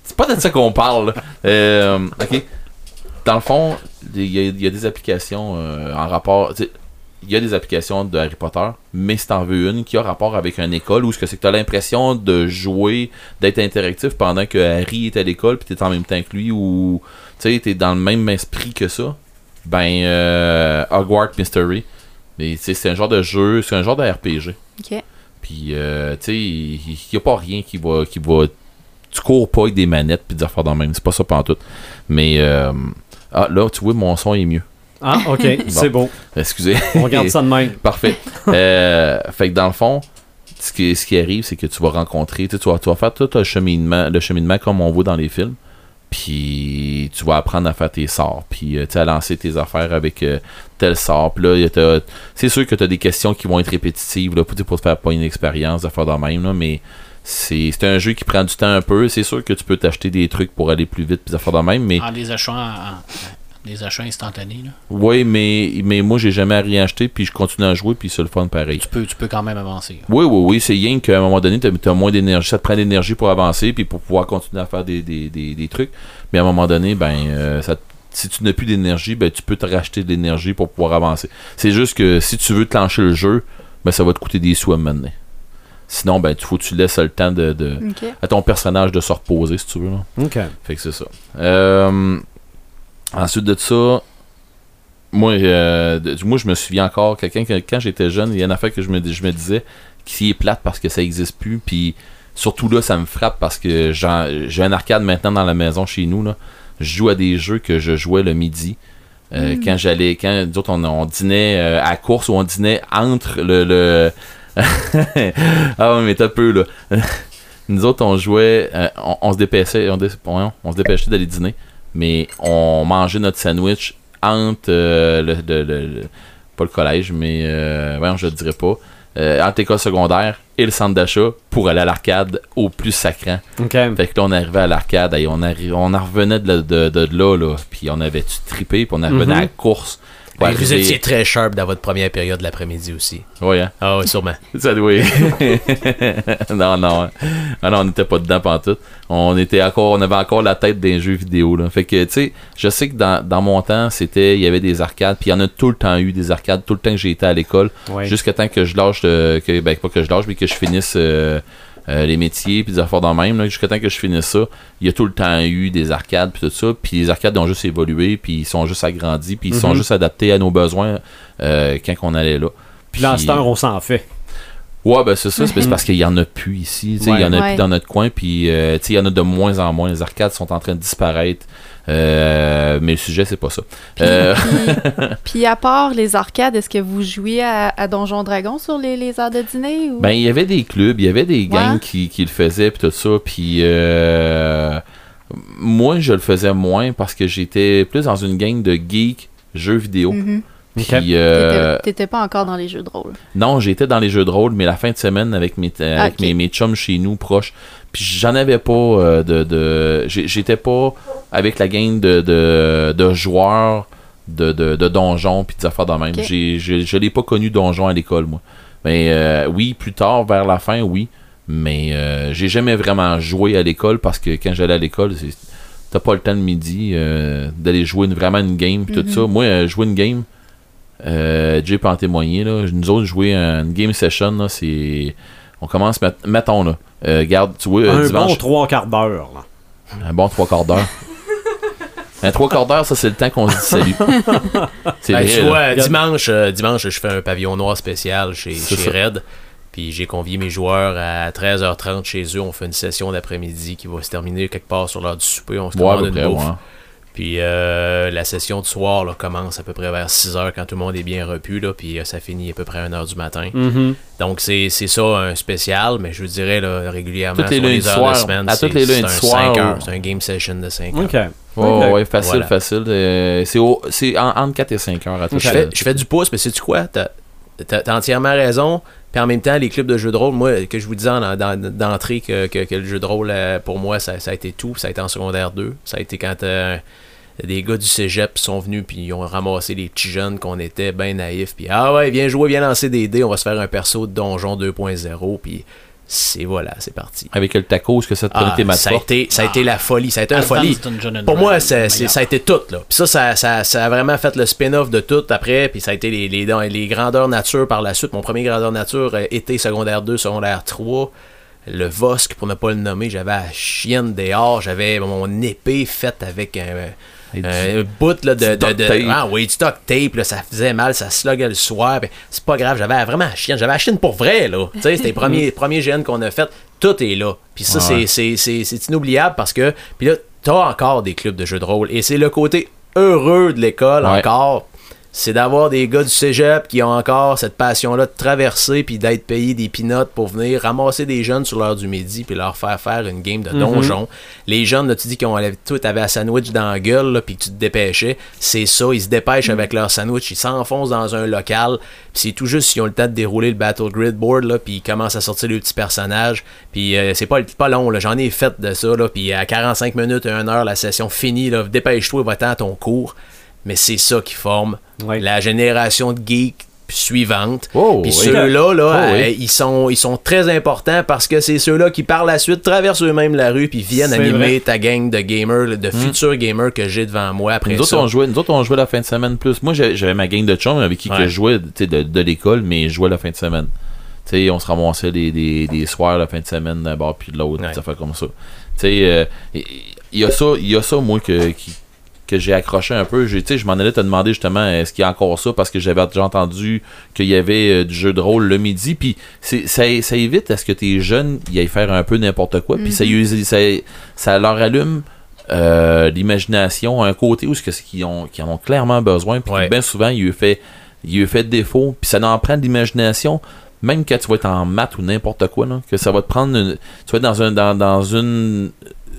c'est pas de ça qu'on parle. Euh, ok. Dans le fond, il y, y a des applications euh, en rapport. Il y a des applications de Harry Potter, mais si t'en veux une qui a rapport avec une école où ce que c'est que t'as l'impression de jouer, d'être interactif pendant que Harry est à l'école puis t'es en même temps que lui ou tu sais t'es dans le même esprit que ça, ben euh, Hogwarts Mystery, mais c'est un genre de jeu, c'est un genre de R P G. Ok. Puis euh, tu sais il y, y a pas rien qui va qui va tu cours pas avec des manettes puis des affaires dans le même, c'est pas ça pantoute. Mais euh, ah là tu vois mon son est mieux. Ah, ok, bon. C'est beau. Excusez. On regarde ça de même. Parfait. euh, fait que dans le fond, ce qui, ce qui arrive, c'est que tu vas rencontrer, tu vas, tu vas faire tout le cheminement, le cheminement comme on voit dans les films. Puis tu vas apprendre à faire tes sorts. Puis tu à lancer tes affaires avec euh, tel sort. Puis là, c'est sûr que tu as des questions qui vont être répétitives là, pour, pour te faire pas une expérience de faire de même. Là, mais c'est, c'est un jeu qui prend du temps un peu. C'est sûr que tu peux t'acheter des trucs pour aller plus vite. Puis de faire de même. Mais... En les achetant en... Des achats instantanés, là. Oui, mais, mais moi, j'ai jamais rien acheté, puis je continue à jouer, puis c'est le fun pareil. Tu peux, tu peux quand même avancer. Là. Oui, oui, oui. C'est rien qu'à un moment donné, tu as moins d'énergie. Ça te prend de l'énergie pour avancer, puis pour pouvoir continuer à faire des, des, des, des trucs. Mais à un moment donné, ben, euh, ça, si tu n'as plus d'énergie, ben, tu peux te racheter de l'énergie pour pouvoir avancer. C'est juste que si tu veux te lancer le jeu, ben, ça va te coûter des sous à un moment donné. Sinon, ben, il faut que tu laisses le temps de, de okay. à ton personnage de se reposer, si tu veux. Là. OK. Fait que c'est ça. Euh... Ensuite de ça, moi, euh, de, moi je me souviens encore, quelqu'un que, quand j'étais jeune, il y a une affaire que je me, je me disais qui est plate parce que ça n'existe plus. Puis surtout là, ça me frappe parce que j'ai un arcade maintenant dans la maison chez nous. Là. Je joue à des jeux que je jouais le midi. Euh, mm. Quand j'allais, quand nous autres, on, on dînait euh, à la course ou on dînait entre le. le... ah ouais, mais t'as peu là. Nous autres, on jouait, euh, on, on se dépêchait, on, dé, on, on se dépêchait d'aller dîner. Mais on mangeait notre sandwich entre euh, le, le, le, le pas le collège, mais euh, ouais, je le dirais pas, euh, entre l'école secondaire et le centre d'achat pour aller à l'arcade au plus sacrant. Okay. Fait que là, on arrivait à l'arcade et on, arri- on en revenait de, de, de, de là, là, puis on avait tu trippé, puis on revenait mm-hmm. à la course. Et vous étiez très sharp dans votre première période de l'après-midi aussi. Oui, hein? Ah oui, sûrement. Ça doit. non, non. Ah non, on n'était pas dedans pantoute. On était encore, on avait encore la tête d'un jeu vidéo, là. Fait que, tu sais, je sais que dans, dans mon temps, c'était, il y avait des arcades, puis il y en a tout le temps eu des arcades, tout le temps que j'ai été à l'école. Oui. Jusqu'à temps que je lâche, euh, que, ben, pas que je lâche, mais que je finisse, euh, Euh, les métiers puis des affaires dans le même là, jusqu'à temps que je finisse ça, il y a tout le temps eu des arcades puis tout ça, puis les arcades ont juste évolué puis ils sont juste agrandis puis ils mm-hmm. sont juste adaptés à nos besoins euh, quand on allait là. Puis là, à cette heure, on s'en fait. Ouais, ben c'est ça, c'est mm-hmm. parce qu'il y en a plus ici, il ouais. y en a ouais. plus dans notre coin, puis euh, il y en a de moins en moins, les arcades sont en train de disparaître. Euh, mais le sujet, c'est pas ça. Puis, euh... puis, puis à part les arcades, est-ce que vous jouiez à, à Donjon Dragon sur les, les heures de dîner? Ou... Ben, il y avait des clubs, il y avait des gangs ouais. qui, qui le faisaient, puis tout ça. Puis euh, moi, je le faisais moins parce que j'étais plus dans une gang de geeks jeux vidéo. Mm-hmm. Puis, euh, t'étais, t'étais pas encore dans les jeux de rôle. Non, j'étais dans les jeux de rôle, mais la fin de semaine avec mes, avec okay. mes, mes chums chez nous proches. Puis j'en avais pas euh, de, de j'étais pas avec la gang de, de, de joueurs de, de, de donjons puis des affaires de même. Okay. J'ai, j'ai, je l'ai pas connu donjon à l'école, moi. Mais euh, oui, plus tard, vers la fin, oui. Mais euh, j'ai jamais vraiment joué à l'école parce que quand j'allais à l'école, c'est, t'as pas le temps le midi euh, d'aller jouer une, vraiment une game puis mm-hmm. tout ça. Moi, euh, jouer une game, euh, Jay peut en témoigner, là. Nous autres, jouer une game session, là, c'est... On commence, mettons là, euh, garde, tu vois, euh, un dimanche. bon trois quarts d'heure, là. Un bon trois quarts d'heure. Un trois quarts d'heure, ça, c'est le temps qu'on se dit salut. C'est ben, vrai, tu vois, dimanche, euh, dimanche, je fais un pavillon noir spécial chez, chez Red. Puis j'ai convié mes joueurs à treize heures trente chez eux. On fait une session d'après-midi qui va se terminer quelque part sur l'heure du souper. On se commande une bouffe. Ouais. Puis euh, la session du soir là, commence à peu près vers six heures quand tout le monde est bien repu. Là, puis euh, ça finit à peu près à une heure du matin. Mm-hmm. Donc c'est, c'est ça un spécial, mais je vous dirais là, régulièrement toutes les sur les heures soir, de semaine. À c'est, toutes les lundis c'est un soir, cinq heures. Ou... C'est un game session de cinq okay. heures. Oh, okay. Ouais, facile, voilà. facile. Euh, c'est, au, c'est en, entre quatre et cinq heures à tout okay. je, fais, je fais du pouce, mais sais-tu quoi? T'as, t'as, t'as entièrement raison. Puis en même temps, les clubs de jeux de rôle, moi, que je vous disais en, dans, d'entrée que, que, que le jeu de rôle, pour moi, ça, ça a été tout. Ça a été en secondaire deux. Ça a été quand euh, des gars du cégep sont venus puis ils ont ramassé les petits jeunes qu'on était, bien naïfs. Puis ah ouais, viens jouer, viens lancer des dés, on va se faire un perso de Donjon deux point zéro. Puis c'est voilà, c'est parti. Avec le taco, est-ce que ça te prenait Ah, tes maths ça a été, ça a été la folie, ça a été une Advanced folie. Dungeons and Pour moi, Dragons, c'est, c'est- meilleur. ça a été tout, là. Puis ça, ça, ça, ça a vraiment fait le spin-off de tout après, puis ça a été les, les, les grandeurs nature par la suite. Mon premier grandeur nature, euh, été secondaire deux, secondaire trois. Le Vosk, pour ne pas le nommer, j'avais la chienne dehors, j'avais mon épée faite avec un, Et un bout là, de, du de, duct de- tape. ah oui, du duct tape, là, ça faisait mal, ça sluguait le soir. Ben, c'est pas grave, j'avais vraiment la chienne, j'avais la chienne pour vrai, là. Tu sais, c'était les premiers, premiers G N qu'on a fait, tout est là. Puis ça, Ouais. c'est, c'est, c'est, c'est inoubliable parce que, puis là, t'as encore des clubs de jeux de rôle, et c'est le côté heureux de l'école Ouais. encore. C'est d'avoir des gars du cégep qui ont encore cette passion-là de traverser puis d'être payés des peanuts pour venir ramasser des jeunes sur l'heure du midi puis leur faire faire une game de donjon. Les jeunes, là, tu dis qu'ils ont tout avait un sandwich dans la gueule là, puis que tu te dépêchais. C'est ça, ils se dépêchent avec leur sandwich, ils s'enfoncent dans un local. Puis c'est tout juste s'ils ont le temps de dérouler le Battle Grid Board là, puis ils commencent à sortir les petits personnages. Puis euh, c'est pas, pas long, là, j'en ai fait de ça. Là, puis à quarante-cinq minutes, une heure, la session finie. Là, dépêche-toi, va-t'en à ton cours. Mais c'est ça qui forme Ouais. la génération de geeks suivante. Oh, Puis oui. ceux-là, là, Oh, oui. euh, ils, sont, ils sont très importants parce que c'est ceux-là qui, par la suite, traversent eux-mêmes la rue puis viennent C'est animer vrai. ta gang de gamers, là, de futurs gamers que j'ai devant moi après Nous autres, ça. on jouait, nous autres, on jouait la fin de semaine plus. Moi, j'avais j'avais ma gang de chums avec qui Ouais. que je jouais tu sais, de, de l'école, mais je jouais la fin de semaine. Tu sais, on se ramassait des, des, des soirs la fin de semaine d'un bord puis de l'autre, Ouais. ça fait comme ça. Tu sais, euh, il y, a ça, il y a ça, moi, que, qui, que j'ai accroché un peu. J'ai- Tu sais, je m'en allais te demander justement, est-ce qu'il y a encore ça, parce que j'avais déjà entendu qu'il y avait euh, du jeu de rôle le midi, puis c'est- ça, ça évite à ce que tes jeunes y aillent faire un peu n'importe quoi, puis ça, y- ça, ça leur allume euh, l'imagination, un côté où ce que- qu'ils ont, qu'ils en ont clairement besoin, puis Ouais. bien souvent, il lui fait, il lui fait défaut, puis ça en prend de l'imagination, même quand tu vas être en maths ou n'importe quoi, là, que ça va te prendre une, tu vas être dans, un, dans, dans une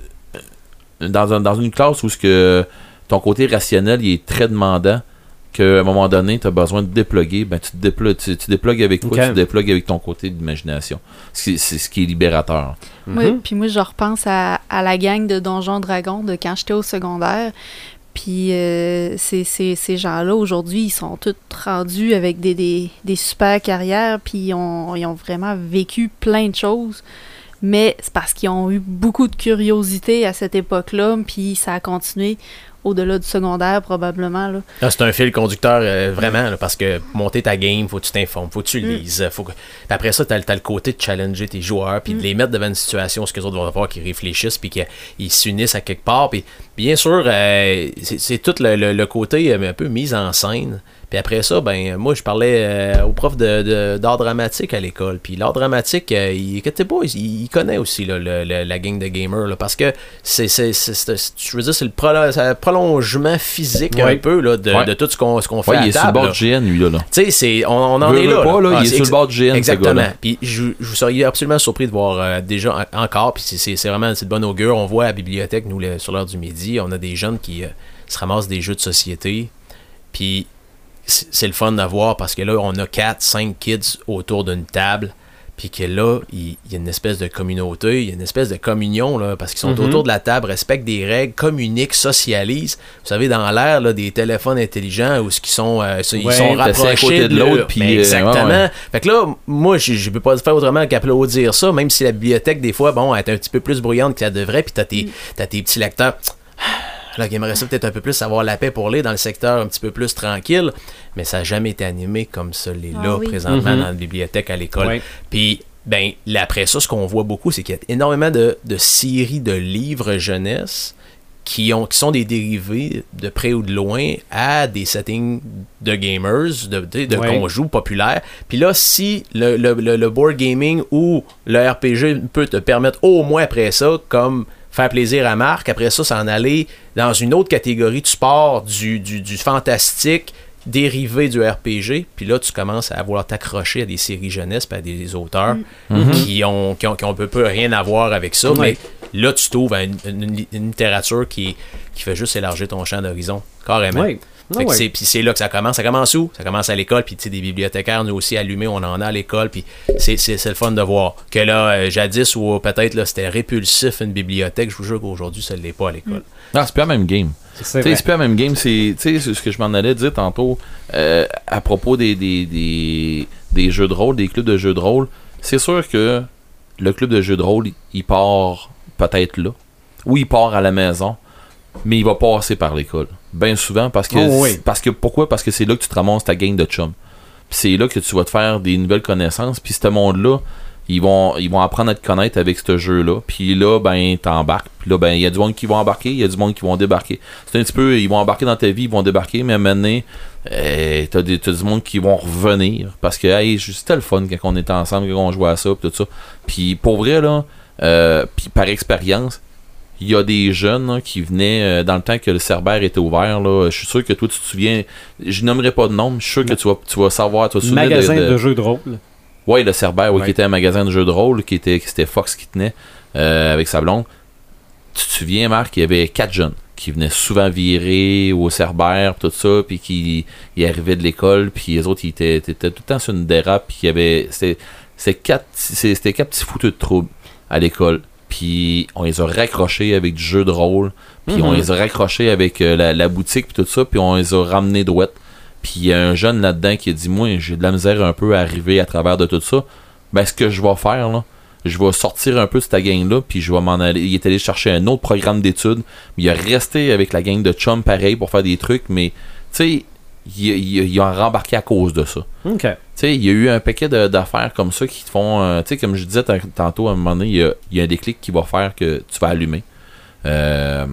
dans, un, dans une classe où ce que ton côté rationnel il est très demandant, qu'à un moment donné, tu as besoin de déploguer, ben tu te déplugues, tu, tu déplugues avec quoi? Ok. Tu te déplugues avec ton côté d'imagination. C'est, c'est ce qui est libérateur. Oui, puis moi, je repense à, à la gang de Donjons Dragons de quand j'étais au secondaire. Puis euh, ces, ces, ces gens-là, aujourd'hui, ils sont tous rendus avec des, des, des super carrières, puis ils ont, ils ont vraiment vécu plein de choses. Mais c'est parce qu'ils ont eu beaucoup de curiosité à cette époque-là, puis ça a continué au-delà du secondaire, probablement. Là. Ah, c'est un fil conducteur, euh, vraiment, là, parce que pour monter ta game, faut que tu t'informes, faut que tu Mm. lises. Faut que... Puis après ça, t'as, t'as le côté de challenger tes joueurs, puis de les mettre devant une situation où ce que les autres vont avoir, qu'ils réfléchissent, puis qu'ils s'unissent à quelque part. Puis bien sûr, euh, c'est, c'est tout le, le- le côté euh, un peu mise en scène. Puis après ça, ben moi, je parlais euh, au prof de, de- d'art dramatique à l'école. Puis l'art dramatique, euh, il, inquiétez pas, il, il connaît aussi là, le- le- la gang de gamers, là, parce que c'est, c'est, c'est, c'est- je veux dire, c'est le prolo- c'est le prolongement physique un Ouais. peu là, de, Ouais. de tout ce qu'on, ce qu'on fait Ouais, à il est sur table. le bord là. du G N, lui, là. là. Tu sais, c'est, on, on en Veux, est veux là. pas, là, Ah, il est c'est sur le ex- bord du G N, ce Exactement. gars-là. Puis je, je serais absolument surpris de voir euh, des gens en- encore. Puis c'est, c'est, c'est vraiment c'est de bonne augure. On voit à la bibliothèque, nous, le- sur l'heure du midi, on a des jeunes qui euh, se ramassent des jeux de société. Puis c'est, c'est le fun de voir parce que là, on a quatre, cinq kids autour d'une table. Puis que là, il, il y a une espèce de communauté, il y a une espèce de communion, là, parce qu'ils sont Mhm. autour de la table, respectent des règles, communiquent, socialisent. Vous savez, dans l'ère là, des téléphones intelligents où ce qu'ils sont, euh, ils Ouais, sont t'as assis à rapprochés côté de l'autre, puis, Mais euh, exactement. ouais, ouais. Fait que là, moi, je, je peux pas faire autrement qu'applaudir ça, même si la bibliothèque, des fois, bon, elle est un petit peu plus bruyante qu'elle devrait, puis t'as tes, t'as tes petits lecteurs. Là, qui aimeraient ça peut-être un peu plus avoir la paix pour lire dans le secteur un petit peu plus tranquille, mais ça n'a jamais été animé comme ça l'est Ah là, oui. présentement, Mhm. dans la bibliothèque à l'école. Ouais. Puis, ben, là, après ça, ce qu'on voit beaucoup, c'est qu'il y a énormément de, de séries de livres jeunesse qui, ont, qui sont des dérivés de près ou de loin à des settings de gamers, de, de, de Ouais. qu'on joue populaire. Puis là, si le, le, le, le board gaming ou le R P G peut te permettre au moins après ça, comme faire plaisir à Marc, après ça, s'en aller dans une autre catégorie de sport, du, du, du fantastique, dérivé du R P G, puis là, tu commences à vouloir t'accrocher à des séries jeunesse puis à des auteurs qui ont qui ont, qui ont un peu, peu rien à voir avec ça, Ouais. mais là, tu trouves une, une- une littérature qui, qui fait juste élargir ton champ d'horizon, carrément. Ouais. Fait Ah que ouais. c'est, puis c'est là que ça commence. Ça commence où? Ça commence à l'école, puis tu sais, des bibliothécaires, nous aussi, allumés, on en a à l'école, puis c'est, c'est, c'est le fun de voir. Que là, euh, jadis, ou peut-être, là, c'était répulsif, une bibliothèque, je vous jure qu'aujourd'hui, ça ne l'est pas à l'école. Ah, c'est pas la même game. C'est Tu sais, vrai. c'est pas la même game. C'est, tu sais, c'est ce que je m'en allais dire tantôt euh, à propos des, des, des, des jeux de rôle, des clubs de jeux de rôle. C'est sûr que le club de jeux de rôle, il part peut-être là, ou il part à la maison, mais il va passer par l'école. Bien souvent, parce que, oh, oui. parce que pourquoi? Parce que c'est là que tu te ramasses ta gang de chums. Puis c'est là que tu vas te faire des nouvelles connaissances. Puis ce monde-là, ils vont, ils vont apprendre à te connaître avec ce jeu-là. Puis là, ben, t'embarques. Puis là, ben, il y a du monde qui vont embarquer, il y a du monde qui vont débarquer. C'est un petit peu, ils vont embarquer dans ta vie, ils vont débarquer, mais à un moment donné, euh, t'as, des, t'as du monde qui vont revenir. Parce que, hey, c'était le fun quand on était ensemble, quand on jouait à ça, puis tout ça. Puis pour vrai, là, euh, puis par expérience, il y a des jeunes là, qui venaient euh, dans le temps que le Cerbère était ouvert. Là, je suis sûr que toi, tu te souviens. Je nommerai pas de nom, mais je suis sûr que tu vas, tu vas savoir. Tu vas te souvenir magasin de, de, de jeux de rôle. Oui, le Cerbère, oui, ouais. qui était un magasin de jeux de rôle, qui était, qui c'était Fox qui tenait euh, avec sa blonde. Tu te souviens, Marc, il y avait quatre jeunes qui venaient souvent virer au Cerbère, tout ça, puis qui ils arrivaient de l'école, puis les autres, ils étaient, étaient tout le temps sur une dérape, puis il y avait. C'était, c'était, quatre, c'était quatre petits fouteux de troubles à l'école. Puis on les a raccrochés avec du jeu de rôle, puis mm-hmm. on les a raccrochés avec euh, la, la boutique puis tout ça, puis on les a ramenés douettes. Puis il y a un jeune là-dedans qui a dit, moi j'ai de la misère un peu à arriver à travers de tout ça. Ben ce que je vais faire là, je vais sortir un peu de cette gang-là, puis je vais m'en aller. Il est allé chercher un autre programme d'études, mais il a resté avec la gang de chums pareil pour faire des trucs, mais tu sais, il, il, il a rembarqué à cause de ça. OK. Tu sais, il y a eu un paquet de, d'affaires comme ça qui te font... Euh, tu sais, comme je disais t- tantôt, à un moment donné, il y a, il y a un déclic qui va faire que tu vas allumer. Euh,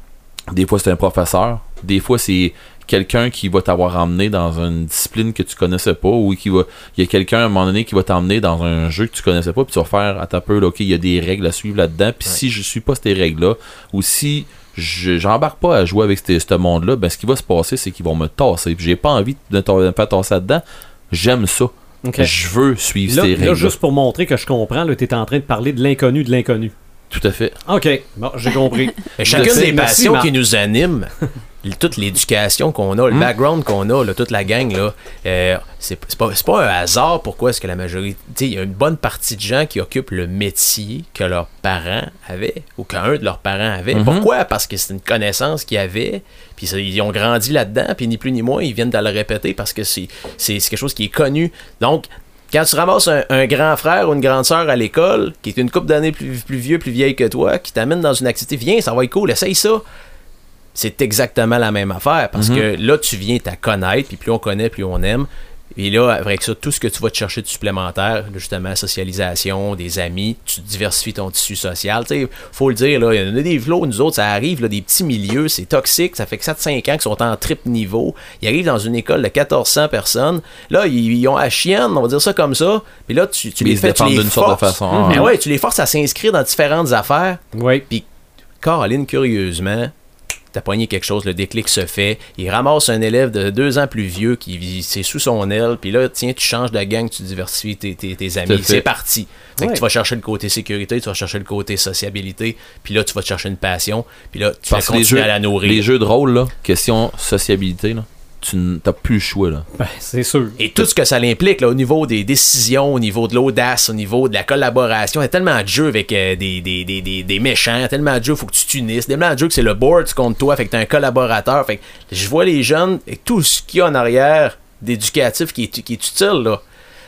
des fois, c'est un professeur. Des fois, c'est quelqu'un qui va t'avoir emmené dans une discipline que tu connaissais pas, ou qui va... Il y a quelqu'un, à un moment donné, qui va t'emmener dans un jeu que tu connaissais pas, puis tu vas faire, à ta peu, là, OK, il y a des règles à suivre là-dedans, puis ouais. si je suis pas ces règles-là, ou si... Je, j'embarque pas à jouer avec ce monde-là, ben ce qui va se passer, c'est qu'ils vont me tasser. Puis j'ai pas envie de me faire tasser là-dedans. J'aime ça. Okay. Je veux suivre là, ces règles. Là, juste pour montrer que je comprends, tu es en train de parler de l'inconnu de l'inconnu. Tout à fait. OK, bon, j'ai compris. Chacune des passions Merci, qui nous animent, toute l'éducation qu'on a, le mmh. background qu'on a, là, toute la gang, là, euh, c'est, c'est, pas, c'est pas un hasard pourquoi est-ce que la majorité... Il y a une bonne partie de gens qui occupent le métier que leurs parents avaient, ou qu'un de leurs parents avait. Mmh. Pourquoi? Parce que c'est une connaissance qu'ils avaient, puis ça, ils ont grandi là-dedans, puis ni plus ni moins, ils viennent de le répéter parce que c'est, c'est, c'est quelque chose qui est connu. Donc, quand tu ramasses un, un grand frère ou une grande sœur à l'école, qui est une couple d'années plus, plus vieux, plus vieille que toi, qui t'amène dans une activité, viens, ça va être cool, essaye ça. C'est exactement la même affaire, parce mm-hmm. que là, tu viens t'à connaître, puis plus on connaît, plus on aime. Et là, avec ça, tout ce que tu vas te chercher de supplémentaire, justement, socialisation, des amis, tu diversifies ton tissu social. Tu sais, faut le dire, là, il y en a des flots, nous autres, ça arrive, là, des petits milieux, c'est toxique, ça fait que sept cinq ans qu'ils sont en triple niveau. Ils arrivent dans une école de quatorze cents personnes. Là, ils, ils ont à chienne, on va dire ça comme ça. Puis là, tu, tu les fais, tu les d'une forces. sorte de façon. Mm-hmm. Mais ouais, tu les forces à s'inscrire dans différentes affaires. Oui. Puis, Caroline, curieusement, t'as pogné quelque chose, le déclic se fait, il ramasse un élève de deux ans plus vieux qui c'est sous son aile, puis là, tiens, tu changes de gang, tu diversifies tes, tes, tes amis, c'est parti. Fait ouais. que tu vas chercher le côté sécurité, tu vas chercher le côté sociabilité, puis là, tu vas te chercher une passion, puis là, tu Parce vas continuer jeux, à la nourrir. Les jeux de rôle, là, question sociabilité, là, tu n'as plus le choix, là. Ben, c'est sûr. Et tout ce que ça implique, là, au niveau des décisions, au niveau de l'audace, au niveau de la collaboration, il y a tellement de jeux avec euh, des, des, des, des, des méchants, tellement de jeux, il faut que tu t'unisses, tellement de jeux que c'est le board contre toi, fait que t'as un collaborateur, fait que je vois les jeunes, et tout ce qu'il y a en arrière d'éducatif qui est, qui est utile, là,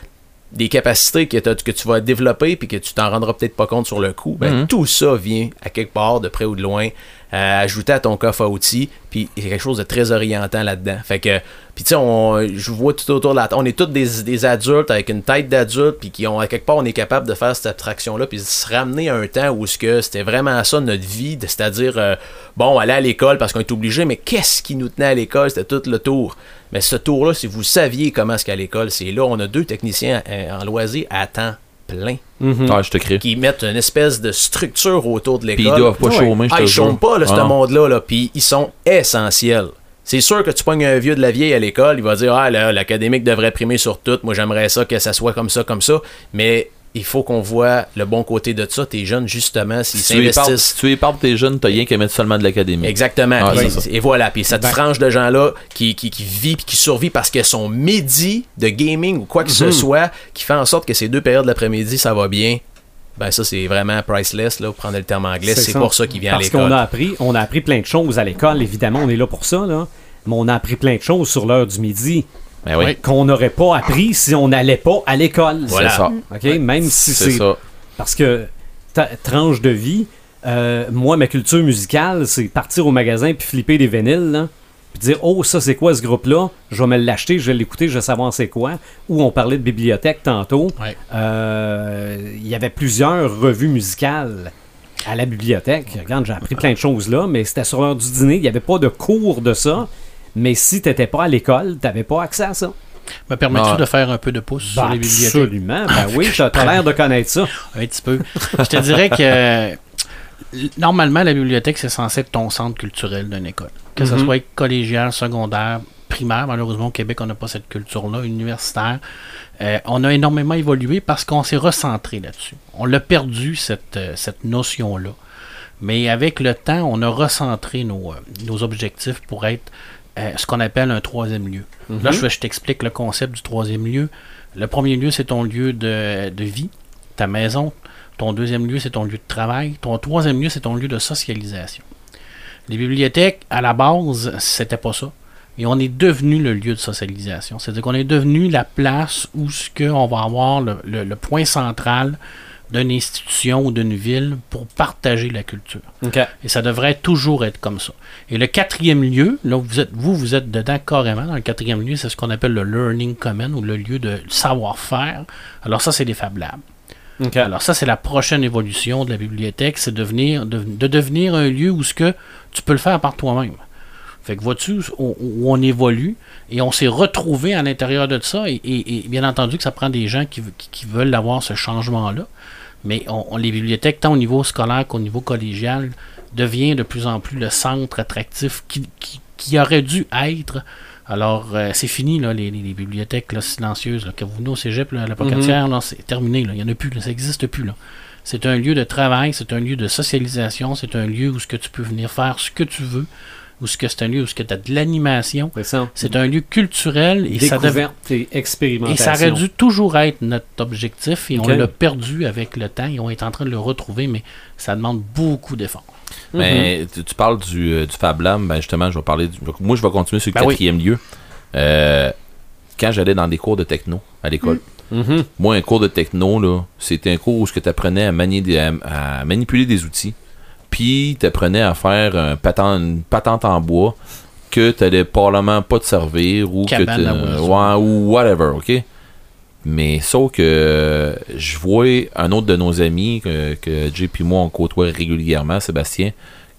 des capacités que, que tu vas développer puis que tu t'en rendras peut-être pas compte sur le coup, ben, mm-hmm. tout ça vient à quelque part, de près ou de loin, euh, ajouter à ton coffre à outils, puis il y a quelque chose de très orientant là-dedans. Fait que, puis tu sais, je vois tout autour de la on est tous des, des adultes avec une tête d'adulte, puis qui ont, à quelque part, on est capable de faire cette abstraction-là, puis de se ramener à un temps où ce que c'était vraiment ça notre vie, c'est-à-dire, euh, bon, aller à l'école parce qu'on est obligé, mais qu'est-ce qui nous tenait à l'école? C'était tout le tour. Mais ce tour-là, si vous saviez comment est-ce qu'à l'école, c'est là, on a deux techniciens en loisir à temps plein. Mm-hmm. Ah, je te crée. Qui mettent une espèce de structure autour de l'école. Puis ils doivent pas chômer, je ah, te ils jure. chôment pas, là, ce ah, monde-là, là, puis ils sont essentiels. C'est sûr que tu pognes un vieux de la vieille à l'école, il va dire « Ah, là, l'académique devrait primer sur tout, moi j'aimerais ça que ça soit comme ça, comme ça. » Mais il faut qu'on voit le bon côté de ça. Tes jeunes, justement, s'ils si s'investissent... Si tu épargnes tes jeunes, t'as rien qu'à mettre seulement de l'académie. Exactement. Ah, puis, ça. Et voilà. Puis cette ben. frange de gens-là qui, qui, qui vit et qui survit parce que son midi de gaming ou quoi que mm-hmm. ce soit, qui fait en sorte que ces deux périodes de l'après-midi, ça va bien, ben ça, c'est vraiment priceless, là, pour prendre le terme anglais. C'est, c'est pour ça qu'il vient parce à l'école. Parce qu'on a appris, on a appris plein de choses à l'école. Évidemment, on est là pour ça, là. Mais on a appris plein de choses sur l'heure du midi. Ben oui. Qu'on n'aurait pas appris si on n'allait pas à l'école. Voilà. C'est ça. OK? Même si c'est, c'est ça. Parce que, ta, tranche de vie, euh, moi, ma culture musicale, c'est partir au magasin puis flipper des vinyles, là, puis dire « Oh, ça, c'est quoi ce groupe-là? Je vais me l'acheter, je vais l'écouter, je vais savoir c'est quoi. » Ou on parlait de bibliothèque tantôt. Ouais. Euh, il y avait plusieurs revues musicales à la bibliothèque. Regarde, j'ai appris plein de choses là, mais c'était sur l'heure du dîner. Il n'y avait pas de cours de ça. Mais si tu n'étais pas à l'école, tu n'avais pas accès à ça. Me permets-tu Ah. de faire un peu de pouce Ben, sur les bibliothèques? absolument. Ben oui, tu as l'air de connaître ça. Un petit peu. Je te dirais que euh, normalement, la bibliothèque, c'est censé être ton centre culturel d'une école. Que ce Mhm. soit collégial, secondaire, primaire. Malheureusement, au Québec, on n'a pas cette culture-là. Universitaire. Euh, on a énormément évolué parce qu'on s'est recentré là-dessus. On l'a perdu, cette, euh, cette notion-là. Mais avec le temps, on a recentré nos, euh, nos objectifs pour être euh, ce qu'on appelle un troisième lieu. Mhm. Là, je, je t'explique le concept du troisième lieu. Le premier lieu, c'est ton lieu de, de vie, ta maison. Ton deuxième lieu, c'est ton lieu de travail. Ton troisième lieu, c'est ton lieu de socialisation. Les bibliothèques, à la base, c'était pas ça. Et on est devenu le lieu de socialisation. C'est-à-dire qu'on est devenu la place où ce que on va avoir le, le, le point central d'une institution ou d'une ville pour partager la culture. OK. Et ça devrait toujours être comme ça. Et le quatrième lieu, là où vous êtes, vous, vous êtes dedans carrément. Dans le quatrième lieu, c'est ce qu'on appelle le Learning Common ou le lieu de savoir-faire. Alors ça, c'est les Fab Labs. OK. Alors ça, c'est la prochaine évolution de la bibliothèque, c'est de, venir, de, de devenir un lieu où ce que tu peux le faire par toi-même. Fait que vois-tu où, où on évolue et on s'est retrouvé à l'intérieur de ça et, et, et bien entendu que ça prend des gens qui, qui, qui veulent avoir ce changement-là. Mais on, on, les bibliothèques, tant au niveau scolaire qu'au niveau collégial, devient de plus en plus le centre attractif qui, qui, qui aurait dû être. Alors, euh, c'est fini, là, les, les, les bibliothèques là, silencieuses. Là, que vous venez au cégep, là, à la Pocatière, là, c'est terminé. Là, il n'y en a plus, là, ça n'existe plus. Là. C'est un lieu de travail, c'est un lieu de socialisation, c'est un lieu où ce que tu peux venir faire ce que tu veux, où ce que c'est un lieu où ce que tu as de l'animation. C'est ça. C'est un lieu culturel et ça, dev... Découverte et expérimentation. et ça aurait dû toujours être notre objectif et Ok. on l'a perdu avec le temps et on est en train de le retrouver, mais ça demande beaucoup d'efforts. Mais tu, tu parles du, euh, du Fab Lab, ben justement, je vais parler du, moi je vais continuer sur le Ben oui. quatrième lieu. Euh, quand j'allais dans des cours de techno à l'école, Mhm. moi un cours de techno, là, c'était un cours où tu apprenais à, manier des, à, à manipuler des outils, puis tu apprenais à faire un patente, une patente en bois que tu allais probablement pas te servir ou Cabane que à t'es- oiseaux. ouais, ou whatever, ok? Mais sauf que euh, je vois un autre de nos amis que, que Jay et moi on côtoie régulièrement, Sébastien,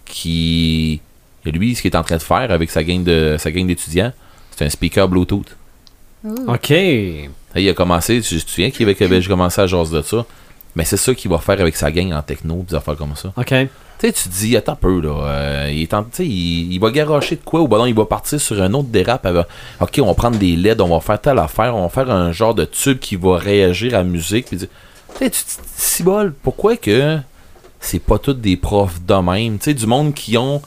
qui lui, ce qu'il est en train de faire avec sa gang de sa gang d'étudiants, c'est un speaker Bluetooth. OK. Là, il a commencé, tu te souviens qu'il avait, avait commencé à jaser de ça, mais c'est ça qu'il va faire avec sa gang en techno, des affaires comme ça. OK. Tu sais, tu te dis, attends un peu, là, euh, il, est en, tu sais, il, il va garocher de quoi, ou ben non, il va partir sur un autre dérap, avec, ok, on va prendre des L E D, on va faire telle affaire, on va faire un genre de tube qui va réagir à la musique, puis tu sais, tu te dis, si bol, pourquoi que c'est pas tous des profs de même, tu sais, du monde qui ont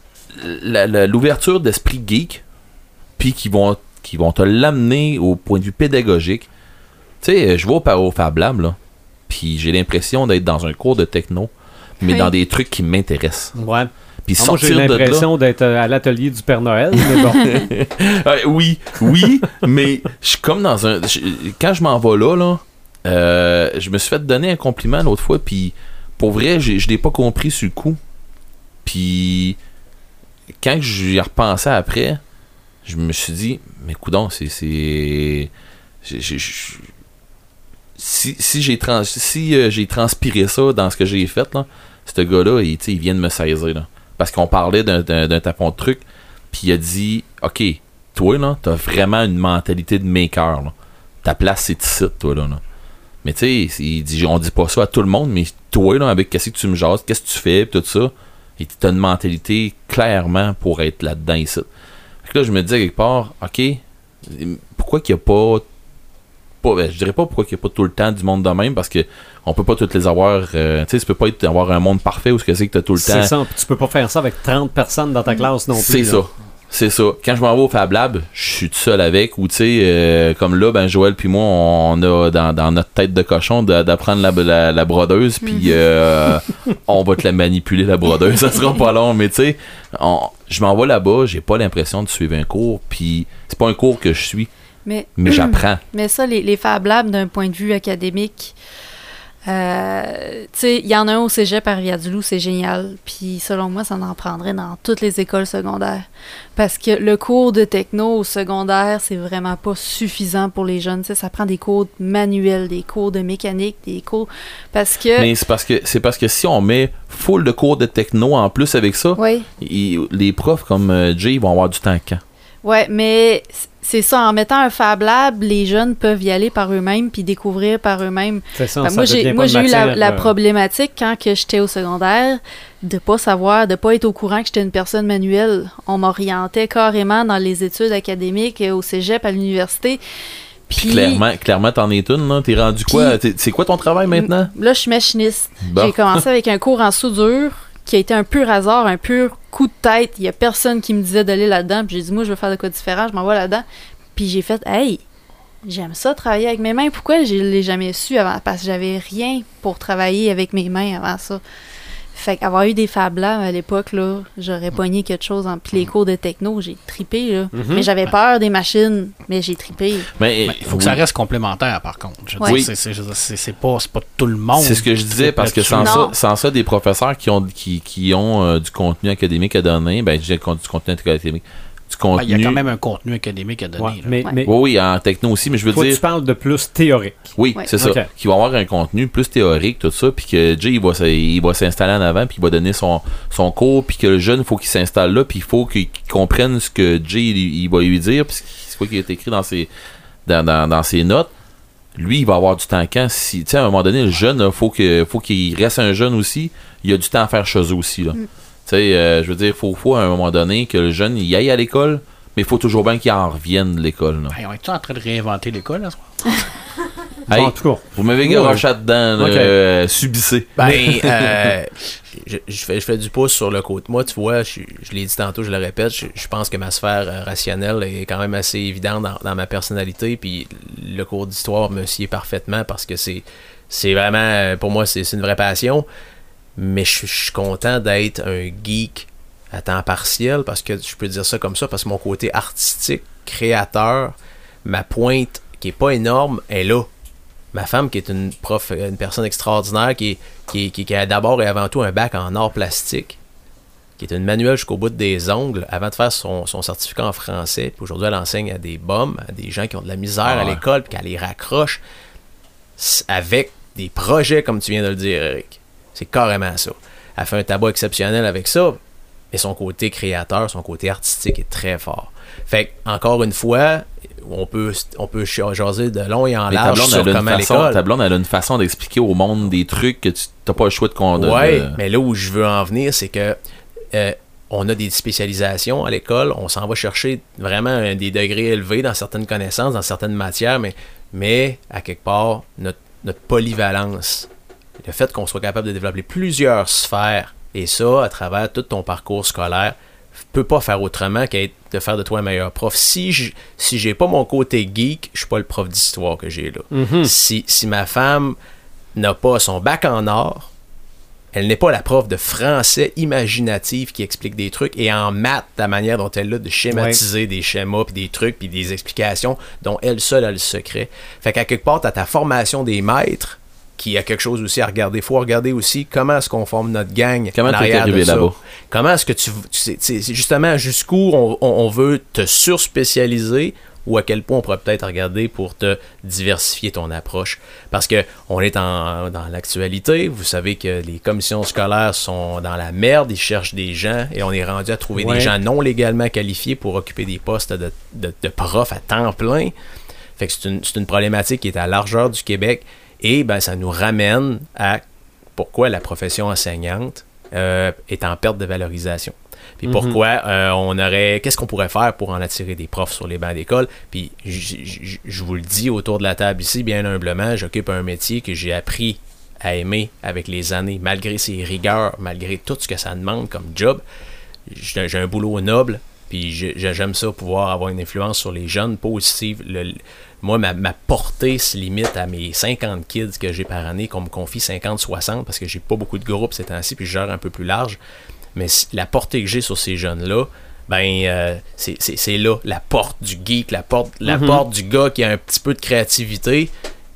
la- la- l'ouverture d'esprit geek, puis qui vont, qui vont te l'amener au point de vue pédagogique. Tu sais, je vais au, au Fab Lab, là, puis j'ai l'impression d'être dans un cours de techno, mais Oui. dans des trucs qui m'intéressent. Ouais. Puis Ah, moi, j'ai sortir de là... l'impression d'être euh, à l'atelier du Père Noël, mais bon. Euh, oui, oui, mais je suis comme dans un... je- quand je m'en vais là, là euh, je me suis fait donner un compliment l'autre fois, puis pour vrai, j'ai- je l'ai pas compris sur le coup. Puis quand j'y ai repensé après, je me suis dit, mais coudonc, c'est... c'est j'ai- j'ai- j'ai- si si j'ai trans, si euh, j'ai transpiré ça dans ce que j'ai fait, là, ce gars-là, il, tu sais, il vient de me saisir, là. Parce qu'on parlait d'un, d'un, d'un tapon de truc, puis il a dit, ok, toi, là, t'as vraiment une mentalité de maker, là. Ta place, c'est ici, toi, là. là. Mais tu sais, il dit, on dit pas ça à tout le monde, mais toi, là, avec qu'est-ce que tu me jases, qu'est-ce que tu fais, pis tout ça, et t'as une mentalité clairement pour être là-dedans ici. Fait que là, je me disais quelque part, ok, pourquoi qu'il y a pas, pas ben, je dirais pas pourquoi qu'il y a pas tout le temps du monde de même, parce que on peut pas toutes les avoir, euh, tu sais, tu peux pas être, avoir un monde parfait où ce que c'est que t'as tout le C'est temps. ça. Puis tu peux pas faire ça avec trente personnes dans ta classe non plus. C'est là. ça. C'est ça. Quand je m'en vais au Fab Lab, je suis tout seul avec, ou tu sais, euh, comme là, ben Joël puis moi, on a dans, dans notre tête de cochon de- d'apprendre la, la, la brodeuse, puis euh, on va te la manipuler, la brodeuse, ça sera pas long, mais tu sais, on- je m'en vais là-bas, j'ai pas l'impression de suivre un cours, puis c'est pas un cours que je suis, Mais, mais j'apprends. mais ça, les, les Fab Labs, d'un point de vue académique, Euh, tu sais, il y en a un au cégep à Rivière-du-Loup, c'est génial. Puis selon moi, ça en prendrait dans toutes les écoles secondaires. Parce que le cours de techno au secondaire, c'est vraiment pas suffisant pour les jeunes. Tu sais, ça prend des cours manuels, des cours de mécanique, des cours... Parce que... Mais c'est parce que, c'est parce que si on met full de cours de techno en plus avec ça, oui. ils- les profs comme euh, Jay ils vont avoir du temps quand? Ouais, mais c'est ça, en mettant un Fab Lab, les jeunes peuvent y aller par eux-mêmes puis découvrir par eux-mêmes. C'est ça, Ben, ça moi, j'ai, devient moi, pas j'ai une eu la, matière, la euh, problématique quand que j'étais au secondaire de pas savoir, de pas être au courant que j'étais une personne manuelle. On m'orientait carrément dans les études académiques au cégep, à l'université. Puis, Clairement, clairement t'en es une, là. T'es rendu quoi? T'es- C'est quoi ton travail maintenant? Là, je suis machiniste. Bon. J'ai commencé avec un cours en soudure qui a été un pur hasard, un pur coup de tête. Il y a personne qui me disait d'aller là-dedans. Puis j'ai dit, moi, je veux faire de quoi différent, je m'en vais là-dedans. Puis j'ai fait, hey, j'aime ça travailler avec mes mains. Pourquoi je l'ai jamais su avant? Parce que j'avais rien pour travailler avec mes mains avant ça. Fait qu'avoir eu des Fab Labs à l'époque, là, j'aurais pogné quelque chose en... Puis les cours de techno, j'ai trippé, là. Mhm. Mais j'avais peur des machines, mais j'ai trippé. Mais, Il faut oui. que ça reste complémentaire, par contre. Je veux Ouais. dire, c'est, c'est, je veux dire, c'est, c'est pas, c'est pas tout le monde. C'est ce que je qui disais, tripe parce que là-dessus. sans ça, Non. sans ça, des professeurs qui ont, qui, qui ont euh, du contenu académique à donner, ben, j'ai du contenu académique. Du Ben, contenu. il y a quand même un contenu académique à donner. Ouais, là. mais, Ouais. mais Oui, oui, en techno aussi, mais je veux toi, dire. tu parles de plus théorique. Oui, Ouais. c'est ça. Ok. Qui va avoir un contenu plus théorique, tout ça, puis que Jay, il va, s- il va s'installer en avant, puis il va donner son, son cours, puis que le jeune, il faut qu'il s'installe là, puis il faut qu'il qu'il comprenne ce que Jay, il, il va lui dire, puis c'est quoi qui est écrit dans ses, dans, dans, dans ses notes. Lui, il va avoir du temps quand, si, tu sais, à un moment donné, le jeune, il faut que, faut qu'il reste un jeune aussi, il a du temps à faire chez eux aussi, là. Mm. Tu sais, euh, je veux dire, il faut, faut à un moment donné que le jeune, il aille à l'école, mais il faut toujours bien qu'il en revienne de l'école, là. Hey, on est en train de réinventer l'école, là, ce soir? Hey, En tout cas, vous m'avez Ouais. garoché dedans, là, Ok. euh, subissez. Ben, euh, je, je fais, je fais du pouce sur le côté. Moi, tu vois, je, je l'ai dit tantôt, je le répète, je, je pense que ma sphère euh, rationnelle est quand même assez évidente dans, dans ma personnalité, puis le cours d'histoire me sied parfaitement parce que c'est, c'est vraiment, euh, pour moi, c'est, c'est une vraie passion. Mais je, je suis content d'être un geek à temps partiel, parce que je peux dire ça comme ça, parce que mon côté artistique, créateur, ma pointe, qui est pas énorme, est là. Ma femme, qui est une prof, une personne extraordinaire, qui, est, qui, est- qui, qui a d'abord et avant tout un bac en art plastique, qui est une manuelle jusqu'au bout des ongles, avant de faire son, son certificat en français. Puis aujourd'hui, elle enseigne à des bums, à des gens qui ont de la misère Ah à ouais. l'école, puis qu'elle les raccroche s- avec des projets, comme tu viens de le dire, Eric. C'est carrément ça. Elle fait un tabac exceptionnel avec ça, mais son côté créateur, son côté artistique est très fort. Fait que, encore une fois, on peut, on peut ch- jaser de long et en Mais ta large blonde, sur elle a comment une façon, l'école. ta blonde, elle a une façon d'expliquer au monde des trucs que tu n'as pas le choix de condamner. Ouais, mais là où je veux en venir, c'est que euh, on a des spécialisations à l'école, on s'en va chercher vraiment un- des degrés élevés dans certaines connaissances, dans certaines matières, mais, mais à quelque part, notre, notre polyvalence, le fait qu'on soit capable de développer plusieurs sphères, et ça, à travers tout ton parcours scolaire, peut pas faire autrement qu'être de faire de toi un meilleur prof. Si je, si j'ai pas mon côté geek, je suis pas le prof d'histoire que j'ai là. Mhm. Si, si ma femme n'a pas son bac en art, elle n'est pas la prof de français imaginative qui explique des trucs, et en maths, la manière dont elle a de schématiser des schémas, puis des trucs, puis des explications dont elle seule a le secret. Fait qu'à quelque part, t'as ta formation des maîtres qui a quelque chose aussi à regarder. Il faut regarder aussi comment est-ce qu'on forme notre gang. Comment en t'es arrière de arrivé ça. là-bas? Comment est-ce que tu... tu sais, c'est c'est justement jusqu'où on, on- on veut te surspécialiser, ou à quel point on pourrait peut-être regarder pour te diversifier ton approche. Parce que on est en, dans l'actualité. Vous savez que les commissions scolaires sont dans la merde. Ils cherchent des gens, et on est rendu à trouver Ouais. des gens non légalement qualifiés pour occuper des postes de, de, de profs à temps plein. Fait que c'est une, c'est une problématique qui est à la largeur du Québec. Et ben, ça nous ramène à pourquoi la profession enseignante euh, est en perte de valorisation. Puis Mhm. pourquoi euh, on aurait... Qu'est-ce qu'on pourrait faire pour en attirer des profs sur les bancs d'école? Puis j- j- je vous le dis autour de la table ici, bien humblement, j'occupe un métier que j'ai appris à aimer avec les années, malgré ses rigueurs, malgré tout ce que ça demande comme job. J'ai j'ai un boulot noble, puis j'ai- j'aime ça, pouvoir avoir une influence sur les jeunes positive. Le- moi, ma, ma portée se limite à mes cinquante kids que j'ai par année, qu'on me confie cinquante soixante, parce que j'ai pas beaucoup de groupes ces temps-ci, puis je gère un peu plus large. Mais si- la portée que j'ai sur ces jeunes-là, ben, euh, c'est- c'est c'est là, la porte du geek, la porte, la Mhm. porte du gars qui a un petit peu de créativité.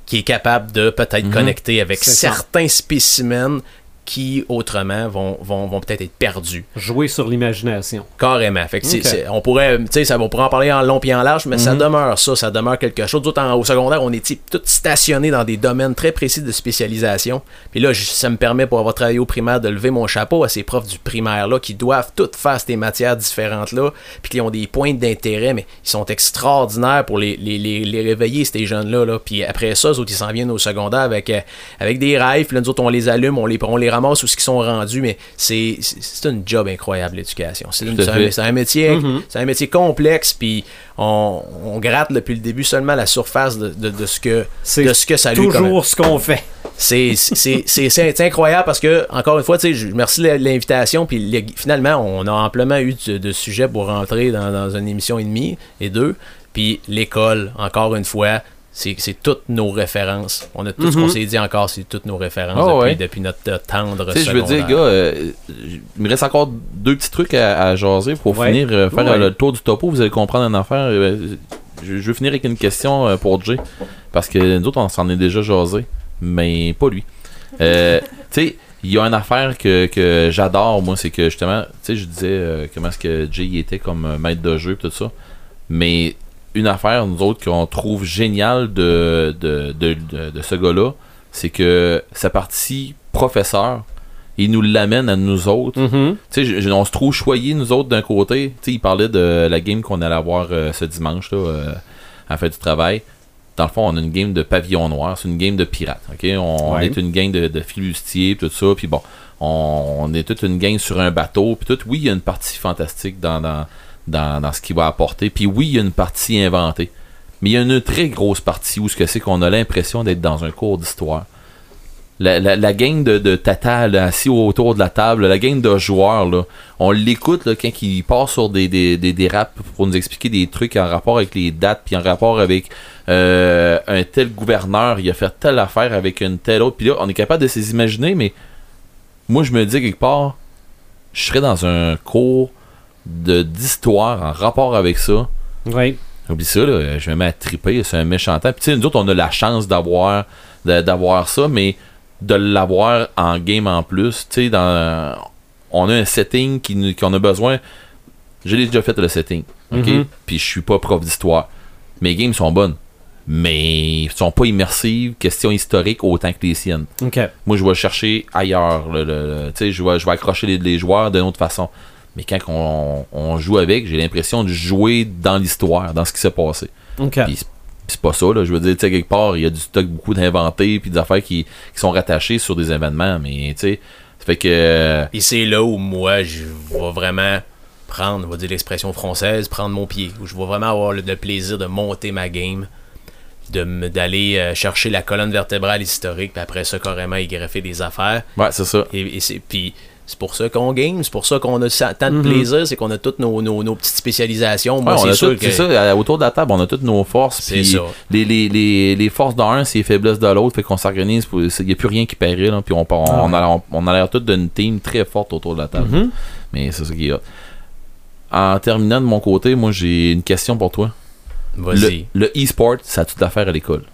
qui est capable de peut-être Mhm. connecter avec C'est ça. certains spécimens qui, autrement, vont, vont, vont peut-être être perdus. Jouer sur l'imagination. Carrément. Fait que c'est- Ok. c'est- on pourrait, tu sais, ça, on pourrait en parler en long et en large, mais ça Mhm. demeure ça, ça demeure quelque chose. D'autant en- au secondaire, on est tous stationnés dans des domaines très précis de spécialisation. Puis là, je- ça me permet, pour avoir travaillé au primaire, de lever mon chapeau à ces profs du primaire-là qui doivent toutes faire ces matières différentes-là, puis qui ont des points d'intérêt, mais ils sont extraordinaires pour les, les, les, les réveiller, ces jeunes-là. Là. Puis après ça, eux autres, ils s'en viennent au secondaire avec, euh, avec des rêves, puis là, nous autres, on les allume, on les, on les ramasse où ils sont rendus, mais c'est, c'est, c'est un job incroyable, l'éducation. C'est, une- Tout à c'est un, fait. c'est un métier, Mhm. c'est un métier complexe, puis on, on gratte depuis le début seulement la surface de, de, de ce que C'est de ce que ça lui comme- toujours ce qu'on fait. c'est, c'est, c'est, c'est incroyable parce que, encore une fois, tu sais, je- merci de l'invitation. Puis les- finalement, on a amplement eu de, de sujets pour rentrer dans, dans une émission et demie et deux. Puis l'école, encore une fois, c'est, c'est toutes nos références. On a tout ce qu'on Mhm. s'est dit encore, c'est toutes nos références Oh, depuis, ouais. depuis notre euh, tendre Tu sais, je veux dire, secondaire. gars, euh, il me reste encore deux petits trucs à, à jaser pour Ouais. finir, euh, faire Ouais. euh, le tour du topo. Vous allez comprendre une affaire. Euh, je, je veux finir avec une question euh, pour Jay. Parce que nous autres, on s'en est déjà jasé, mais pas lui. Euh, tu sais, il y a une affaire que, que j'adore, moi, c'est que justement, tu sais, je disais euh, comment est-ce que Jay il était comme euh, maître de jeu et tout ça. Mais une affaire, nous autres, qu'on trouve géniale de, de, de, de, de ce gars-là, c'est que sa partie professeur, il nous l'amène à nous autres. Mhm. Tu sais, je- je- on se trouve choyés, nous autres, d'un côté. Tu sais, il parlait de la game qu'on allait avoir euh, ce dimanche, là, euh, à la fin du travail. Dans le fond, on a une game de pavillon noir. C'est une game de pirates, OK? On, Ouais. est une gang de, de flibustiers, tout ça. Puis bon, on, on est toute une gang sur un bateau. Puis tout, oui, il y a une partie fantastique dans, dans, dans, dans ce qu'il va apporter. Puis oui, il y a une partie inventée. Mais il y a une très grosse partie où ce que c'est qu'on a l'impression d'être dans un cours d'histoire. La, la, la gang de, de tata là, assis autour de la table, la gang de joueurs, là, on l'écoute là, quand il part sur des, des, des, des raps pour nous expliquer des trucs en rapport avec les dates, puis en rapport avec euh, un tel gouverneur, il a fait telle affaire avec une telle autre, puis là, on est capable de s'imaginer, mais moi, je me dis quelque part, je serais dans un cours de d'histoire en rapport avec ça. Oui. Oublie ça, là, je me mets à triper, c'est un méchant temps. Puis tu sais, nous autres, on a la chance d'avoir de- d'avoir ça, mais de l'avoir en game en plus, tu sais, dans on a un setting qui nous- qu'on a besoin. Je l'ai déjà fait le setting, ok? Mhm. Puis je suis pas prof d'histoire. Mes games sont bonnes, mais sont pas immersives, question historique autant que les siennes. OK. Moi, je vais chercher ailleurs, le, le- le- tu sais, je vais, je vais accrocher les, les joueurs d'une autre façon. Mais quand on, on joue avec, j'ai l'impression de jouer dans l'histoire, dans ce qui s'est passé. OK. Puis c'est- c'est pas ça, là. Je veux dire, tu sais, quelque part, il y a du stock beaucoup d'inventés, puis des affaires qui, qui sont rattachées sur des événements, mais tu sais, ça fait que. Et c'est là où moi, je vais vraiment prendre, on va dire l'expression française, prendre mon pied. Où je vais vraiment avoir le, le plaisir de monter ma game, de me- d'aller euh, chercher la colonne vertébrale historique, puis après ça, carrément, y greffer des affaires. Ouais, c'est ça. Et, et c'est, puis c'est pour ça qu'on game, c'est pour ça qu'on a sa- tant de Mhm. plaisir, c'est qu'on a toutes nos, nos, nos petites spécialisations. Moi, Ouais, on c'est a sûr tout- que c'est ça, à- autour de la table, on a toutes nos forces. c'est Puis ça. les, les, les, les forces d'un, c'est les faiblesses de l'autre, fait qu'on s'organise, il n'y a plus rien qui pérille, là, puis on, part- Ah on, ouais. a, on, on a l'air toutes d'une team très forte autour de la table. Mhm. Mais c'est ça qui est hot. En terminant de mon côté, moi j'ai une question pour toi. Le, Vas-y. le e-sport, ça a toute l'affaire à l'école.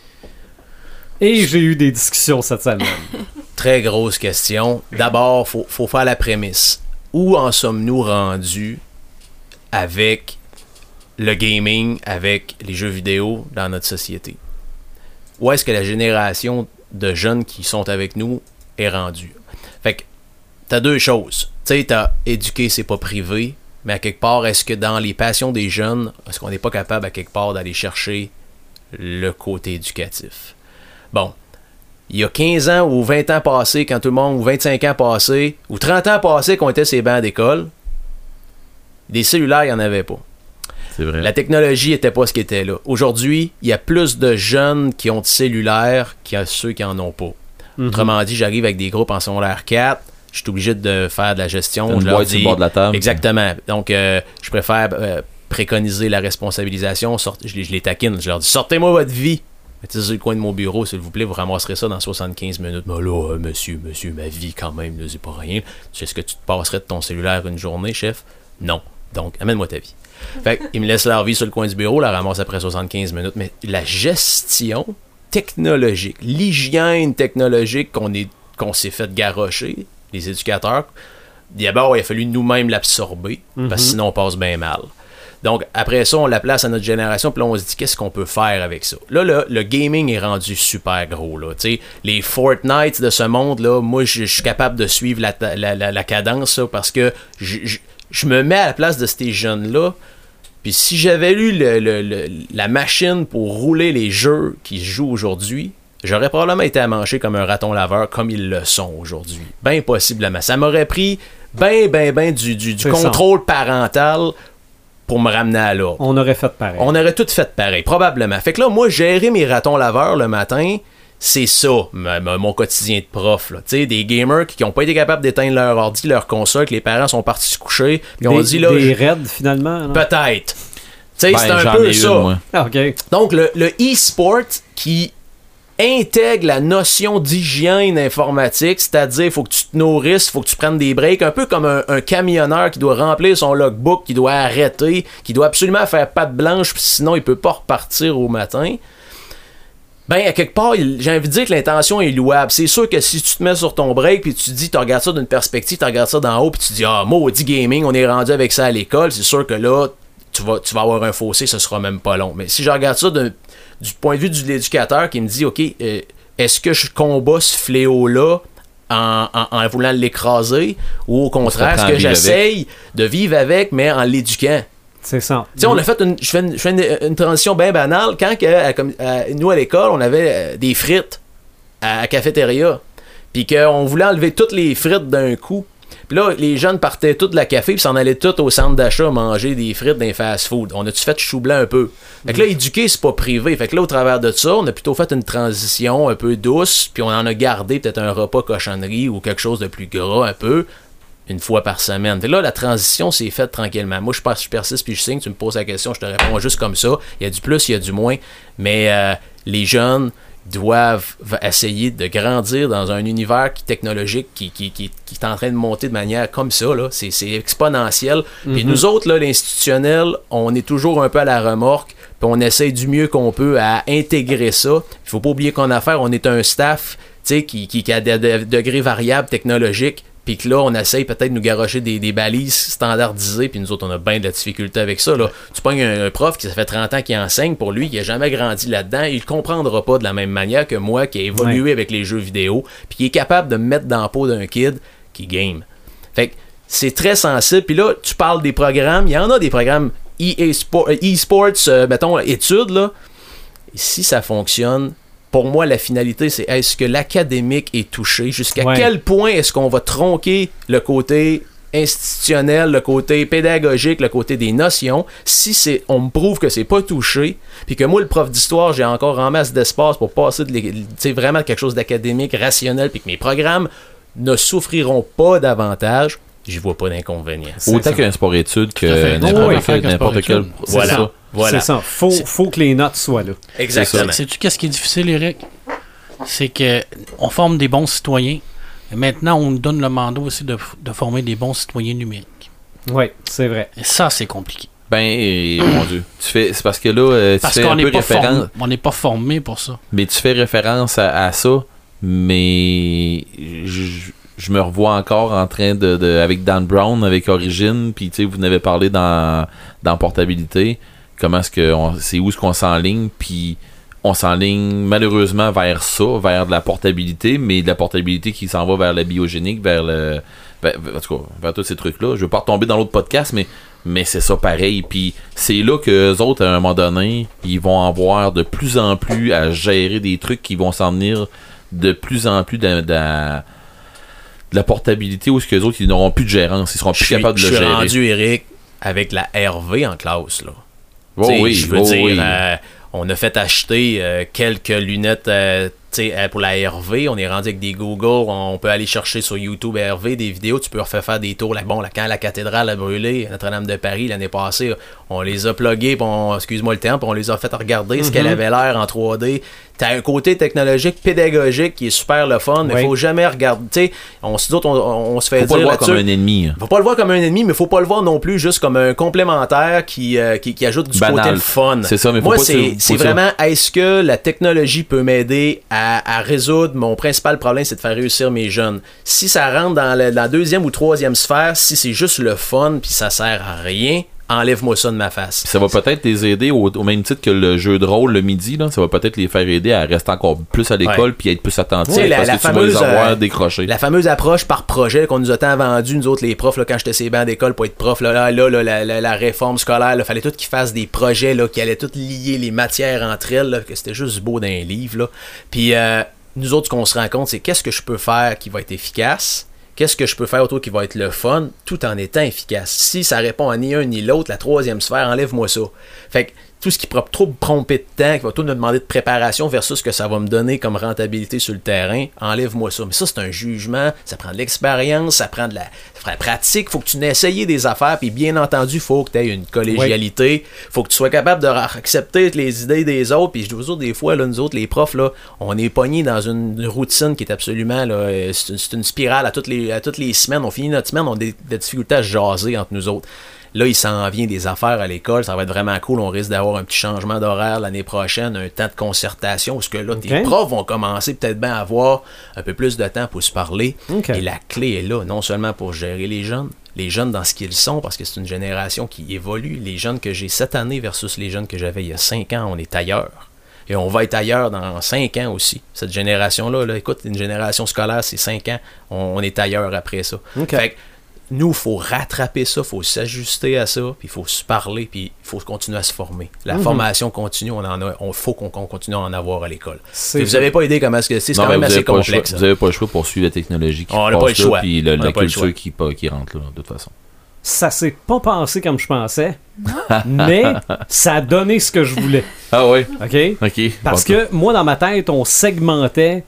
Et j'ai eu des discussions cette semaine. Très grosse question. D'abord, faut, faut faire la prémisse. Où en sommes-nous rendus avec le gaming, avec les jeux vidéo dans notre société? Où est-ce que la génération de jeunes qui sont avec nous est rendue? Fait que t'as deux choses. Tu sais, t'as éduqué, c'est pas privé, mais à quelque part, est-ce que dans les passions des jeunes, est-ce qu'on n'est pas capable à quelque part d'aller chercher le côté éducatif? Bon, il y a quinze ans ou vingt ans passés, quand tout le monde, ou vingt-cinq ans passés, ou trente ans passés qu'on était sur les bancs d'école, des cellulaires, il n'y en avait pas. C'est vrai. La technologie n'était pas ce qui était là. Aujourd'hui, il y a plus de jeunes qui ont de cellulaires qu'il y a ceux qui en ont pas. Mhm. Autrement dit, j'arrive avec des groupes en secondaire quatre, je suis obligé de faire de la gestion. Une je leur boîte sur le dis- bord de la table. Exactement. Donc, euh, je préfère euh, préconiser la responsabilisation. Sort- je, les, je les taquine. Je leur dis, sortez-moi votre vie. Mettez-le sur le coin de mon bureau, s'il vous plaît. Vous ramasserez ça dans soixante-quinze minutes. Mais là, euh, monsieur, monsieur, ma vie, quand même, là, c'est pas rien. Est-ce que tu te passerais de ton cellulaire une journée, chef? Non. Donc, amène-moi ta vie. Fait qu'ils me laissent leur vie sur le coin du bureau, la ramasse après soixante-quinze minutes. Mais la gestion technologique, l'hygiène technologique qu'on est qu'on s'est fait garrocher, les éducateurs, d'abord, il a fallu nous-mêmes l'absorber, mm-hmm. parce que sinon on passe bien mal. Donc, après ça, on la place à notre génération, puis là, on se dit, qu'est-ce qu'on peut faire avec ça? Là, le, le gaming est rendu super gros, là. Tu sais, les Fortnite de ce monde-là, moi, je suis capable de suivre la, la, la, la cadence, là, parce que je me mets à la place de ces jeunes-là, puis si j'avais eu le, le, le, la machine pour rouler les jeux qui se jouent aujourd'hui, j'aurais probablement été à manger comme un raton laveur, comme ils le sont aujourd'hui. Ben possiblement. Ça m'aurait pris ben, ben, ben du, du, du contrôle ça. parental pour me ramener à là. On aurait fait pareil. On aurait tout fait pareil, probablement. Fait que là, moi, gérer mes ratons laveurs le matin, c'est ça, m- m- mon quotidien de prof. Tu sais, des gamers qui n'ont pas été capables d'éteindre leur ordi, leur console, que les parents sont partis se coucher. Puis on dit là. Des raids, finalement. Non? Peut-être. Tu sais, ben, c'est un peu ça. Une, ah, okay. Donc, le, le e-sport qui intègre la notion d'hygiène informatique, c'est-à-dire il faut que tu te nourrisses, il faut que tu prennes des breaks, un peu comme un, un camionneur qui doit remplir son logbook, qui doit arrêter, qui doit absolument faire patte blanche, sinon il peut pas repartir au matin. Ben, à quelque part, il, j'ai envie de dire que l'intention est louable. C'est sûr que si tu te mets sur ton break puis tu dis, tu regardes ça d'une perspective, tu regardes ça d'en haut puis tu dis, ah, maudit gaming, on est rendu avec ça à l'école, c'est sûr que là, tu vas, tu vas avoir un fossé, ce sera même pas long. Mais si je regarde ça d'un du point de vue de l'éducateur qui me dit, OK, euh, est-ce que je combats ce fléau-là en, en, en voulant l'écraser ou au contraire, est-ce que j'essaye avec. de vivre avec, mais en l'éduquant? C'est ça. Tu sais, on a fait une, je fais une, je fais une, une transition bien banale. Quand que, à, à, nous, à l'école, on avait des frites à la cafétéria, puis qu'on voulait enlever toutes les frites d'un coup. Puis là, les jeunes partaient tous de la café puis s'en allaient tous au centre d'achat manger des frites d'un fast-food. On a-tu fait chou blanc un peu? Fait que là, éduquer, c'est pas privé. Fait que là, au travers de ça, on a plutôt fait une transition un peu douce, puis on en a gardé peut-être un repas cochonnerie ou quelque chose de plus gras un peu, une fois par semaine. Fait que là, la transition s'est faite tranquillement. Moi, je, passe, je persiste puis je signe, tu me poses la question, je te réponds juste comme ça. Il y a du plus, il y a du moins. Mais euh, les jeunes doivent essayer de grandir dans un univers qui, technologique qui, qui, qui, qui est en train de monter de manière comme ça. Là. C'est, c'est exponentiel. Mm-hmm. Puis nous autres, là, l'institutionnel, on est toujours un peu à la remorque, puis on essaye du mieux qu'on peut à intégrer ça. Il faut pas oublier qu'on a affaire, on est un staff qui, qui, qui a des de, degrés variables technologiques, puis que là, on essaye peut-être de nous garrocher des, des balises standardisées, puis nous autres, on a bien de la difficulté avec ça. Là. Tu pognes un, un prof qui ça fait trente ans qu'il enseigne, pour lui, qui n'a jamais grandi là-dedans, il ne comprendra pas de la même manière que moi, qui a évolué ouais. avec les jeux vidéo, puis qui est capable de me mettre dans la peau d'un kid qui game. Fait que c'est très sensible. Puis là, tu parles des programmes, il y en a des programmes E A Sport, e-sports, euh, mettons, études, là. Et si ça fonctionne, pour moi, la finalité, c'est est-ce que l'académique est touché? Jusqu'à ouais. quel point est-ce qu'on va tronquer le côté institutionnel, le côté pédagogique, le côté des notions, si c'est, on me prouve que c'est pas touché, puis que moi, le prof d'histoire, j'ai encore en masse d'espace pour passer de vraiment quelque chose d'académique, rationnel, puis que mes programmes ne souffriront pas davantage, j'y vois pas d'inconvénient. Autant qu'un sport-études que n'importe, oui, quel, n'importe quel... Voilà. Ça. Voilà. C'est ça. Faut, faut que les notes soient là. Exactement. Sais-tu qu'est-ce qui est difficile, Eric? C'est que on forme des bons citoyens. Et maintenant, on nous donne le mandat aussi de, de former des bons citoyens numériques. Oui, c'est vrai. Et ça, c'est compliqué. Ben, et, mon Dieu. Tu fais, c'est parce que là, euh, tu parce fais qu'on un peu pas référence... Formé, on n'est pas formé pour ça. Mais tu fais référence à, à ça, mais... Je, je me revois encore en train de, de avec Dan Brown, avec Origin, puis tu sais, vous en avez parlé dans, dans Portabilité, comment est-ce que on, c'est où est-ce qu'on s'enligne, puis on s'enligne malheureusement vers ça, vers de la portabilité, mais de la portabilité qui s'en va vers la biogénique, vers le vers, en tout cas, vers tous ces trucs-là. Je veux pas retomber dans l'autre podcast, mais mais c'est ça pareil, puis c'est là que eux autres, à un moment donné, ils vont avoir de plus en plus à gérer des trucs qui vont s'en venir de plus en plus de, de de la portabilité où est-ce que les autres ils n'auront plus de gérance, ils seront plus suis, capables de le gérer. Je suis rendu, Eric, avec la R V en classe, là. Oh oui, je veux oh dire, oui. euh, on a fait acheter euh, quelques lunettes euh, euh, pour la R V, on est rendu avec des Google, on peut aller chercher sur YouTube R V des vidéos, tu peux refaire faire des tours. Là, bon, là, quand la cathédrale a brûlé, Notre-Dame de Paris l'année passée, on les a pluggés, on, excuse-moi le terme, puis on les a fait regarder mm-hmm. ce qu'elle avait l'air en trois D. t'as un côté technologique, pédagogique qui est super le fun, mais Oui. faut jamais regarder, tu sais, on, se dit, on, on, on se fait Faut dire pas le voir là-dessus, comme un ennemi. hein. faut pas le voir comme un ennemi, mais faut pas le voir non plus juste comme un complémentaire qui, euh, qui, qui ajoute du Banal. côté le fun. C'est ça, mais faut Moi, pas c'est, que tu- c'est faut que- vraiment, est-ce que la technologie peut m'aider à, à résoudre mon principal problème, c'est de faire réussir mes jeunes. Si ça rentre dans la, la deuxième ou troisième sphère, si c'est juste le fun puis ça sert à rien, enlève-moi ça de ma face. Ça va peut-être les aider au, au même titre que le jeu de rôle le midi, là. Ça va peut-être les faire aider à rester encore plus à l'école Ouais. puis être plus attentifs Tu sais, la- parce la que tu vas les fameuse, avoir euh, décrochés. La fameuse approche par projet qu'on nous a tant vendu, nous autres les profs, là, quand j'étais ces bancs d'école pour être prof, là, là, là, là, la, la, la réforme scolaire, il fallait tout qu'ils fassent des projets là, qui allaient tout lier les matières entre elles, là, que c'était juste beau dans un livre. Là. Puis euh, nous autres, ce qu'on se rend compte, c'est qu'est-ce que je peux faire qui va être efficace, qu'est-ce que je peux faire autour qui va être le fun, tout en étant efficace. Si ça répond à ni un ni l'autre, la troisième sphère, enlève-moi ça. Fait que tout ce qui pourra trop me tromper de temps, qui va tout me demander de préparation versus ce que ça va me donner comme rentabilité sur le terrain, enlève-moi ça. Mais ça, c'est un jugement, ça prend de l'expérience, ça prend de la, ça prend de la pratique, faut que tu n'aies essayé des affaires, puis bien entendu, faut que tu aies une collégialité, faut que tu sois capable de accepter les idées des autres, puis je vous dire, des fois, là, nous autres, les profs, là, on est pognés dans une, une routine qui est absolument, là, euh, c'est, une, c'est une spirale à toutes, les, à toutes les semaines, on finit notre semaine, on a des, des difficultés à se jaser entre nous autres. Là, il s'en vient des affaires à l'école, ça va être vraiment cool. On risque d'avoir un petit changement d'horaire l'année prochaine, un temps de concertation, parce que là, Okay. tes profs vont commencer peut-être bien à avoir un peu plus de temps pour se parler. Okay. Et la clé est là, non seulement pour gérer les jeunes, les jeunes dans ce qu'ils sont, parce que c'est une génération qui évolue. Les jeunes que j'ai cette année versus les jeunes que j'avais il y a cinq ans, on est ailleurs. Et on va être ailleurs dans cinq ans aussi. Cette génération-là, là, écoute, une génération scolaire, c'est cinq ans, on, on est ailleurs après ça. Okay. Fait que, nous, il faut rattraper ça, il faut s'ajuster à ça, puis il faut se parler, puis il faut continuer à se former. La Mm-hmm. formation continue, on en a, on faut qu'on, qu'on continue à en avoir à l'école. C'est Puis vous ça. n'avez pas idée comment est-ce que c'est, c'est Non, quand mais même vous assez avez pas le complexe. choix- ça. Vous n'avez pas le choix pour suivre la technologie qui On n'a passe pas le là, choix. puis le- On n'a la pas le culture choix. qui, pa- qui rentre là, de toute façon. Ça s'est pas passé comme je pensais, mais ça a donné ce que je voulais. Ah oui? OK? OK. Parce Bon, que moi, dans ma tête, on segmentait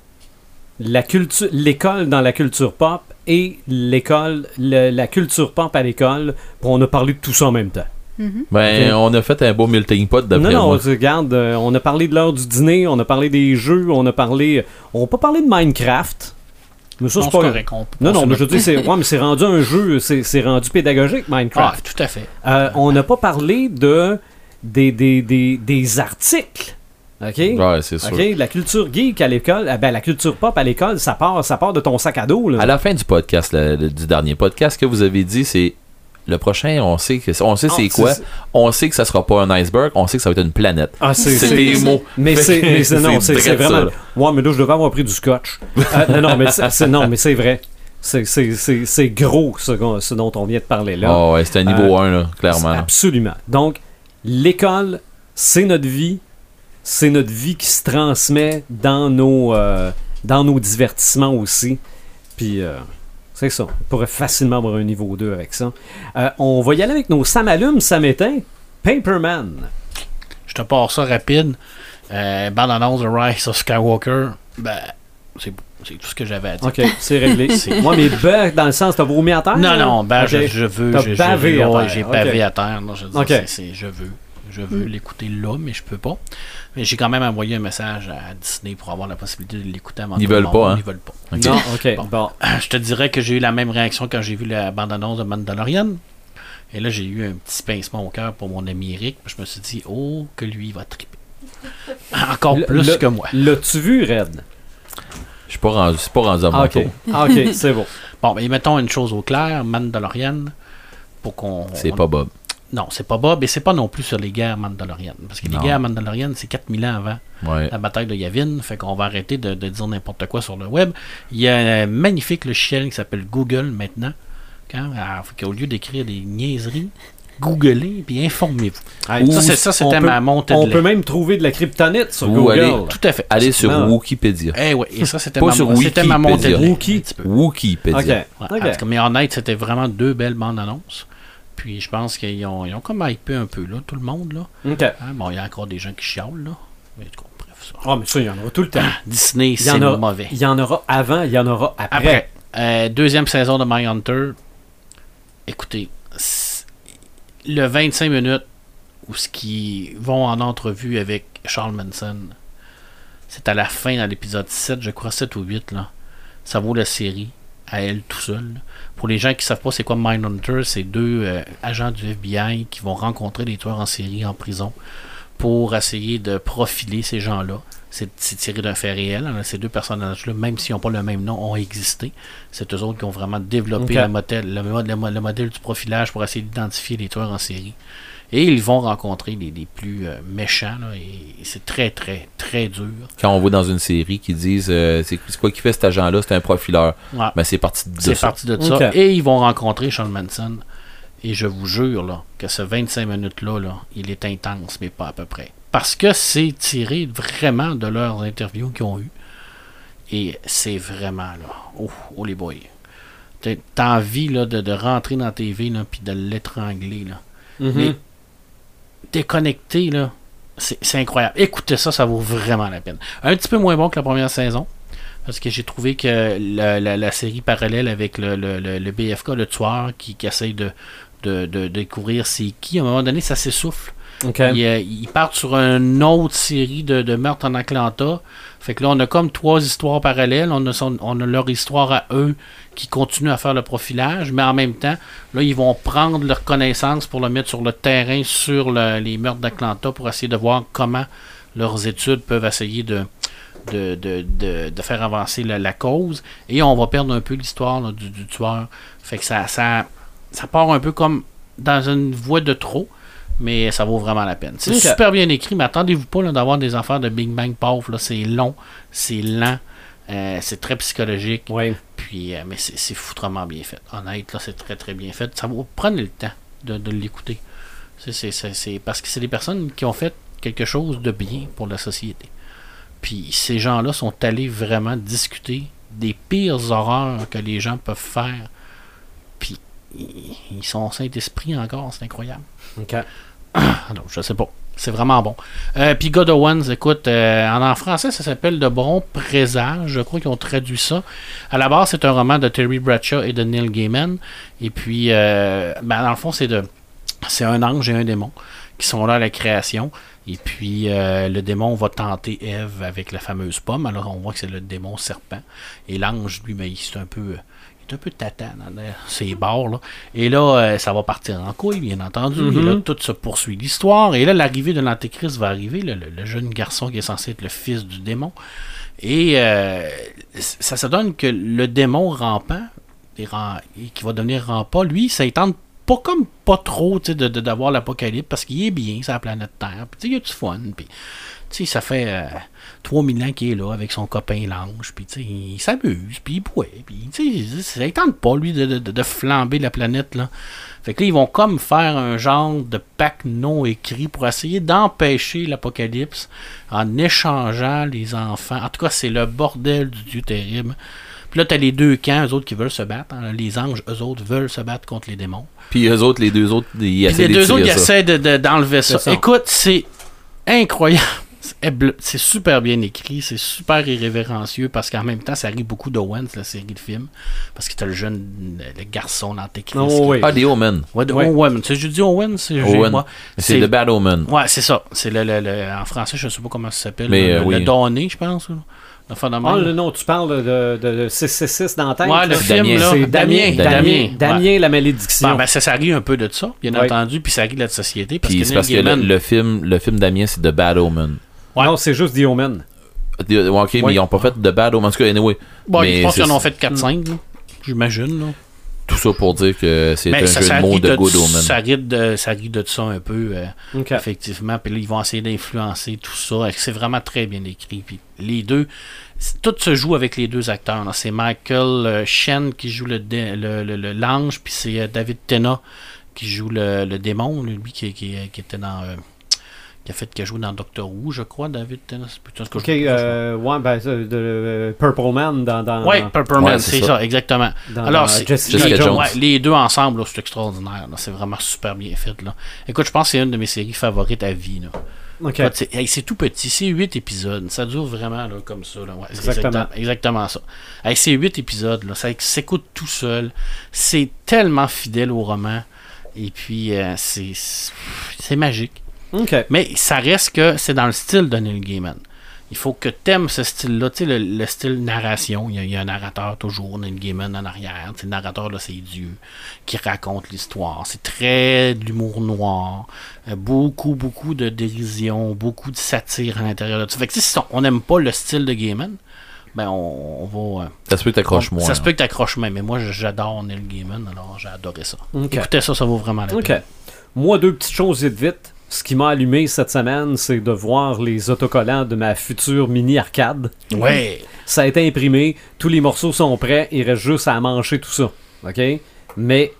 la culture, l'école dans la culture pop et l'école, le- la culture pop à l'école, puis on a parlé de tout ça en même temps. Ben, Ok. on a fait un beau melting pot d'après Non, non, moi. regarde, euh, on a parlé de l'heure du dîner, on a parlé des jeux, on a parlé... On n'a pas parlé de Minecraft. Mais ça, Non, c'est c'est pas... correct, on peut Non, pas non, se mais je veux mettre- dire, c'est, ouais, mais c'est rendu un jeu, c'est, c'est rendu pédagogique, Ah, Minecraft. tout à fait. Euh, on n'a pas parlé de des, des, des, des articles. OK? Ouais, c'est sûr. OK? La culture geek à l'école, ah ben, la culture pop à l'école, ça part, ça part de ton sac à dos. Là. À la fin du podcast, le- le- du dernier podcast, ce que vous avez dit, c'est le prochain, on sait que on sait c'est Ah, quoi. c'est- On sait que ça sera pas un iceberg, on sait que ça va être une planète. Ah, c'est, C'est c'est- des mots. Mais c'est, mais c'est- non, c'est, C'est c'est vrai, vraiment. ça, Ouais, mais là, je devais avoir pris du scotch. Euh, non, non, mais c'est, c'est- non, mais c'est vrai. C'est, c'est, c'est, c'est gros, ce, qu'on- ce dont on vient de parler là. Oh, ouais, c'est un niveau Euh, un, là, clairement. Absolument. Donc, l'école, c'est notre vie. C'est notre vie qui se transmet dans nos, euh, dans nos divertissements aussi. Puis, euh, c'est ça. On pourrait facilement avoir un niveau deux avec ça. Euh, on va y aller avec nos Sam allume, Sam éteint. Paperman. Je te passe ça rapide. Euh, bande-annonce de Rise of Skywalker. Ben, c'est, c'est tout ce que j'avais à dire. OK, c'est réglé. Moi, mais ben, dans le sens, t'as vomi à terre? Non, non, ben, OK. je, je veux. T'as je, je bavé veux, à ouais, terre, j'ai OK. bavé à terre. Non, je, veux dire, OK. c'est, c'est- je veux. Je veux l'écouter là, mais je peux pas. Mais j'ai quand même envoyé un message à Disney pour avoir la possibilité de l'écouter avant Ils tout le veulent monde. pas, hein? Ils veulent pas. Ok. Non, OK. Bon. Bon. Je te dirais que j'ai eu la même réaction quand j'ai vu la bande-annonce de Mandalorian. Et là, j'ai eu un petit pincement au cœur pour mon ami Eric. Je me suis dit, oh, que lui, il va triper. Encore Le- plus le- que moi. L'as-tu vu, Red? Je suis pas rendu, c'est pas rendu à mon Ah, OK. tour. Ah, OK, c'est bon. Bon, mais mettons une chose au clair, Mandalorian, pour qu'on... C'est on- pas Bob. Non, c'est pas Bob, et c'est pas non plus sur les guerres Mandaloriennes. Parce que Non. les guerres Mandaloriennes, c'est quatre mille ans avant Ouais. la bataille de Yavin, fait qu'on va arrêter de, de dire n'importe quoi sur le web. Il y a un magnifique logiciel qui s'appelle Google maintenant. Quand, alors, fait qu'au lieu d'écrire des niaiseries, googlez puis informez-vous. Hey, Ça, c'est- ça, c'était on peut- ma montée de On lait. peut même trouver de la kryptonite sur Ou Google. aller- Tout à fait. Allez sur Non. Wikipédia. Eh ouais, et ça, c'était Pas ma, sur c'était ma montée de lait. Wiki. un petit peu. Wikipédia. OK. Ouais, OK. en tout cas, mais honnête, c'était vraiment deux belles bandes annonces. Puis je pense qu'ils ont, ils ont comme hypé un peu, là, tout le monde. Là. OK. Hein, bon, il y a encore des gens qui chialent, là. Mais en tout cas, bref, ça. Ah, mais ça, il y en aura tout le temps. Disney, Il y c'est en aura- mauvais. Il y en aura avant, il y en aura après. Après, euh, deuxième saison de Mindhunter. Écoutez, c'est- le vingt-cinq minutes où ce qui vont en entrevue avec Charles Manson, c'est à la fin, dans l'épisode sept, je crois sept ou huit, là. Ça vaut la série à elle tout seul. Là. Pour les gens qui ne savent pas c'est quoi Mindhunter, c'est deux euh, agents du F B I qui vont rencontrer des tueurs en série en prison pour essayer de profiler ces gens-là. C'est, c'est tiré d'un fait réel. Hein. Ces deux personnages-là, même s'ils n'ont pas le même nom, ont existé. C'est eux autres qui ont vraiment développé okay. le, modèle, le, le, le modèle du profilage pour essayer d'identifier les tueurs en série. Et ils vont rencontrer les, les plus euh, méchants, là, et, et c'est très, très, très dur. Quand on voit dans une série qui disent euh, c'est, c'est quoi qui fait cet agent-là, c'est un profileur. Ouais. Ben, c'est parti de c'est ça. parti de ça. Okay. Et ils vont rencontrer Sean Manson. Et je vous jure là, que ce vingt-cinq minutes-là, là, il est intense, mais pas à peu près. Parce que c'est tiré vraiment de leurs interviews qu'ils ont eues. Et c'est vraiment, là, oh, oh les boys. T'as envie là, de, de rentrer dans la T V puis de l'étrangler. Là. Mm-hmm. Mais déconnecté, là, c'est, c'est incroyable. Écoutez ça, ça vaut vraiment la peine. Un petit peu moins bon que la première saison, parce que j'ai trouvé que la, la, la série parallèle avec le, le, le, le B F K, le tueur, qui, qui essaye de, de, de, de découvrir c'est qui, à un moment donné, ça s'essouffle. Okay. Ils, euh, ils partent sur une autre série de, de meurtres en Atlanta. Fait que là, on a comme trois histoires parallèles. On a, son, on a leur histoire à eux qui continuent à faire le profilage, mais en même temps, là, ils vont prendre leur connaissance pour le mettre sur le terrain sur le, les meurtres d'Atlanta pour essayer de voir comment leurs études peuvent essayer de, de, de, de, de faire avancer la, la cause. Et on va perdre un peu l'histoire là, du, du tueur. Fait que ça, ça, ça part un peu comme dans une voie de trop. Mais ça vaut vraiment la peine. C'est okay. super bien écrit, mais attendez-vous pas là, d'avoir des affaires de Big Bang Pauf. Là. C'est long, c'est lent, euh, c'est très psychologique. Ouais. Puis, euh, mais c'est, c'est foutrement bien fait. Honnête, là, c'est très très bien fait. Ça vaut prendre le temps de, de l'écouter. C'est, c'est, c'est, c'est parce que c'est des personnes qui ont fait quelque chose de bien pour la société. Puis ces gens-là sont allés vraiment discuter des pires horreurs que les gens peuvent faire. Puis ils sont Saint-Esprit encore, c'est incroyable. OK. Alors, je sais pas. C'est vraiment bon. Euh, Puis God Owens, écoute, euh, en, en français, ça s'appelle De bons présages. Je crois qu'ils ont traduit ça. À la base, c'est un roman de Terry Bradshaw et de Neil Gaiman. Et puis, euh, ben, dans le fond, c'est de c'est un ange et un démon qui sont là à la création. Et puis, euh, le démon va tenter Ève avec la fameuse pomme. Alors, on voit que c'est le démon serpent. Et l'ange, lui, ben, c'est un peu... un peu tatan dans ses bords là. Et là euh, ça va partir en couille bien entendu, mm-hmm. Et là tout se poursuit l'histoire, et là l'arrivée de l'Antéchrist va arriver, le, le, le jeune garçon qui est censé être le fils du démon, et euh, ça se donne que le démon rampant et, ram- et qui va devenir rampant, lui ça il tente pas comme pas trop de, de, d'avoir l'apocalypse parce qu'il est bien sur la planète Terre, puis il y a du fun, puis tu sais, ça fait euh, trois mille ans qu'il est là avec son copain l'ange, puis tu sais, il s'amuse, puis il boit, puis tu sais, ça ne tente pas, lui, de, de, de flamber la planète, là. Fait que là, ils vont comme faire un genre de pacte non écrit pour essayer d'empêcher l'apocalypse en échangeant les enfants. En tout cas, c'est le bordel du Dieu terrible. Puis là, t'as les deux camps, eux autres qui veulent se battre. Hein. Les anges, eux autres, veulent se battre contre les démons. Puis eux autres, les deux autres, ils essaient les deux autres, ils ça. essaient de, de, d'enlever ça. ça. Écoute, c'est incroyable. C'est super bien écrit, c'est super irrévérencieux parce qu'en même temps, ça arrive beaucoup d'Owens, la série de films. Parce que t'as le jeune, le garçon l'Antéchrist. Oh, oui. Ah, des Omen. Ouais, de Ouais. Owen. Tu sais, je dis Owen, c'est Owen. moi. C'est The Bad Omen. Ouais, c'est ça. C'est le, le, le- en français, je sais pas comment ça s'appelle. Mais, le, euh, le oui. donné, je pense. Là. Le phénomène. Ah, le nom, tu parles de, de, de six six six dans la tête. Ouais, le là. film, Damien. là. C'est Damien. Damien. Damien, Damien, la malédiction. Bon, ben, ça, ça arrive un peu de ça, bien Ouais. entendu, puis ça arrive de la société. Parce Puis que c'est Neil parce que le, Gaiman- le film, le film Damien, c'est The Bad Omen. Ouais. Non, c'est juste The Omen. Ouais, ok, mais Ouais. ils n'ont pas fait The Bad Omen. En tout cas, anyway. Bon, mais je pense c'est- qu'ils en ont fait quatre cinq, là. J'imagine, là. Tout ça pour dire que c'est Mais un ça, jeu ça de mots rit de de, Good Omen. ça rit de, ça rit de ça un peu, euh, OK. effectivement. Puis là, ils vont essayer d'influencer tout ça. C'est vraiment très bien écrit. Puis les deux, c'est- tout se joue avec les deux acteurs, là. C'est Michael euh, Shen qui joue le, dé- le, le- le- l'ange, puis c'est euh, David Tennant qui joue le, le démon, lui qui, qui, qui était dans... euh, qui a fait qui a joué dans Doctor Who, je crois, David Tennant. C'est plutôt ce que OK, je- euh, ouais, ben, ça, de, euh, Purple Man dans... dans Ouais, Purple Man, Ouais, c'est c'est ça. ça. exactement. dans- Alors, dans c'est, Jessica les, Jones. ouais, les deux ensemble, là, c'est extraordinaire. Là. C'est vraiment super bien fait. Là. Écoute, je pense que c'est une de mes séries favorites à vie. Là. OK. Écoute, c'est, hey, c'est tout petit, c'est huit épisodes. Ça dure vraiment là, comme ça. Là. Ouais, c'est Exactement. exactement. exactement ça. Hey, c'est huit épisodes. Là. Ça s'écoute tout seul. C'est tellement fidèle au roman. Et puis, euh, c'est, c'est magique. OK. Mais ça reste que c'est dans le style de Neil Gaiman. Il faut que t'aimes ce style-là, tu sais, le, le style narration. Il y, a, il y a un narrateur toujours, Neil Gaiman en arrière. T'sais, le narrateur, là, c'est Dieu qui raconte l'histoire. C'est très de l'humour noir. Euh, beaucoup, beaucoup de dérision, beaucoup de satire à l'intérieur de ça. Fait que si on n'aime pas le style de Gaiman, ben on, on va... Euh, ça se peut que t'accroches moins. Ça se peut que t'accroches moins, mais moi, j'adore Neil Gaiman, alors j'ai adoré ça. Okay. Écoutez ça, ça vaut vraiment la peine. OK. Moi, deux petites choses vite vite. Ce qui m'a allumé cette semaine, c'est de voir les autocollants de ma future mini-arcade. Ouais. Ça a été imprimé, tous les morceaux sont prêts, il reste juste à mancher tout ça. OK? Mais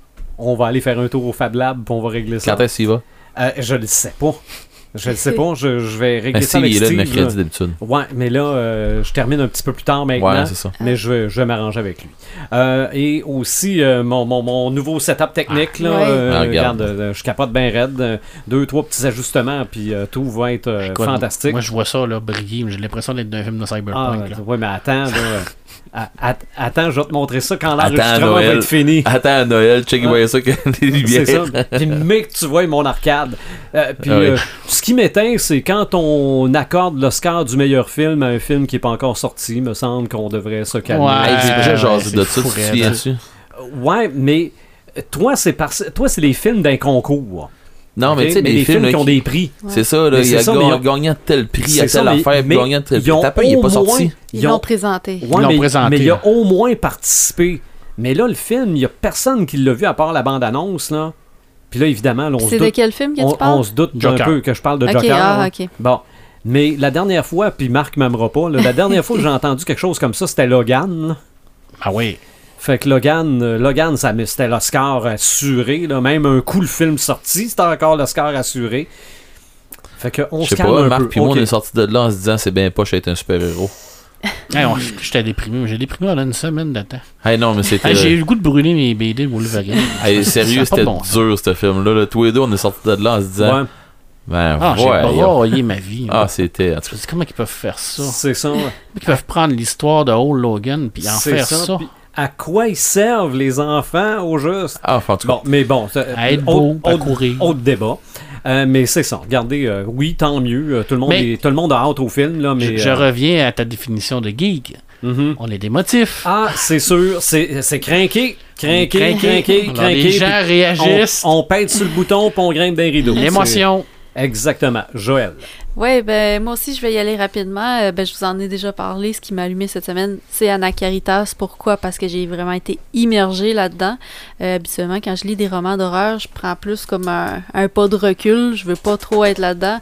on va aller faire un tour au Fab Lab puis on va régler ça. Quand est-ce qu'il va? Euh, je le sais pas. Je le sais pas, je, je vais régler Mais ça Steve, avec il est là Steve. le mercredi là. d'habitude. Ouais, mais là, euh, je termine un petit peu plus tard maintenant. Ouais, c'est ça. Mais je vais, je vais m'arranger avec lui. Euh, et aussi, euh, mon, mon, mon nouveau setup technique, là, ouais. euh, Ah, regarde. regarde, euh, je capote bien raide. euh, Deux, trois petits ajustements, puis euh, tout va être euh, Écoute, fantastique. Moi, je vois ça là, briller. J'ai l'impression d'être dans un film de Ah, Cyberpunk. là. ouais, mais attends, là, euh, a- a- attends, je vais te montrer ça quand Attends, l'enregistrement va Noël. être fini. Attends à Noël, check, Ah. voyez ça que les lumières. C'est ça. Puis mais que tu vois mon arcade. Euh, puis Ah oui. euh, ce qui m'éteint, c'est quand on accorde l'Oscar du meilleur film à un film qui n'est pas encore sorti. Il me semble qu'on devrait se calmer. Ouais. Hey, j'ai déjà Ouais, jasé c'est de ça, tu fou, te raide. souviens-tu? Euh, Ouais, mais toi, c'est parce... toi, c'est les films d'un concours. Non, mais Ok? tu sais, mais les les films, films là, qui ont qui- des prix. c'est ça, là, Mais il a c'est ça, ga- mais ils ont- gagnant tel prix, C'est à ça, telle mais- affaire, mais gagnant tel ils prix. ont T'as pas, il est au pas moins- sorti. Ils l'ont présenté. Ouais, l'ont mais, présenté, mais il a là. au moins participé. Mais là, le film, il n'y a personne qui l'a vu à part la bande-annonce, là. Puis là, évidemment, là, on se C'est de doute, quel film que on, tu parles? on se doute d'un Joker. peu que je parle de Ok, Joker. ah, là. ok. Bon. Mais la dernière fois, puis Marc m'aimera pas, là, la dernière fois que j'ai entendu quelque chose comme ça, c'était Logan. là. Ah oui. Fait que Logan, euh, Logan ça, c'était l'Oscar assuré. Là. Même un coup, le film sorti, c'était encore l'Oscar assuré. Fait que on Je se sais calme pas, un Marc peu. puis moi, Ok. on est sortis de là en se disant c'est bien poche d'être un super-héros. Hey, on- J'étais déprimé. mais J'ai déprimé pendant une semaine de temps. Hey, non, mais c'était. Hey, j'ai eu le goût de brûler mes B D de Wolverine. Hey, sérieux, Ça a pas c'était de bon sens. dur, ce film-là. Là. Tous les deux, on est sortis de là en se disant. Ouais, Ben, Ah, j'ai ouais. broyé ma vie. Ah, c'était. en tout Je me dis, comment ils peuvent faire ça? c'est ça. ouais. Comment ils peuvent prendre l'histoire de Old Logan puis en C'est faire ça? Puis à quoi ils servent les enfants au juste? Ah, enfin, en tout cas. Bon, mais bon, ça- À être autre- beau, à autre- courir. autre débat. Euh, mais c'est ça. Regardez, euh, oui, tant mieux. euh, tout, le monde Mais- est- tout le monde a hâte au film. Là, mais, Je, je euh, reviens à ta définition de geek. mhm. On est des motifs. Ah, c'est sûr. C'est, c'est crinqué. Crinqué, crinqué, Alors, crinqué. les gens puis réagissent. On, on pète sur le bouton puis on grimpe d'un rideau. L'émotion. C'est- Exactement. Joël. Oui, ben moi aussi je vais y aller rapidement. Euh, ben, je vous en ai déjà parlé. Ce qui m'a allumé cette semaine, c'est Anna Caritas. Pourquoi? Parce que j'ai vraiment été immergée là-dedans. Euh, habituellement, quand je lis des romans d'horreur, je prends plus comme un, un pas de recul. Je veux pas trop être là-dedans.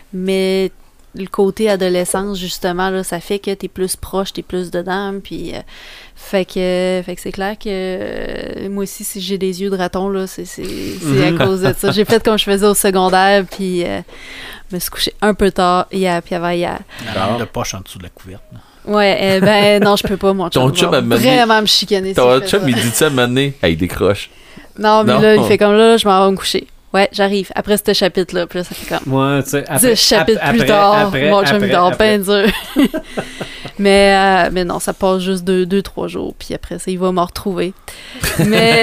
Mais le côté adolescence, justement, là, ça fait que t'es plus proche, t'es plus dedans. Puis, euh, fait que, fait que c'est clair que euh, moi aussi, si j'ai des yeux de raton, là, c'est, c'est, c'est à cause de ça. J'ai fait comme je faisais au secondaire, puis euh, je me suis couchée un peu tard hier, puis avant hier. La lampe de poche en dessous de la couverte. là. Ouais, euh, ben non, je peux pas, mon Ton chum. chum va a mené- vraiment me chicaner. si Ton je fais chum, ça. il dit ça maintenant. Hey, il décroche. Non, mais Non. là, il fait comme là, je m'en vais me coucher. Ouais, j'arrive. Après ce chapitre-là, puis là, ça fait comme Ouais, tu sais, après, dix chapitres ap- plus après- tard, après- mon chum après- il dort après- bien dur. mais, euh, mais non, ça passe juste deux, deux, trois jours, puis après ça, il va me retrouver. Mais,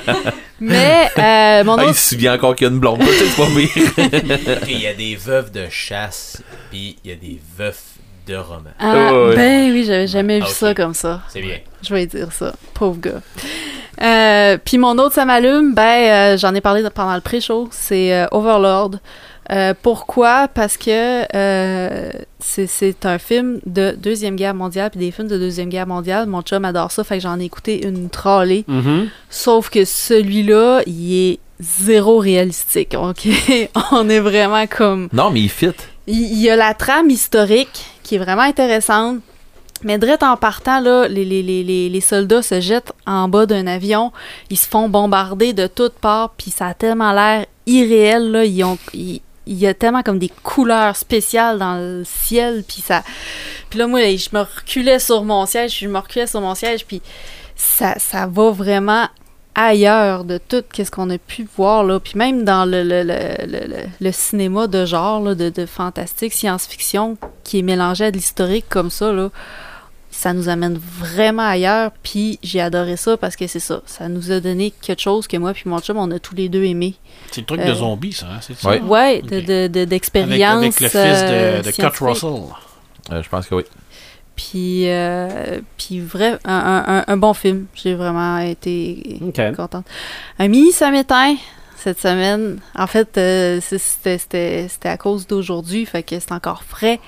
mais euh, mon Ah, il autre... se souvient encore qu'il y a une blonde. C'est pas pire. Il y a des veuves de chasse, puis il y a des veufs de romans. Ah, Ouais. ben oui, j'avais jamais Ah, vu ok. ça comme ça. C'est bien. Je vais dire ça. Pauvre gars. Euh, Puis mon autre, ça m'allume, ben, euh, j'en ai parlé pendant le pré-show, c'est euh, Overlord. Euh, pourquoi? Parce que euh, c'est, c'est un film de Deuxième Guerre mondiale, puis des films de Deuxième Guerre mondiale, mon chum adore ça, fait que j'en ai écouté une trollée. Mhm. Sauf que celui-là, il est zéro réalistique, ok? On est vraiment comme... Non, mais il fit. Il il y a la trame historique qui est vraiment intéressante. Mais direct en partant, là, les, les, les, les, les soldats se jettent en bas d'un avion, ils se font bombarder de toutes parts, puis ça a tellement l'air irréel, là, ils ont, ils- il y a tellement comme des couleurs spéciales dans le ciel, puis ça... Puis là, moi, je me reculais sur mon siège, je me reculais sur mon siège, puis ça, ça va vraiment ailleurs de tout qu'est-ce qu'on a pu voir, là. Puis même dans le, le, le, le, le- le cinéma de genre, là, de, de fantastique, science-fiction, qui est mélangé à de l'historique comme ça, là, ça nous amène vraiment ailleurs, puis j'ai adoré ça parce que c'est ça, ça nous a donné quelque chose que moi puis mon chum, on a tous les deux aimé. C'est le truc Euh, de zombie, ça. Hein? C'est ça? Ouais. Ouais, Ok. de, de, de- Avec, d'expérience avec le fils euh, de, de Kurt scientifique. Russell. Euh, je pense que oui. Puis, euh, puis vrai, un, un, un bon film. J'ai vraiment été Ok. contente. Un mini samétain cette semaine. En fait, euh, c'est- c'était, c'était, c'était à cause d'aujourd'hui, fait que c'est encore frais.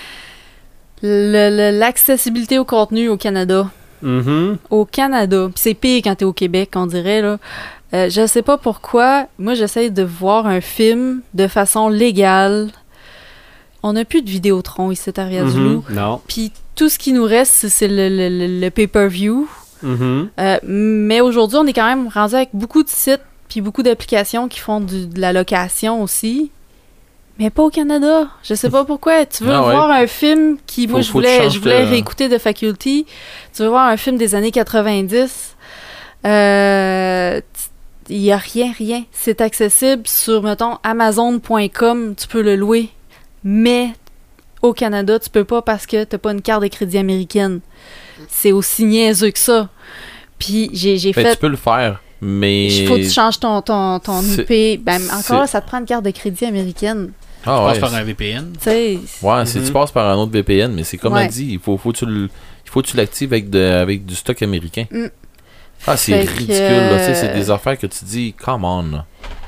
Le- le- l'accessibilité au contenu au Canada. Mhm. Au Canada. Puis c'est pire quand t'es au Québec, on dirait, là. Euh, je sais pas pourquoi. Moi, j'essaie de voir un film de façon légale. On n'a plus de Vidéotron ici à Rivière-du-Loup. Mhm. Non. Puis tout ce qui nous reste, c'est- c'est le, le- le- le pay-per-view. Mhm. Euh, mais aujourd'hui, on est quand même rendu avec beaucoup de sites puis beaucoup d'applications qui font du- de la location aussi. Mais pas au Canada. Je sais pas pourquoi. Tu veux Ah ouais. voir un film qui... moi, Faut- je faut que tu voulais, changes je voulais de- réécouter The Faculty. Tu veux voir un film des années quatre-vingt-dix. Euh... Il y a rien, rien. C'est accessible sur, mettons, amazon point com. Tu peux le louer. Mais au Canada, tu peux pas parce que t'as pas une carte de crédit américaine. C'est aussi niaiseux que ça. Puis j'ai, j'ai Ben, fait... tu peux le faire, mais. Il faut que tu changes ton, ton, ton C'est- I P. Ben, encore c'est- là, ça te prend une carte de crédit américaine. Ah passe ouais. par un V P N. Tu sais, Ouais, si Mhm. tu passes par un autre V P N, mais c'est comme Ouais. elle dit, il faut, faut, que tu le- il faut que tu l'actives avec, de, avec du stock américain. Mm. Ah, c'est Fait que, ridicule, là. Tu sais, c'est euh, des affaires que tu dis, come on. là.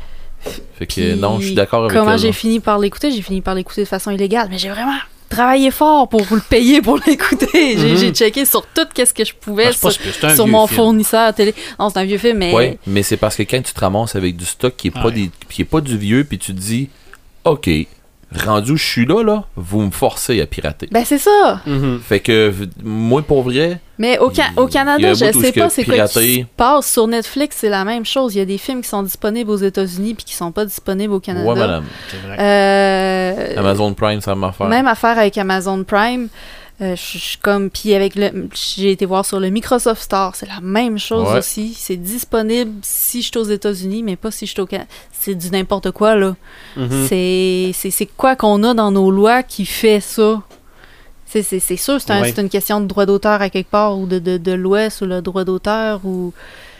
Fait que Puis, non, je suis d'accord avec comment elle, j'ai là. fini par l'écouter? J'ai fini par l'écouter de façon illégale, mais j'ai vraiment travaillé fort pour le payer pour l'écouter. J'ai, Mhm. j'ai checké sur tout ce que je pouvais Ah, c'est pas sur, ce que- c'est un sur vieux mon film. fournisseur télé. Non, c'est un vieux film, mais... Ouais, mais c'est parce que quand tu te ramasses avec du stock qui est pas Ouais. des qui est pas du vieux, puis tu te dis, ok, rendu où je suis là, là, vous me forcez à pirater. Ben, c'est ça! Mhm. Fait que v- moi, pour vrai, Mais au, Ca- Il- au il y a Canada, un je bout où sais ce que pas c'est quoi qui pirater- se passe. Sur Netflix, c'est la même chose. Il y a des films qui sont disponibles aux États-Unis puis qui sont pas disponibles au Canada. ouais, madame. C'est vrai. Euh, Amazon Prime, ça m'a fait. Même affaire avec Amazon Prime. Euh, je je suis comme puis avec le j'ai été voir sur le Microsoft Store, c'est la même chose Ouais. aussi. C'est disponible si je suis aux États-Unis, mais pas si je suis au Canada. C'est du n'importe quoi là. Mhm. C'est c'est c'est quoi qu'on a dans nos lois qui fait ça. C'est c'est c'est sûr, c'est un- Ouais. c'est une question de droit d'auteur à quelque part ou de de, de loi sur le droit d'auteur ou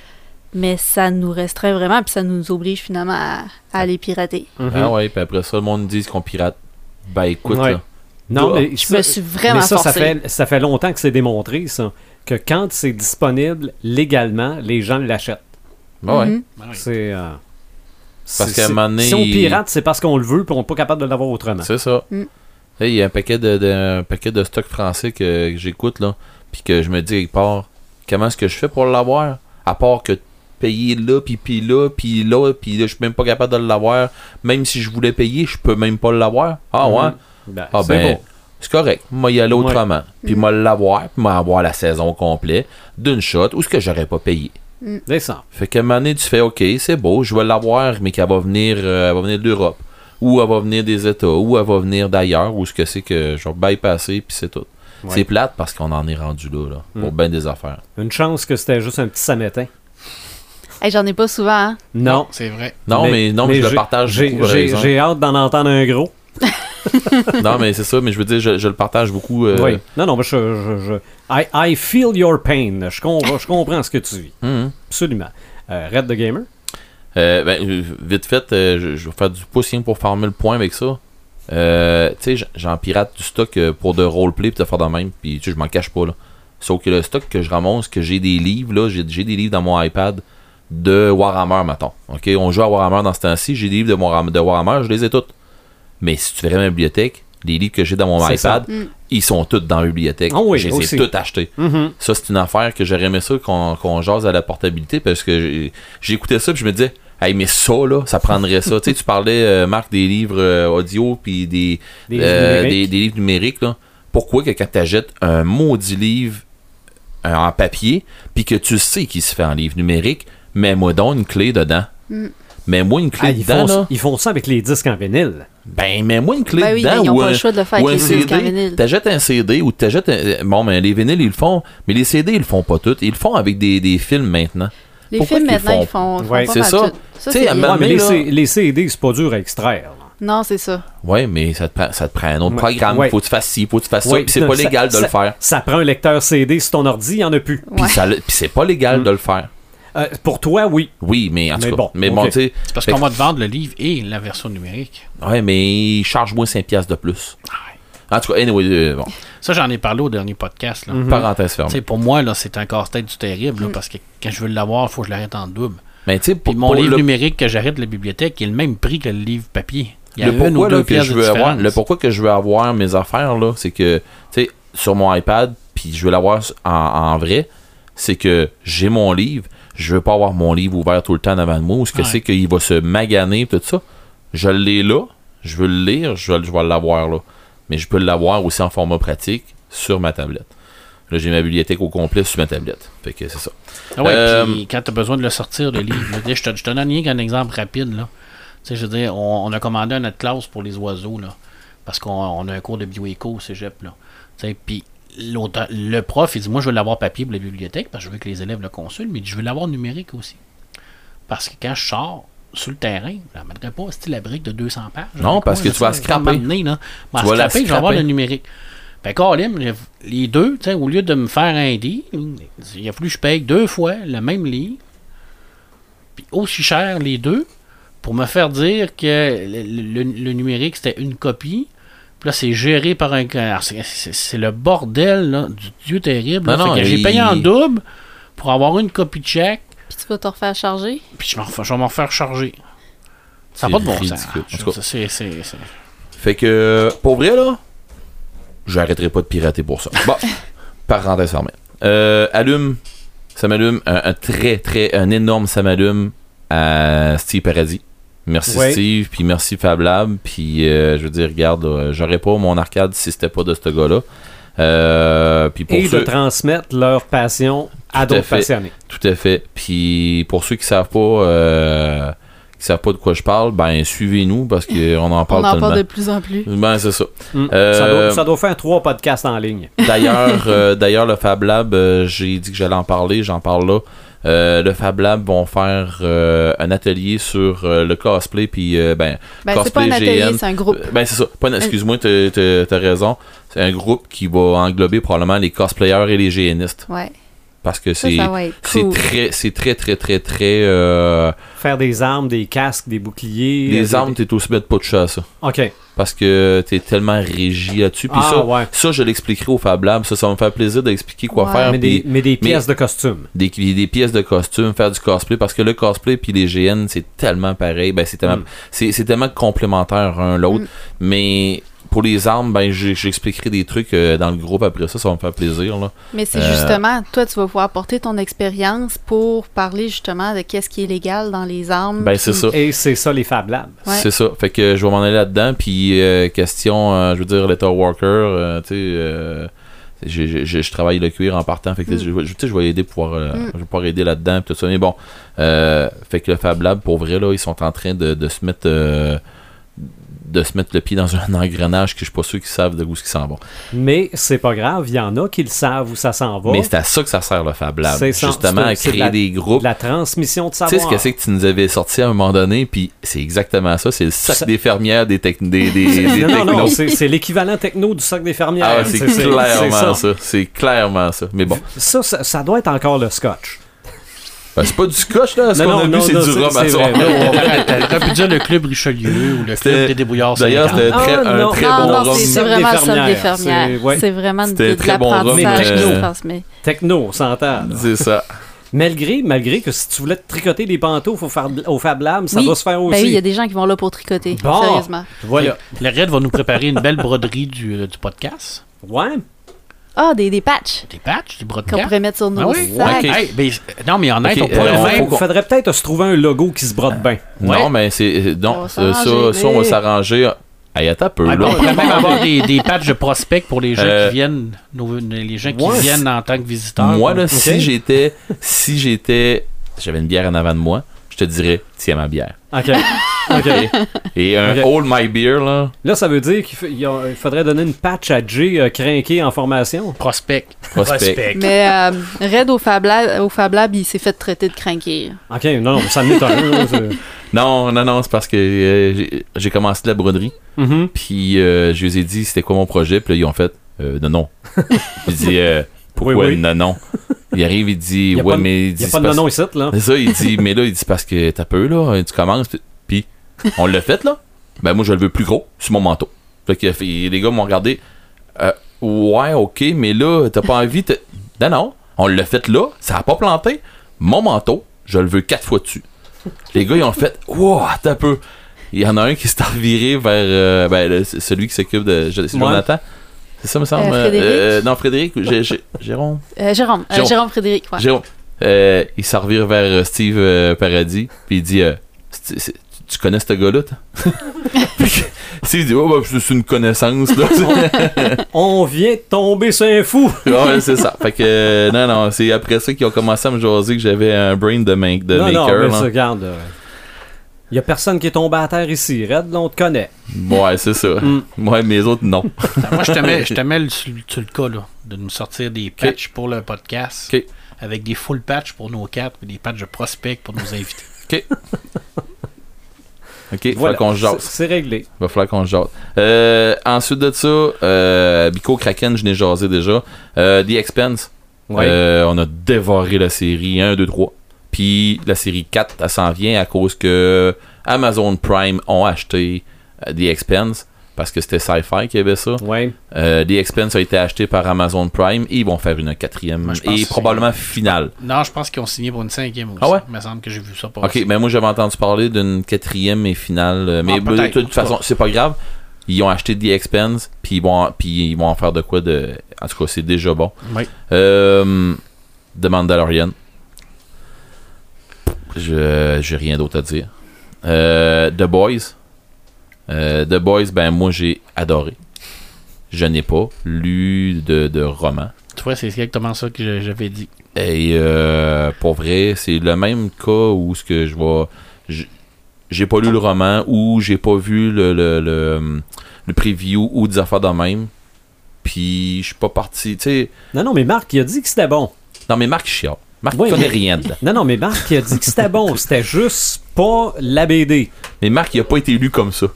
mais ça nous restreint vraiment puis ça nous oblige finalement à, à aller pirater. Mhm. Ah ouais, puis après ça, le monde dit qu'on pirate. Ben écoute, Ouais. là. Non, Ah. mais Je ça- me suis vraiment mais ça, ça forcée. fait, ça fait longtemps que c'est démontré, ça, que quand c'est disponible légalement, les gens l'achètent. Ben ouais. Mhm. Ben oui. C'est... euh, Parce c'est- qu'à un c'est- moment donné, Si on il- pirate, c'est parce qu'on le veut puis on n'est pas capable de l'avoir autrement. C'est ça. Mm. Hey, il y a un paquet de, de- un paquet de stock français que, que j'écoute, là, puis que je me dis quelque part, comment est-ce que je fais pour l'avoir? À part que payer là, puis puis là, puis là, puis là, je suis même pas capable de l'avoir. Même si je voulais payer, je peux même pas l'avoir. Ah Mhm. ouais? Ben, Ah c'est ben, bon. c'est correct. Moi, y aller Ouais. autrement. Puis moi l'avoir, puis moi avoir la saison complète d'une shot, ou ce que j'aurais pas payé. Descends. Fait qu'à un moment donné, tu fais, OK, c'est beau, je vais l'avoir, mais qu'elle va venir, euh, elle va venir d'Europe, ou elle va venir des États, ou elle va venir d'ailleurs, ou ce que c'est que je vais bypasser, puis c'est tout. Ouais. C'est plate parce qu'on en est rendu là, là pour Mm. bien des affaires. Une chance que c'était juste un petit samétain. Hey, j'en ai pas souvent, hein? Non. C'est vrai. Non, mais, non, mais je le j'ai- partage J'ai, beaucoup, par j'ai, exemple. j'ai hâte d'en entendre un gros. Non, mais c'est ça, mais je veux dire, je, je le partage beaucoup. euh, Oui. Non, non, mais je, je, je- I, I feel your pain. Je, com- je comprends ce que tu vis. hum. Absolument. Euh, Red the Gamer. Euh, ben, euh, vite fait, euh, je, je vais faire du pouce rien pour farmer le point avec ça. Euh, tu sais, j- j'en pirate du stock euh, pour de roleplay pis de faire de même, puis tu sais, je m'en cache pas là. Sauf que le stock que je ramasse, que j'ai des livres là, j'ai, j'ai des livres dans mon iPad de Warhammer, mettons. Ok, on joue à Warhammer dans ce temps-ci, j'ai des livres de, Warhammer, de Warhammer, je les ai toutes. Mais si tu verrais ma bibliothèque, les livres que j'ai dans mon C'est iPad, ça. Mm. ils sont tous dans la bibliothèque. Ah oui, je les aussi. ai tous achetés. Mhm. Ça, c'est une affaire que j'aurais aimé ça qu'on, qu'on jase à la portabilité parce que j'ai, j'ai écouté ça puis je me disais, hey, mais ça, là, ça prendrait ça. Tu sais, tu parlais, euh, Marc, des livres euh, audio puis des, Des euh, livres numériques. des, des livres numériques, là. Pourquoi que quand tu achètes un maudit livre euh, en papier puis que tu sais qu'il se fait en livre numérique, mets-moi donc une clé dedans. Mm. Mets-moi une clé Ah, ils, dedans, font, là. ils font ça avec les disques en vinyle. Ben, mets-moi une clé Ben oui, dedans mais ils n'ont ou pas un- le choix de le faire ou un avec les disques en C D, vinyle. t'achètes un C D ou t'achètes un... Bon, mais les vinyles, ils le font, mais les C D, ils le font pas tout. Ils le font avec des, des films maintenant. Les Pourquoi films qu'ils maintenant, font- ils font, ils font Ouais, pas c'est mal ça. tout. Ça, Tu sais, c'est à bien. ma- Ouais, mais mais les, là- C- les C D, c'est pas dur à extraire. là. Non, c'est ça. Ouais, mais ça te prend, ça te prend un autre Ouais. programme. Ouais. Faut que tu fasses ci, faut que tu fasses ça. Ouais, Puis c'est non, pas ça- légal de ça- le faire. Ça prend un lecteur C D sur ton ordi, il n'y en a plus. Puis Ouais. ça le- puis c'est pas légal Mm. de le faire. Euh, pour toi, oui. Oui, mais en tout Mais cas. bon, mais bon, ok. tu sais. C'est parce Fait qu'on que- va te vendre le livre et la version numérique. Ouais, mais charge-moi cinq piastres de plus. En tout cas, anyway, euh, bon. Ça, j'en ai parlé au dernier podcast. Là. Mhm. Parenthèse fermée. Tu sais, pour moi, là, c'est un casse-tête du terrible, là, parce que quand je veux l'avoir, il faut que je l'arrête en double. Mais tu sais, Puis pour, mon pour livre le, numérique que j'arrête de la bibliothèque, il est le même prix que le livre papier. Il y a le une ou pourquoi deux là, que pièces je de veux avoir, différence. le pourquoi que je veux avoir mes affaires là, c'est que tu sais, sur mon iPad, puis je veux l'avoir en, en vrai, c'est que j'ai mon livre, je veux pas avoir mon livre ouvert tout le temps devant moi, ou ce que Ouais. c'est qu'il va se maganer tout ça. Je l'ai là, je veux le lire, je vais, je vais l'avoir là, mais je peux l'avoir aussi en format pratique sur ma tablette. Là, j'ai ma bibliothèque au complet sur ma tablette. Fait que c'est ça. Ah ouais, Euh, puis quand tu as besoin de le sortir, le livre, là, je te, je te donne rien qu'un exemple rapide. Là. Tu sais, je veux dire, on, on a commandé un notre classe pour les oiseaux, là, parce qu'on on a un cours de bioéco au cégep. Là. Tu sais, puis l'auteur- le prof, il dit, moi, je veux l'avoir papier pour la bibliothèque, parce que je veux que les élèves le consultent, mais je veux l'avoir numérique aussi. Parce que quand je sors sur le terrain, je ne mettrais pas style la brique de deux cents pages. Non, Avec parce moi, que tu vas là, la quand scraper. m'amener, là, m'en Tu vas la scraper, je vais avoir scraper. le numérique. Fait que, Colin, les deux, tu sais, au lieu de me faire un deal, il a fallu que je paye deux fois le même livre, puis aussi cher les deux, pour me faire dire que le, le- le numérique c'était une copie. Puis là, c'est géré par un. alors, C'est, c'est- c'est le bordel là, du Dieu terrible. là. Non, non, Fait que j'ai il- payé en double pour avoir une copie de chèque, Puis tu vas te refaire charger. puis je, m'en refais- je vais m'en faire charger. Ça C'est n'a pas de bon ridicule. sens. En tout cas. C'est, c'est, c'est- Fait que, pour vrai, là, j'arrêterai pas de pirater pour ça. Bon, parenthèse fermée. Euh, allume, ça m'allume, un, un très, très, un énorme ça m'allume à Steve Paradis. Merci Ouais. Steve, puis merci Fab Lab, puis euh, je veux dire, regarde, là, j'aurais pas mon arcade si c'était pas de ce gars-là. Euh, puis pour Et ceux, de transmettre leur passion à Tout à d'autres fait. passionnés. tout à fait. Puis pour ceux qui savent pas, euh, qui savent pas de quoi je parle, ben suivez-nous parce qu'on en parle On en tellement. parle de plus en plus. Ben c'est ça. Mm. Euh, Ça, doit, ça doit faire trois podcasts en ligne. D'ailleurs, euh, d'ailleurs, le Fab Lab, euh, j'ai dit que j'allais en parler, j'en parle là. Euh, le Fab Lab vont faire euh, un atelier sur euh, le cosplay, puis euh, ben, Ben, c'est pas cosplay un atelier, G N. c'est un groupe. Euh, ben c'est ça. Pas une- excuse-moi, t'as, t'as- t'as raison. C'est un groupe qui va englober probablement les cosplayers et les génistes, Ouais. parce que Ça, c'est ça va être c'est cool. très, c'est très très très très. Euh, Faire des armes, des casques, des boucliers. les euh, armes, des- t'es aussi bête pas de toucher à ça, OK. parce que t'es tellement régi là-dessus. Puis Ah, ça, ouais. ça, je l'expliquerai au Fab Lab. Ça, ça va me faire plaisir d'expliquer quoi Ouais. faire. Mais puis- des, mais des mais- pièces de costume. des, des pièces de costume, faire du cosplay, parce que le cosplay puis les G N, c'est tellement pareil, ben c'est tellement Mm. c'est, c'est tellement complémentaire un l'autre, Mm. mais pour les armes, ben j'ai- j'expliquerai des trucs euh, dans le groupe après ça, ça va me faire plaisir là. Mais c'est Euh, justement, toi, tu vas pouvoir apporter ton expérience pour parler justement de qu'est-ce qui est légal dans les armes. Ben c'est puis- ça. Et c'est ça, les Fab Labs. Ouais. C'est ça. Fait que je vais m'en aller là-dedans. Puis, euh, question, euh, je veux dire, Letter Walker, euh, tu sais, euh, j'ai- j'ai- j'ai- je travaille le cuir en partant. Fait que, Mm. je, je- tu sais, je vais aider pour, euh, Mm. je vais pouvoir aider là-dedans. Puis tout ça. Mais bon, euh, fait que le Fab Lab, pour vrai, là, ils sont en train de, de se mettre. euh, de se mettre le pied dans un engrenage que je suis pas sûr qu'ils savent de où ils s'en vont. Mais c'est pas grave, il y en a qui le savent où ça s'en va. Mais c'est à ça que ça sert le Fab Lab. C'est ça, Justement, c'est- à c'est de créer la- des groupes. De la transmission de Tu savoir. sais ce que c'est que tu nous avais sorti à un moment donné, puis c'est exactement ça, c'est le sac Ça- des fermières des, tec- des, des, des non, non, non, technos. c'est c'est l'équivalent techno du sac des fermières. Ah, c'est c'est clairement ça. ça. C'est clairement ça. Mais bon, Ça, ça, ça doit être encore le scotch. ben, c'est pas du scotch là. Ce Non, qu'on a non, vu, non, c'est non, du c'est- rhum à c'est soir. vrai. Non, T'aurais pu dire le club Richelieu ou le C'était- club des débrouillards D'ailleurs, cinquante. c'était un très, Ah, un non. très non, bon non, rhum. c'est, c'est Sac des vraiment ça des fermières. fermières. C'est- ouais. C'est vraiment de, C'était de très bon rhum, l'apprentissage mais, qui euh, se transmet. Techno, on s'entend. là. C'est ça. Malgré, malgré que si tu voulais te tricoter des pantoufles au Fab, au Fab Lab, ça Oui. doit se faire aussi. Ben oui, il y a des gens qui vont là pour tricoter. Bon. Sérieusement. Voilà. Le Red va nous préparer une belle broderie du, euh, du podcast. Ouais. Ah, des, des patchs Des patchs, des qu'on broderies. pourrait mettre sur nos Ah oui? sacs. Ok. Hey, ben, non, mais en net, Ok, on pourrait euh, le on- faire. Il faudrait peut-être se trouver un logo qui se brode bien. Ouais. Non, mais c'est. Non, On va ça, ça, s'arranger, ça, on va mais- s'arranger. Hey, attends un peu, Ah, là. bon, on pourrait même avoir des, des patchs de prospects pour les gens Euh, qui viennent, nos- les gens qui ouais. viennent en tant que visiteurs. Moi, là, Ok. si j'étais. Si j'étais. J'avais une bière en avant de moi, je te dirais, tiens ma bière. OK. OK. Et un Ok. Hold My Beer, là. Là, ça veut dire qu'il fa- il y a- il faudrait donner une patch à Jay euh, crinqué en formation. Prospect. Prospect. Mais euh, Red au Fab Lab, au Fab Lab, il s'est fait traiter de crinquer. OK, non, non, ça m'étonne. là, c'est- Non, non, non, c'est parce que euh, j'ai- j'ai commencé la broderie. Mhm. Puis euh, je les ai dit c'était quoi mon projet. Puis là, ils ont fait euh, non, non. J'ai dit euh, pourquoi Oui, oui. non, non. Il arrive, il dit Il y a ouais, pas de- mais il Il dit n'y a pas c'est de parce- non ici, là. C'est ça, il dit mais là, il dit parce que t'as peu là, tu commences. Puis, puis on l'a fait là. Ben moi, je le veux plus gros sur mon manteau. Fait que fait- les gars m'ont regardé. Euh, ouais, ok, mais là, t'as pas envie. T'as... Non, non, on l'a fait là, ça a pas planté. Mon manteau, je le veux quatre fois dessus. Les gars, ils ont fait, wow, attends un peu. Il y en a un qui s'est reviré vers euh, ben, le, celui qui s'occupe de. C'est Ouais. Jonathan. C'est ça, me semble. Euh, Frédéric? Euh, non, Frédéric. J'ai, j'ai, Jérôme. Euh, Jérôme. Euh, Jérôme. Jérôme Frédéric, ouais. Jérôme. Euh, il s'en revire vers euh, Steve euh, Paradis, puis il dit euh, c'est, c'est, tu connais ce gars-là, toi? Steve dit, oh, bah, c'est une connaissance, là. On vient de tomber sur un fou. Ouais, c'est ça. Fait que, euh, non, non, c'est après ça qu'ils ont commencé à me jaser que j'avais un brain de, make, de non, maker. non, mais là. ça, regarde. Il y a personne qui est tombé à terre ici. Red, là, on te connaît. Ouais, c'est ça. Mm. Ouais, mais les autres, non. Moi, je te mets, je te mets le- sur, sur le cas là, de nous sortir des patchs pour le podcast. Ok. Avec des full patchs pour nos quatre et des patchs de prospect pour nos invités. OK. OK, il va Voilà, falloir qu'on se jase. c'est c'est réglé. Il va falloir qu'on se jase. Euh, ensuite de ça, euh, Bico Kraken, je n'ai jasé déjà. Euh, The Expanse. Ouais. Euh, on a dévoré la série un, deux, trois. Puis la série quatre, elle s'en vient à cause que Amazon Prime ont acheté euh, The Expanse parce que c'était Sci-Fi qui avait ça. Ouais. Euh, The Expanse a été acheté par Amazon Prime et ils vont faire une quatrième Moi, je pense et que probablement finale. Non, je pense qu'ils ont signé pour une cinquième aussi. Ah ouais? Il me semble que j'ai vu ça passer. Ok, mais moi j'avais entendu parler d'une quatrième et finale, euh, mais Ah, de peut-être. toute façon, c'est pas grave. Ils ont acheté The Expanse, puis ils vont, puis ils vont en faire de quoi de. En tout cas, c'est déjà bon. Oui. Euh, The Mandalorian. Je j'ai rien d'autre à dire. Euh, The Boys. Euh, The Boys, ben moi j'ai adoré. Je n'ai pas lu de, de roman. Tu vois, c'est exactement ça que je- j'avais dit. Et euh, pour vrai, c'est le même cas où ce que je vais. j'- J'ai pas lu le roman ou j'ai pas vu le, le, le, le preview ou des affaires de même. Puis je suis pas parti. Tu sais. Non, non, mais Marc, il a dit que c'était bon. Non, mais Marc chiale. Marc Oui, connaît mais- rien dedans. Non, non, mais Marc, il a dit que c'était bon. C'était juste pas la B D. Mais Marc, il a pas été lu comme ça.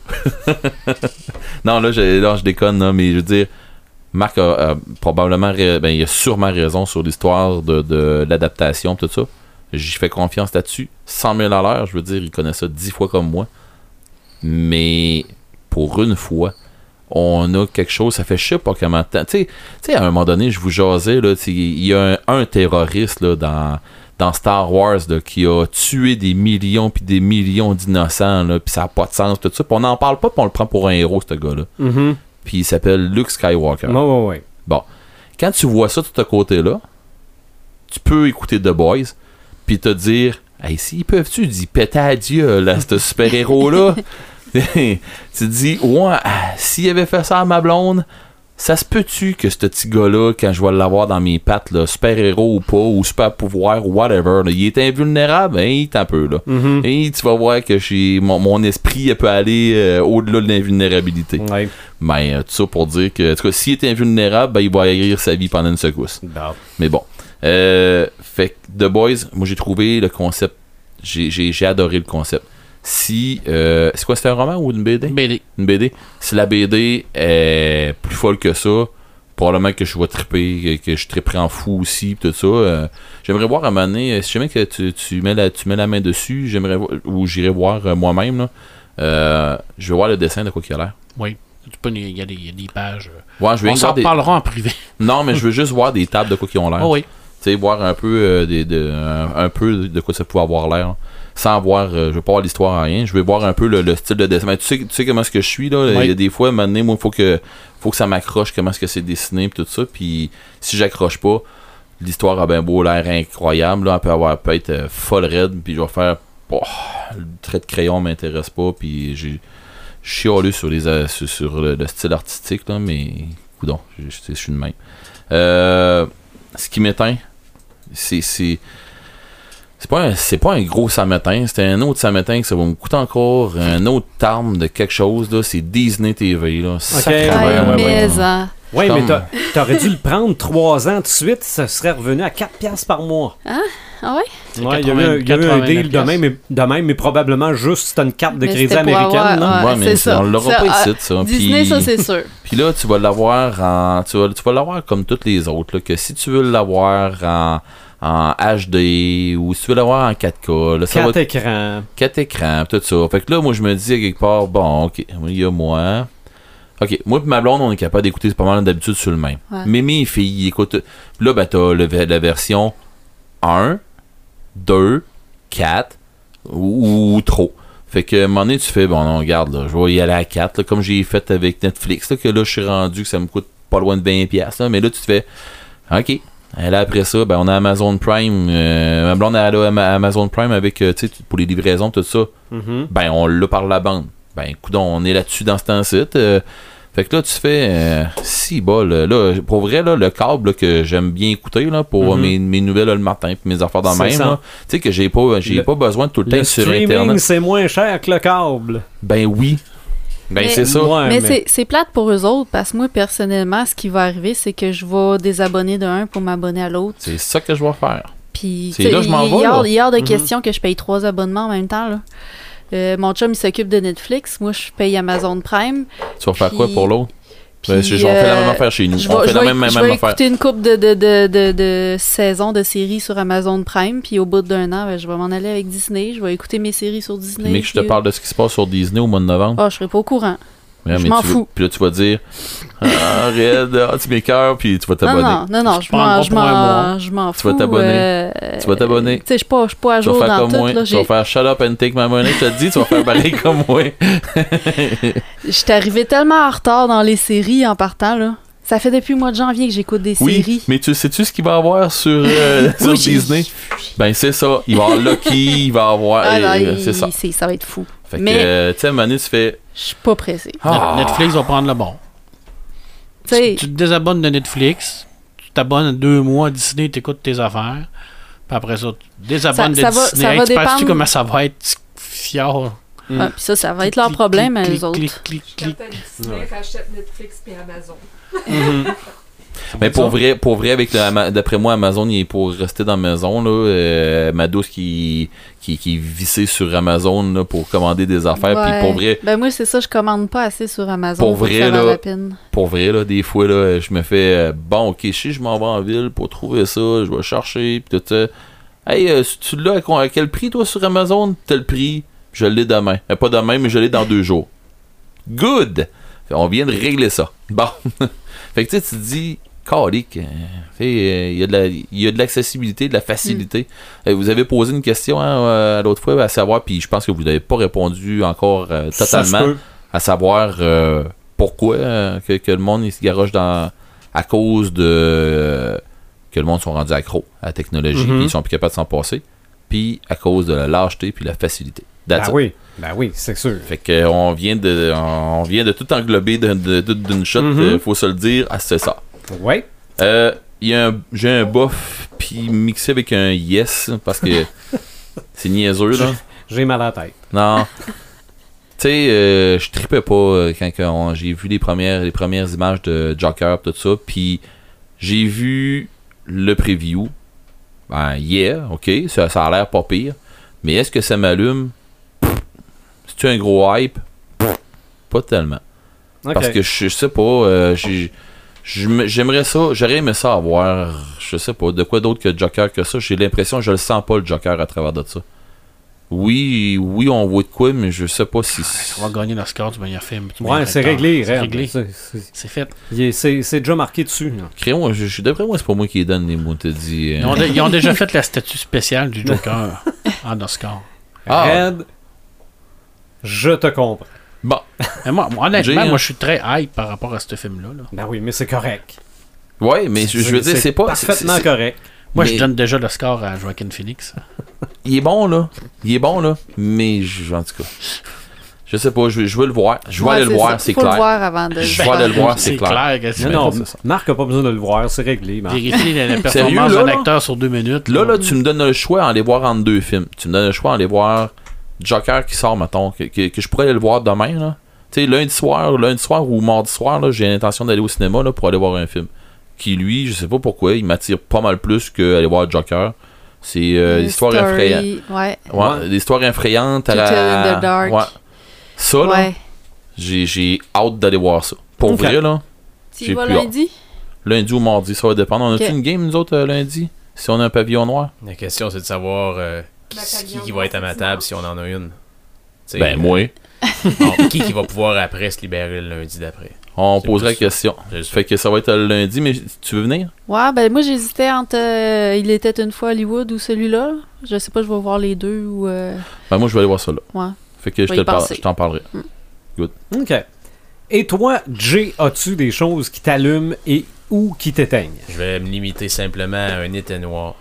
non, là, je, là, je déconne, là, mais je veux dire, Marc a, a probablement, ra- ben, il a sûrement raison sur l'histoire de, de l'adaptation, tout ça. J'y fais confiance là-dessus. cent mille à l'heure, je veux dire, il connaît ça dix fois comme moi. Mais pour une fois, on a quelque chose, ça fait je sais pas comment de temps. Tu sais, tu sais, à un moment donné, je vous jasais, là, tu sais, il y a un, un terroriste là, dans, dans Star Wars là, qui a tué des millions puis des millions d'innocents, là, puis ça n'a pas de sens, tout ça. Puis on n'en parle pas, puis on le prend pour un héros, ce gars-là. Mhm. Puis il s'appelle Luke Skywalker. Ouais, ouais, ouais. Bon. Quand tu vois ça de ce côté-là, tu peux écouter The Boys, puis te dire, hey, s'ils peuvent-tu dire péter à Dieu, là, ce super-héros-là? Tu te dis, ouais, ah, s'il avait fait ça à ma blonde, ça se peut-tu que ce petit gars-là, quand je vais l'avoir dans mes pattes, là, super-héros ou pas, ou super-pouvoir, ou whatever, là, il est invulnérable? Hein, t'as un peu, là. Mhm. Et tu vas voir que j'ai, mon, mon esprit il peut aller euh, au-delà de l'invulnérabilité. Ouais. Mais euh, tout ça pour dire que, en tout cas, s'il est invulnérable, ben, il va haïr sa vie pendant une secousse. Bon. Mais bon. Euh, fait que The Boys, moi j'ai trouvé le concept. J'ai, j'ai, j'ai adoré le concept. Si. Euh, c'est quoi, c'était un roman ou une B D? B D. Une B D. Si la B D est plus folle que ça, probablement que je vais triper, que, que je triperai en fou aussi, pis tout ça. Euh, j'aimerais voir à un moment donné, si jamais que tu, tu, mets la, tu mets la main dessus, j'aimerais voir, ou j'irai voir euh, moi-même, là. Euh, je vais voir le dessin de quoi qu'il a l'air. Oui. Tu peux, il y a des, il y a des pages. euh, Ouais, je vais On s'en voir des... reparlera en privé. Non, mais je veux juste voir des tables de quoi qu'ils ont l'air. Oh oui. Tu sais, voir un peu, euh, des, de, un, un peu de quoi ça pouvait avoir l'air. Là. Sans voir, euh, je veux pas voir l'histoire en rien. Je vais voir un peu le, le style de dessin. Mais tu sais, tu sais comment est-ce que je suis, là. Il Oui. y a des fois, maintenant, moi, il faut que, faut que ça m'accroche, comment est-ce que c'est dessiné, pis tout ça. Puis si j'accroche pas, l'histoire a bien beau l'air incroyable, là. Elle peut avoir, peut être euh, folle raide, puis je vais faire, oh, le trait de crayon m'intéresse pas, puis j'ai chialé sur, les, euh, sur, sur le, le style artistique, là, mais, coudonc, je, je, je suis de même. Euh, ce qui m'éteint, c'est c'est c'est pas un, c'est pas un gros samétain, c'est un autre samétain que ça va me coûter encore un autre terme de quelque chose là, c'est Disney T V là. Sacrément, ouais, Ouais, ouais, ouais. mais hein. Ouais, Comme- mais t'a- t'aurais dû le prendre trois ans tout de suite, ça serait revenu à quatre piastres par mois. Ah ouais? Ouais, il y a eu, il y a eu un deal de quatre-vingt-neuf même, mais- de même, mais probablement juste si t'as une carte de Mais crédit c'était pour américaine. avoir- là. ouais, mais c'est ça, ça. on l'aura Ça, pas ah, ici ça. Disney, Puis- ça c'est sûr. Puis là, tu vas l'avoir en tu vas, tu vas l'avoir comme toutes les autres là, que si tu veux l'avoir en en H D ou si tu veux l'avoir en quatre K, là, ça va Quatre écrans. quatre écrans, tout ça. Fait que là, moi, je me dis à quelque part, bon, ok, il y a moi, OK, moi et ma blonde, on est capable d'écouter pas mal d'habitude sur le même. Ouais. Mais mes filles, ils écoutent... Là, ben, t'as le, la version un, deux, quatre ou, ou trop. Fait que, à un moment donné, tu fais, bon, non, regarde, là, je vais y aller à quatre, là, comme j'ai fait avec Netflix, là, que là, je suis rendu que ça me coûte pas loin de vingt dollars, là, mais là, tu te fais, OK. Et là, après ça, ben, on a Amazon Prime. Euh, ma blonde, elle a Amazon Prime avec, euh, tu sais, pour les livraisons, tout ça. Mm-hmm. Ben, on l'a par la bande. Ben, écoute, on est là-dessus dans ce temps-ci. Euh, fait que là, tu fais, euh, si, bol, là, pour vrai, là, le câble là, que j'aime bien écouter, là, pour Mm-hmm. mes, mes nouvelles là, le matin, puis mes affaires dans C'est même, ça. là, tu sais, que j'ai pas, j'ai Le- pas besoin de tout le temps Le être sur streaming, Internet. c'est moins cher que le câble. Ben oui. Ben, Mais- c'est ça. Ouais, mais mais- c'est- c'est plate pour eux autres parce que moi, personnellement, ce qui va arriver, c'est que je vais désabonner d'un pour m'abonner à l'autre. C'est ça que je vais faire. Puis, C'est tu sais, là que je m'en il- vais, il y a- là. Il y a hors de Mhm. question que je paye trois abonnements en même temps. Là. Euh, mon chum, il s'occupe de Netflix. Moi, je paye Amazon Prime. Tu vas faire Puis- quoi pour l'autre? Puis, Ben, c'est- on fait la même euh, affaire chez nous. Je On vais, fait je la vais même, éc- je même vais affaire. écouter une couple de, de, de, de, de saisons de séries sur Amazon Prime. Puis au bout d'un an, ben, je vais m'en aller avec Disney. Je vais écouter mes séries sur Disney. Mais que je te puis- parle de ce qui se passe sur Disney au mois de novembre. Ah, je serai pas au courant. Ouais, je mais m'en tu veux- fous. Puis là, tu vas dire, ah, Red, ah, tu m'écoeures, puis tu vas Non, t'abonner. non, non, non, Tu je prends m'en, pas je pour un m'en, mois. je m'en Tu vas fous. t'abonner. euh, Tu vas t'abonner. Tu sais, je suis pas, je suis pas à Tu vas jour faire dans comme tout. moi. Là, Tu j'ai- vas faire shut up and take my money. Je te dis, tu vas faire pareil comme moi. J'étais arrivé tellement en retard dans les séries en partant, là. Ça fait depuis le mois de janvier que j'écoute des Oui, séries. mais tu sais-tu ce qu'il va y avoir sur, euh, sur Oui. Disney? Ben, c'est ça. Il va y avoir Lucky, il va y avoir. Ah, non, euh, il- c'est ça. c'est- ça va être fou. Fait Mais- que, euh, tu sais, à un moment donné, tu fais. Je suis pas pressée. Ah. Netflix va prendre le bon. Tu sais, Tu te désabonnes de Netflix, tu t'abonnes à deux mois à Disney, tu écoutes tes affaires. Puis après ça, tu te désabonnes Ça- ça de va- Disney. ça Hey, va tu penses-tu dépendre- comment ça va être fiard? ah, puis ça, ça va être leur Clic, problème, clic, à eux clic, autres. clic, clic, clic. Certaines Disney rachètent Netflix puis Amazon. Mais pour vrai, pour vrai, avec le, Ama- d'après moi, Amazon, il est pour rester dans la maison. Là, euh, ma douce qui, qui, qui est vissée sur Amazon là, pour commander des affaires. Puis Ouais. pour vrai, Ben moi, c'est ça, je commande pas assez sur Amazon Pour pour, que vrai, ça vaille là, la peine. pour vrai, là, des fois, là, je me fais euh, bon, ok, si je m'en vais en ville pour trouver ça, je vais chercher, puis tout ça. Hey, euh, si tu l'as à, con- à quel prix, toi, sur Amazon? Tel prix, je l'ai demain. Euh, pas demain, mais je l'ai dans deux jours. Good! Fait, on vient de régler ça. Bon. Fait que tu sais, tu te dis, calique, euh, fait, euh, il y a de la- il y a de l'accessibilité, de la facilité. Euh, vous avez posé une question hein, euh, l'autre fois, à savoir, puis je pense que vous n'avez pas répondu encore euh, Ça se totalement, peut. à savoir euh, pourquoi euh, que, que le monde il se garoche dans à cause de euh, que le monde sont rendus accros à la technologie, Mhm. puis ils sont plus capables de s'en passer, puis à cause de la lâcheté puis la facilité. That's Ben it. oui, ben oui, c'est sûr. Fait que on vient de on vient de tout englober de- de- de- d'une shot, Mhm. euh, faut se le dire, ah, c'est ça. Ouais. Euh, il y a un, j'ai un bof puis mixé avec un yes parce que c'est niaiseux là. J'ai mal à la tête. Non. Tu sais, euh, je tripais pas euh, quand que on- j'ai vu les premières, les premières images de Joker, tout ça. Puis j'ai vu le preview. Ben, yeah, ok, ça, ça a l'air pas pire. Mais est-ce que ça m'allume? C'est-tu un gros hype? Pas tellement. Ok. Parce que je, je sais pas, euh, j'ai- je me- j'aimerais ça, j'aurais aimé ça avoir, je sais pas, de quoi d'autre que Joker que ça. J'ai l'impression que je le sens pas le Joker à travers de ça. Oui, oui, on voit de quoi, mais je sais pas si. Tu vas gagner l'Oscar du meilleur film. du Ouais, meilleur c'est acteur. réglé, C'est Red. réglé. C'est- c'est- C'est fait. il est- C'est c'est déjà marqué dessus. là. Crayon, je, je, d'après moi, c'est pas moi qui les donne les mots, t'as dit. euh. Ils ont, ils ont déjà fait la statue spéciale du Joker en Oscar. Ah. Red, je te comprends. Bon, Mais moi, moi, honnêtement, J'ai, hein. moi, je suis très hype par rapport à ce film-là. là. Ben oui, mais c'est correct. ouais, mais je, je veux dire, c'est pas. parfaitement c'est- c'est- correct. Moi, Mais- je donne déjà l'Oscar à Joaquin Phoenix. Il est bon, là. Il est bon, là. Mais, je, en tout cas. Je sais pas, je, je veux le voir. Je vais Ouais, aller le c'est voir, ça. c'est Faut clair. le voir avant de Je le vais aller le faire. voir, c'est clair. que c'est Non, non, c'est ça. Marc a pas besoin de le voir, c'est réglé. Marc. Vérifier la, la Sérieux, performance là, d'un là? acteur sur deux minutes. Là, là, tu me donnes le choix à aller voir entre deux films. Tu me donnes le choix à aller voir Joker qui sort, mettons, que, que, que je pourrais aller le voir demain, là. Tu sais, lundi soir, lundi soir ou mardi soir, là, j'ai l'intention d'aller au cinéma, là, pour aller voir un film. Qui, lui, je sais pas pourquoi, il m'attire pas mal plus qu'aller voir Joker. C'est euh, Une l'histoire story, effrayante. Ouais. Ouais, l'histoire effrayante à To la... tell in the dark. Ouais. Ça, là, Ouais. j'ai, j'ai hâte d'aller voir ça. Pour Ok. vrai, là, Tu j'ai y vas plus hâte. lundi? lundi ou mardi, ça va dépendre. On a-tu Ok. une game, nous autres, euh, lundi? Si on a un pavillon noir? La question, c'est de savoir euh, qui, qui, qui va être à ma table si on en a une. T'sais, Ben, euh, moi. bon, qui qui va pouvoir après se libérer le lundi d'après. On C'est posera la plus ça. question. C'est ça. Fait que ça va être le lundi, mais tu veux venir? Ouais, ben moi j'hésitais entre euh, Il était une fois Hollywood ou celui-là. Je sais pas, je vais voir les deux ou. euh, Ben moi, je vais aller voir ça là. Ouais. Fait que je Va te y le parle, penser. je t'en parlerai. OK. Et toi, Jay, as-tu des choses qui t'allument et ou qui t'éteignent? Je vais me limiter simplement à un éteignoir.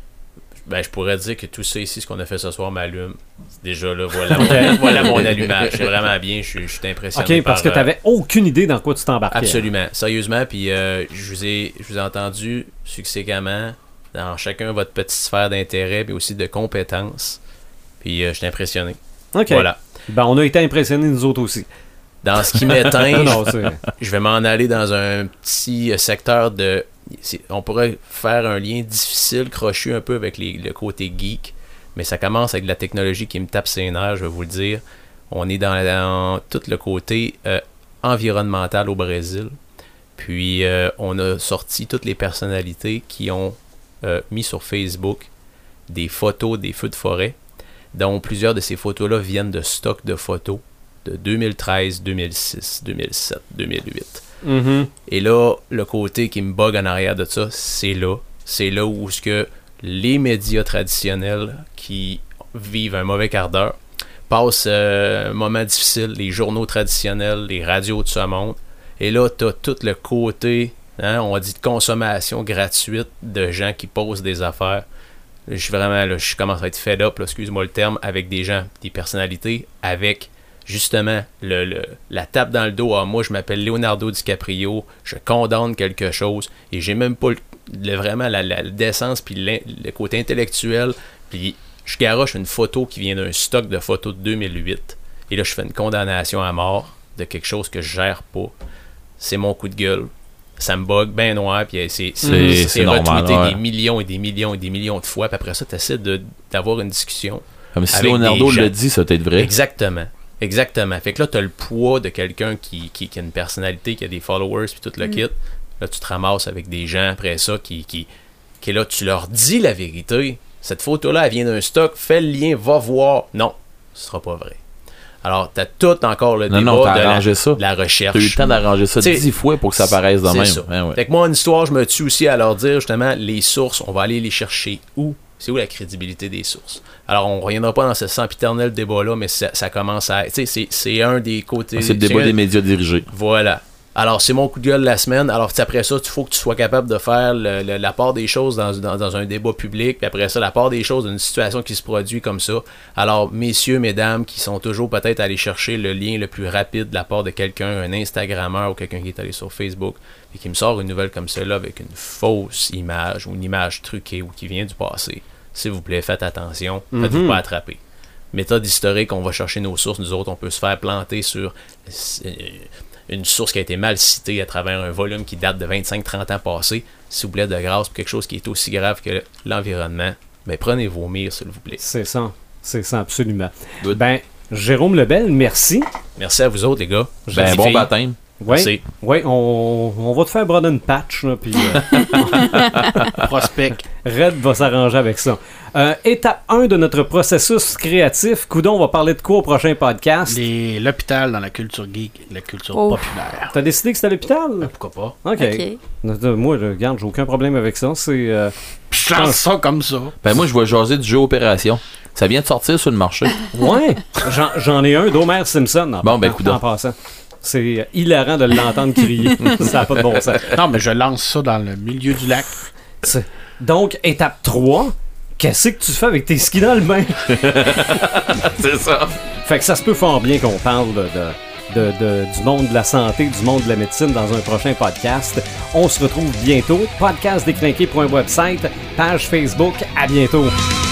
Ben, je pourrais dire que tout ça ici, ce qu'on a fait ce soir, m'allume. Déjà là, voilà, mon, voilà mon allumage. C'est vraiment bien, je, suis- je suis impressionné. OK, parce par, que t'avais aucune idée dans quoi tu t'embarquais. Absolument, sérieusement. Puis euh, je vous ai, je vous ai entendu succinctement dans chacun votre petite sphère d'intérêt, mais aussi de compétences. Puis euh, je suis impressionné. OK. Voilà. Ben, on a été impressionnés, nous autres aussi. Dans ce qui m'éteint, Non, non, c'est... je vais m'en aller dans un petit euh, secteur de... c'est- On pourrait faire un lien difficile, crochu un peu avec les- le côté geek, mais ça commence avec de la technologie qui me tape ses nerfs, je vais vous le dire. On est dans, dans tout le côté euh, environnemental au Brésil. Puis euh, on a sorti toutes les personnalités qui ont euh, mis sur Facebook des photos des feux de forêt, dont plusieurs de ces photos-là viennent de stocks de photos de deux mille treize, deux mille six, deux mille sept, deux mille huit. Mhm. Et là, le côté qui me bug en arrière de ça, c'est là. C'est là où ce que les médias traditionnels qui vivent un mauvais quart d'heure passent euh, un moment difficile, les journaux traditionnels, les radios de ce monde. Et là, tu as tout le côté, hein, on dit de consommation gratuite de gens qui posent des affaires. Je suis vraiment, là, je commence à être fed up, là, excuse-moi le terme, avec des gens, des personnalités, avec justement le, le- la tape dans le dos. Ah, moi, je m'appelle Leonardo DiCaprio, je condamne quelque chose, et j'ai même pas le, le- vraiment la, la décence, puis l'in- le côté intellectuel, puis je garoche une photo qui vient d'un stock de photos de deux mille huit, et là, je fais une condamnation à mort de quelque chose que je gère pas. C'est mon coup de gueule. Ça me bug ben noir, puis c'est, c'est, C'est- c'est c'est normal, retweeté ouais. des millions et des millions et des millions de fois, puis après ça, tu essaies de, d'avoir une discussion. Comme si Avec Leonardo des gens. le dit, ça peut être vrai. Exactement. Exactement. Fait que là, tu as le poids de quelqu'un qui, qui, qui a une personnalité, qui a des followers, puis tout le Mm. kit. Là, tu te ramasses avec des gens après ça qui, qui, qui là, tu leur dis la vérité. Cette photo-là, elle vient d'un stock, fais le lien, va voir. Non, ce sera pas vrai. Alors, tu as tout encore le Non, débat non, t'as de, la, arrangé ça. de la recherche. T'as eu le temps d'arranger ça T'sais, dix fois pour que ça apparaisse de C'est même. ça. Ouais, ouais. Fait que moi, en histoire, je me tue aussi à leur dire justement les sources, on va aller les chercher où? C'est où la crédibilité des sources? Alors, on ne reviendra pas dans ce sempiternel débat-là, mais ça, ça commence à... Tu sais, c'est, c'est un des côtés... C'est le débat un- des médias dirigés. Voilà. Alors, c'est mon coup de gueule de la semaine. Alors, tu sais, après ça, il faut que tu sois capable de faire le- le- la part des choses dans, dans, dans un débat public, puis après ça, la part des choses dans une situation qui se produit comme ça. Alors, messieurs, mesdames, qui sont toujours peut-être allés chercher le lien le plus rapide de la part de quelqu'un, un Instagrammeur ou quelqu'un qui est allé sur Facebook, et qui me sort une nouvelle comme celle-là avec une fausse image ou une image truquée ou qui vient du passé, s'il vous plaît, faites attention, faites-vous Mhm. pas attraper. Méthode historique, on va chercher nos sources, nous autres, on peut se faire planter sur euh, une source qui a été mal citée à travers un volume qui date de vingt-cinq trente ans passés. S'il vous plaît, de grâce, pour quelque chose qui est aussi grave que l'environnement, ben prenez vos mires, s'il vous plaît. C'est ça. C'est ça, absolument. Good. Ben, Jérôme Lebel, merci. Merci à vous autres, les gars. Ben, Les bon filles. baptême. Oui, Merci. ouais, on, on va te faire broder une patch, là, puis euh, Prospect. Red va s'arranger avec ça. Euh, étape un de notre processus créatif. Coudon, on va parler de quoi au prochain podcast? Les- L'hôpital dans la culture geek, la culture Oh. populaire. T'as décidé que c'était à l'hôpital? Pourquoi pas? OK. Ok. Moi, je- regarde, j'ai aucun problème avec ça. C'est... euh, Je lance ça comme ça. Ben, moi, je vais jaser du jeu Opération. Ça vient de sortir sur le marché. Ouais, j'en, j'en ai un d'Homer Simpson. En, Bon, ben, en- coudonc. en passant. C'est hilarant de l'entendre crier. Ça n'a pas de bon sens. Non, mais je lance ça dans le milieu du lac. C'est- Donc, étape trois, qu'est-ce que tu fais avec tes skis dans le bain? C'est ça. Fait que ça se peut fort bien qu'on parle de, de, de- de- du monde de la santé, du monde de la médecine dans un prochain podcast. On se retrouve bientôt. podcast décrinqué point website, page Facebook. À bientôt.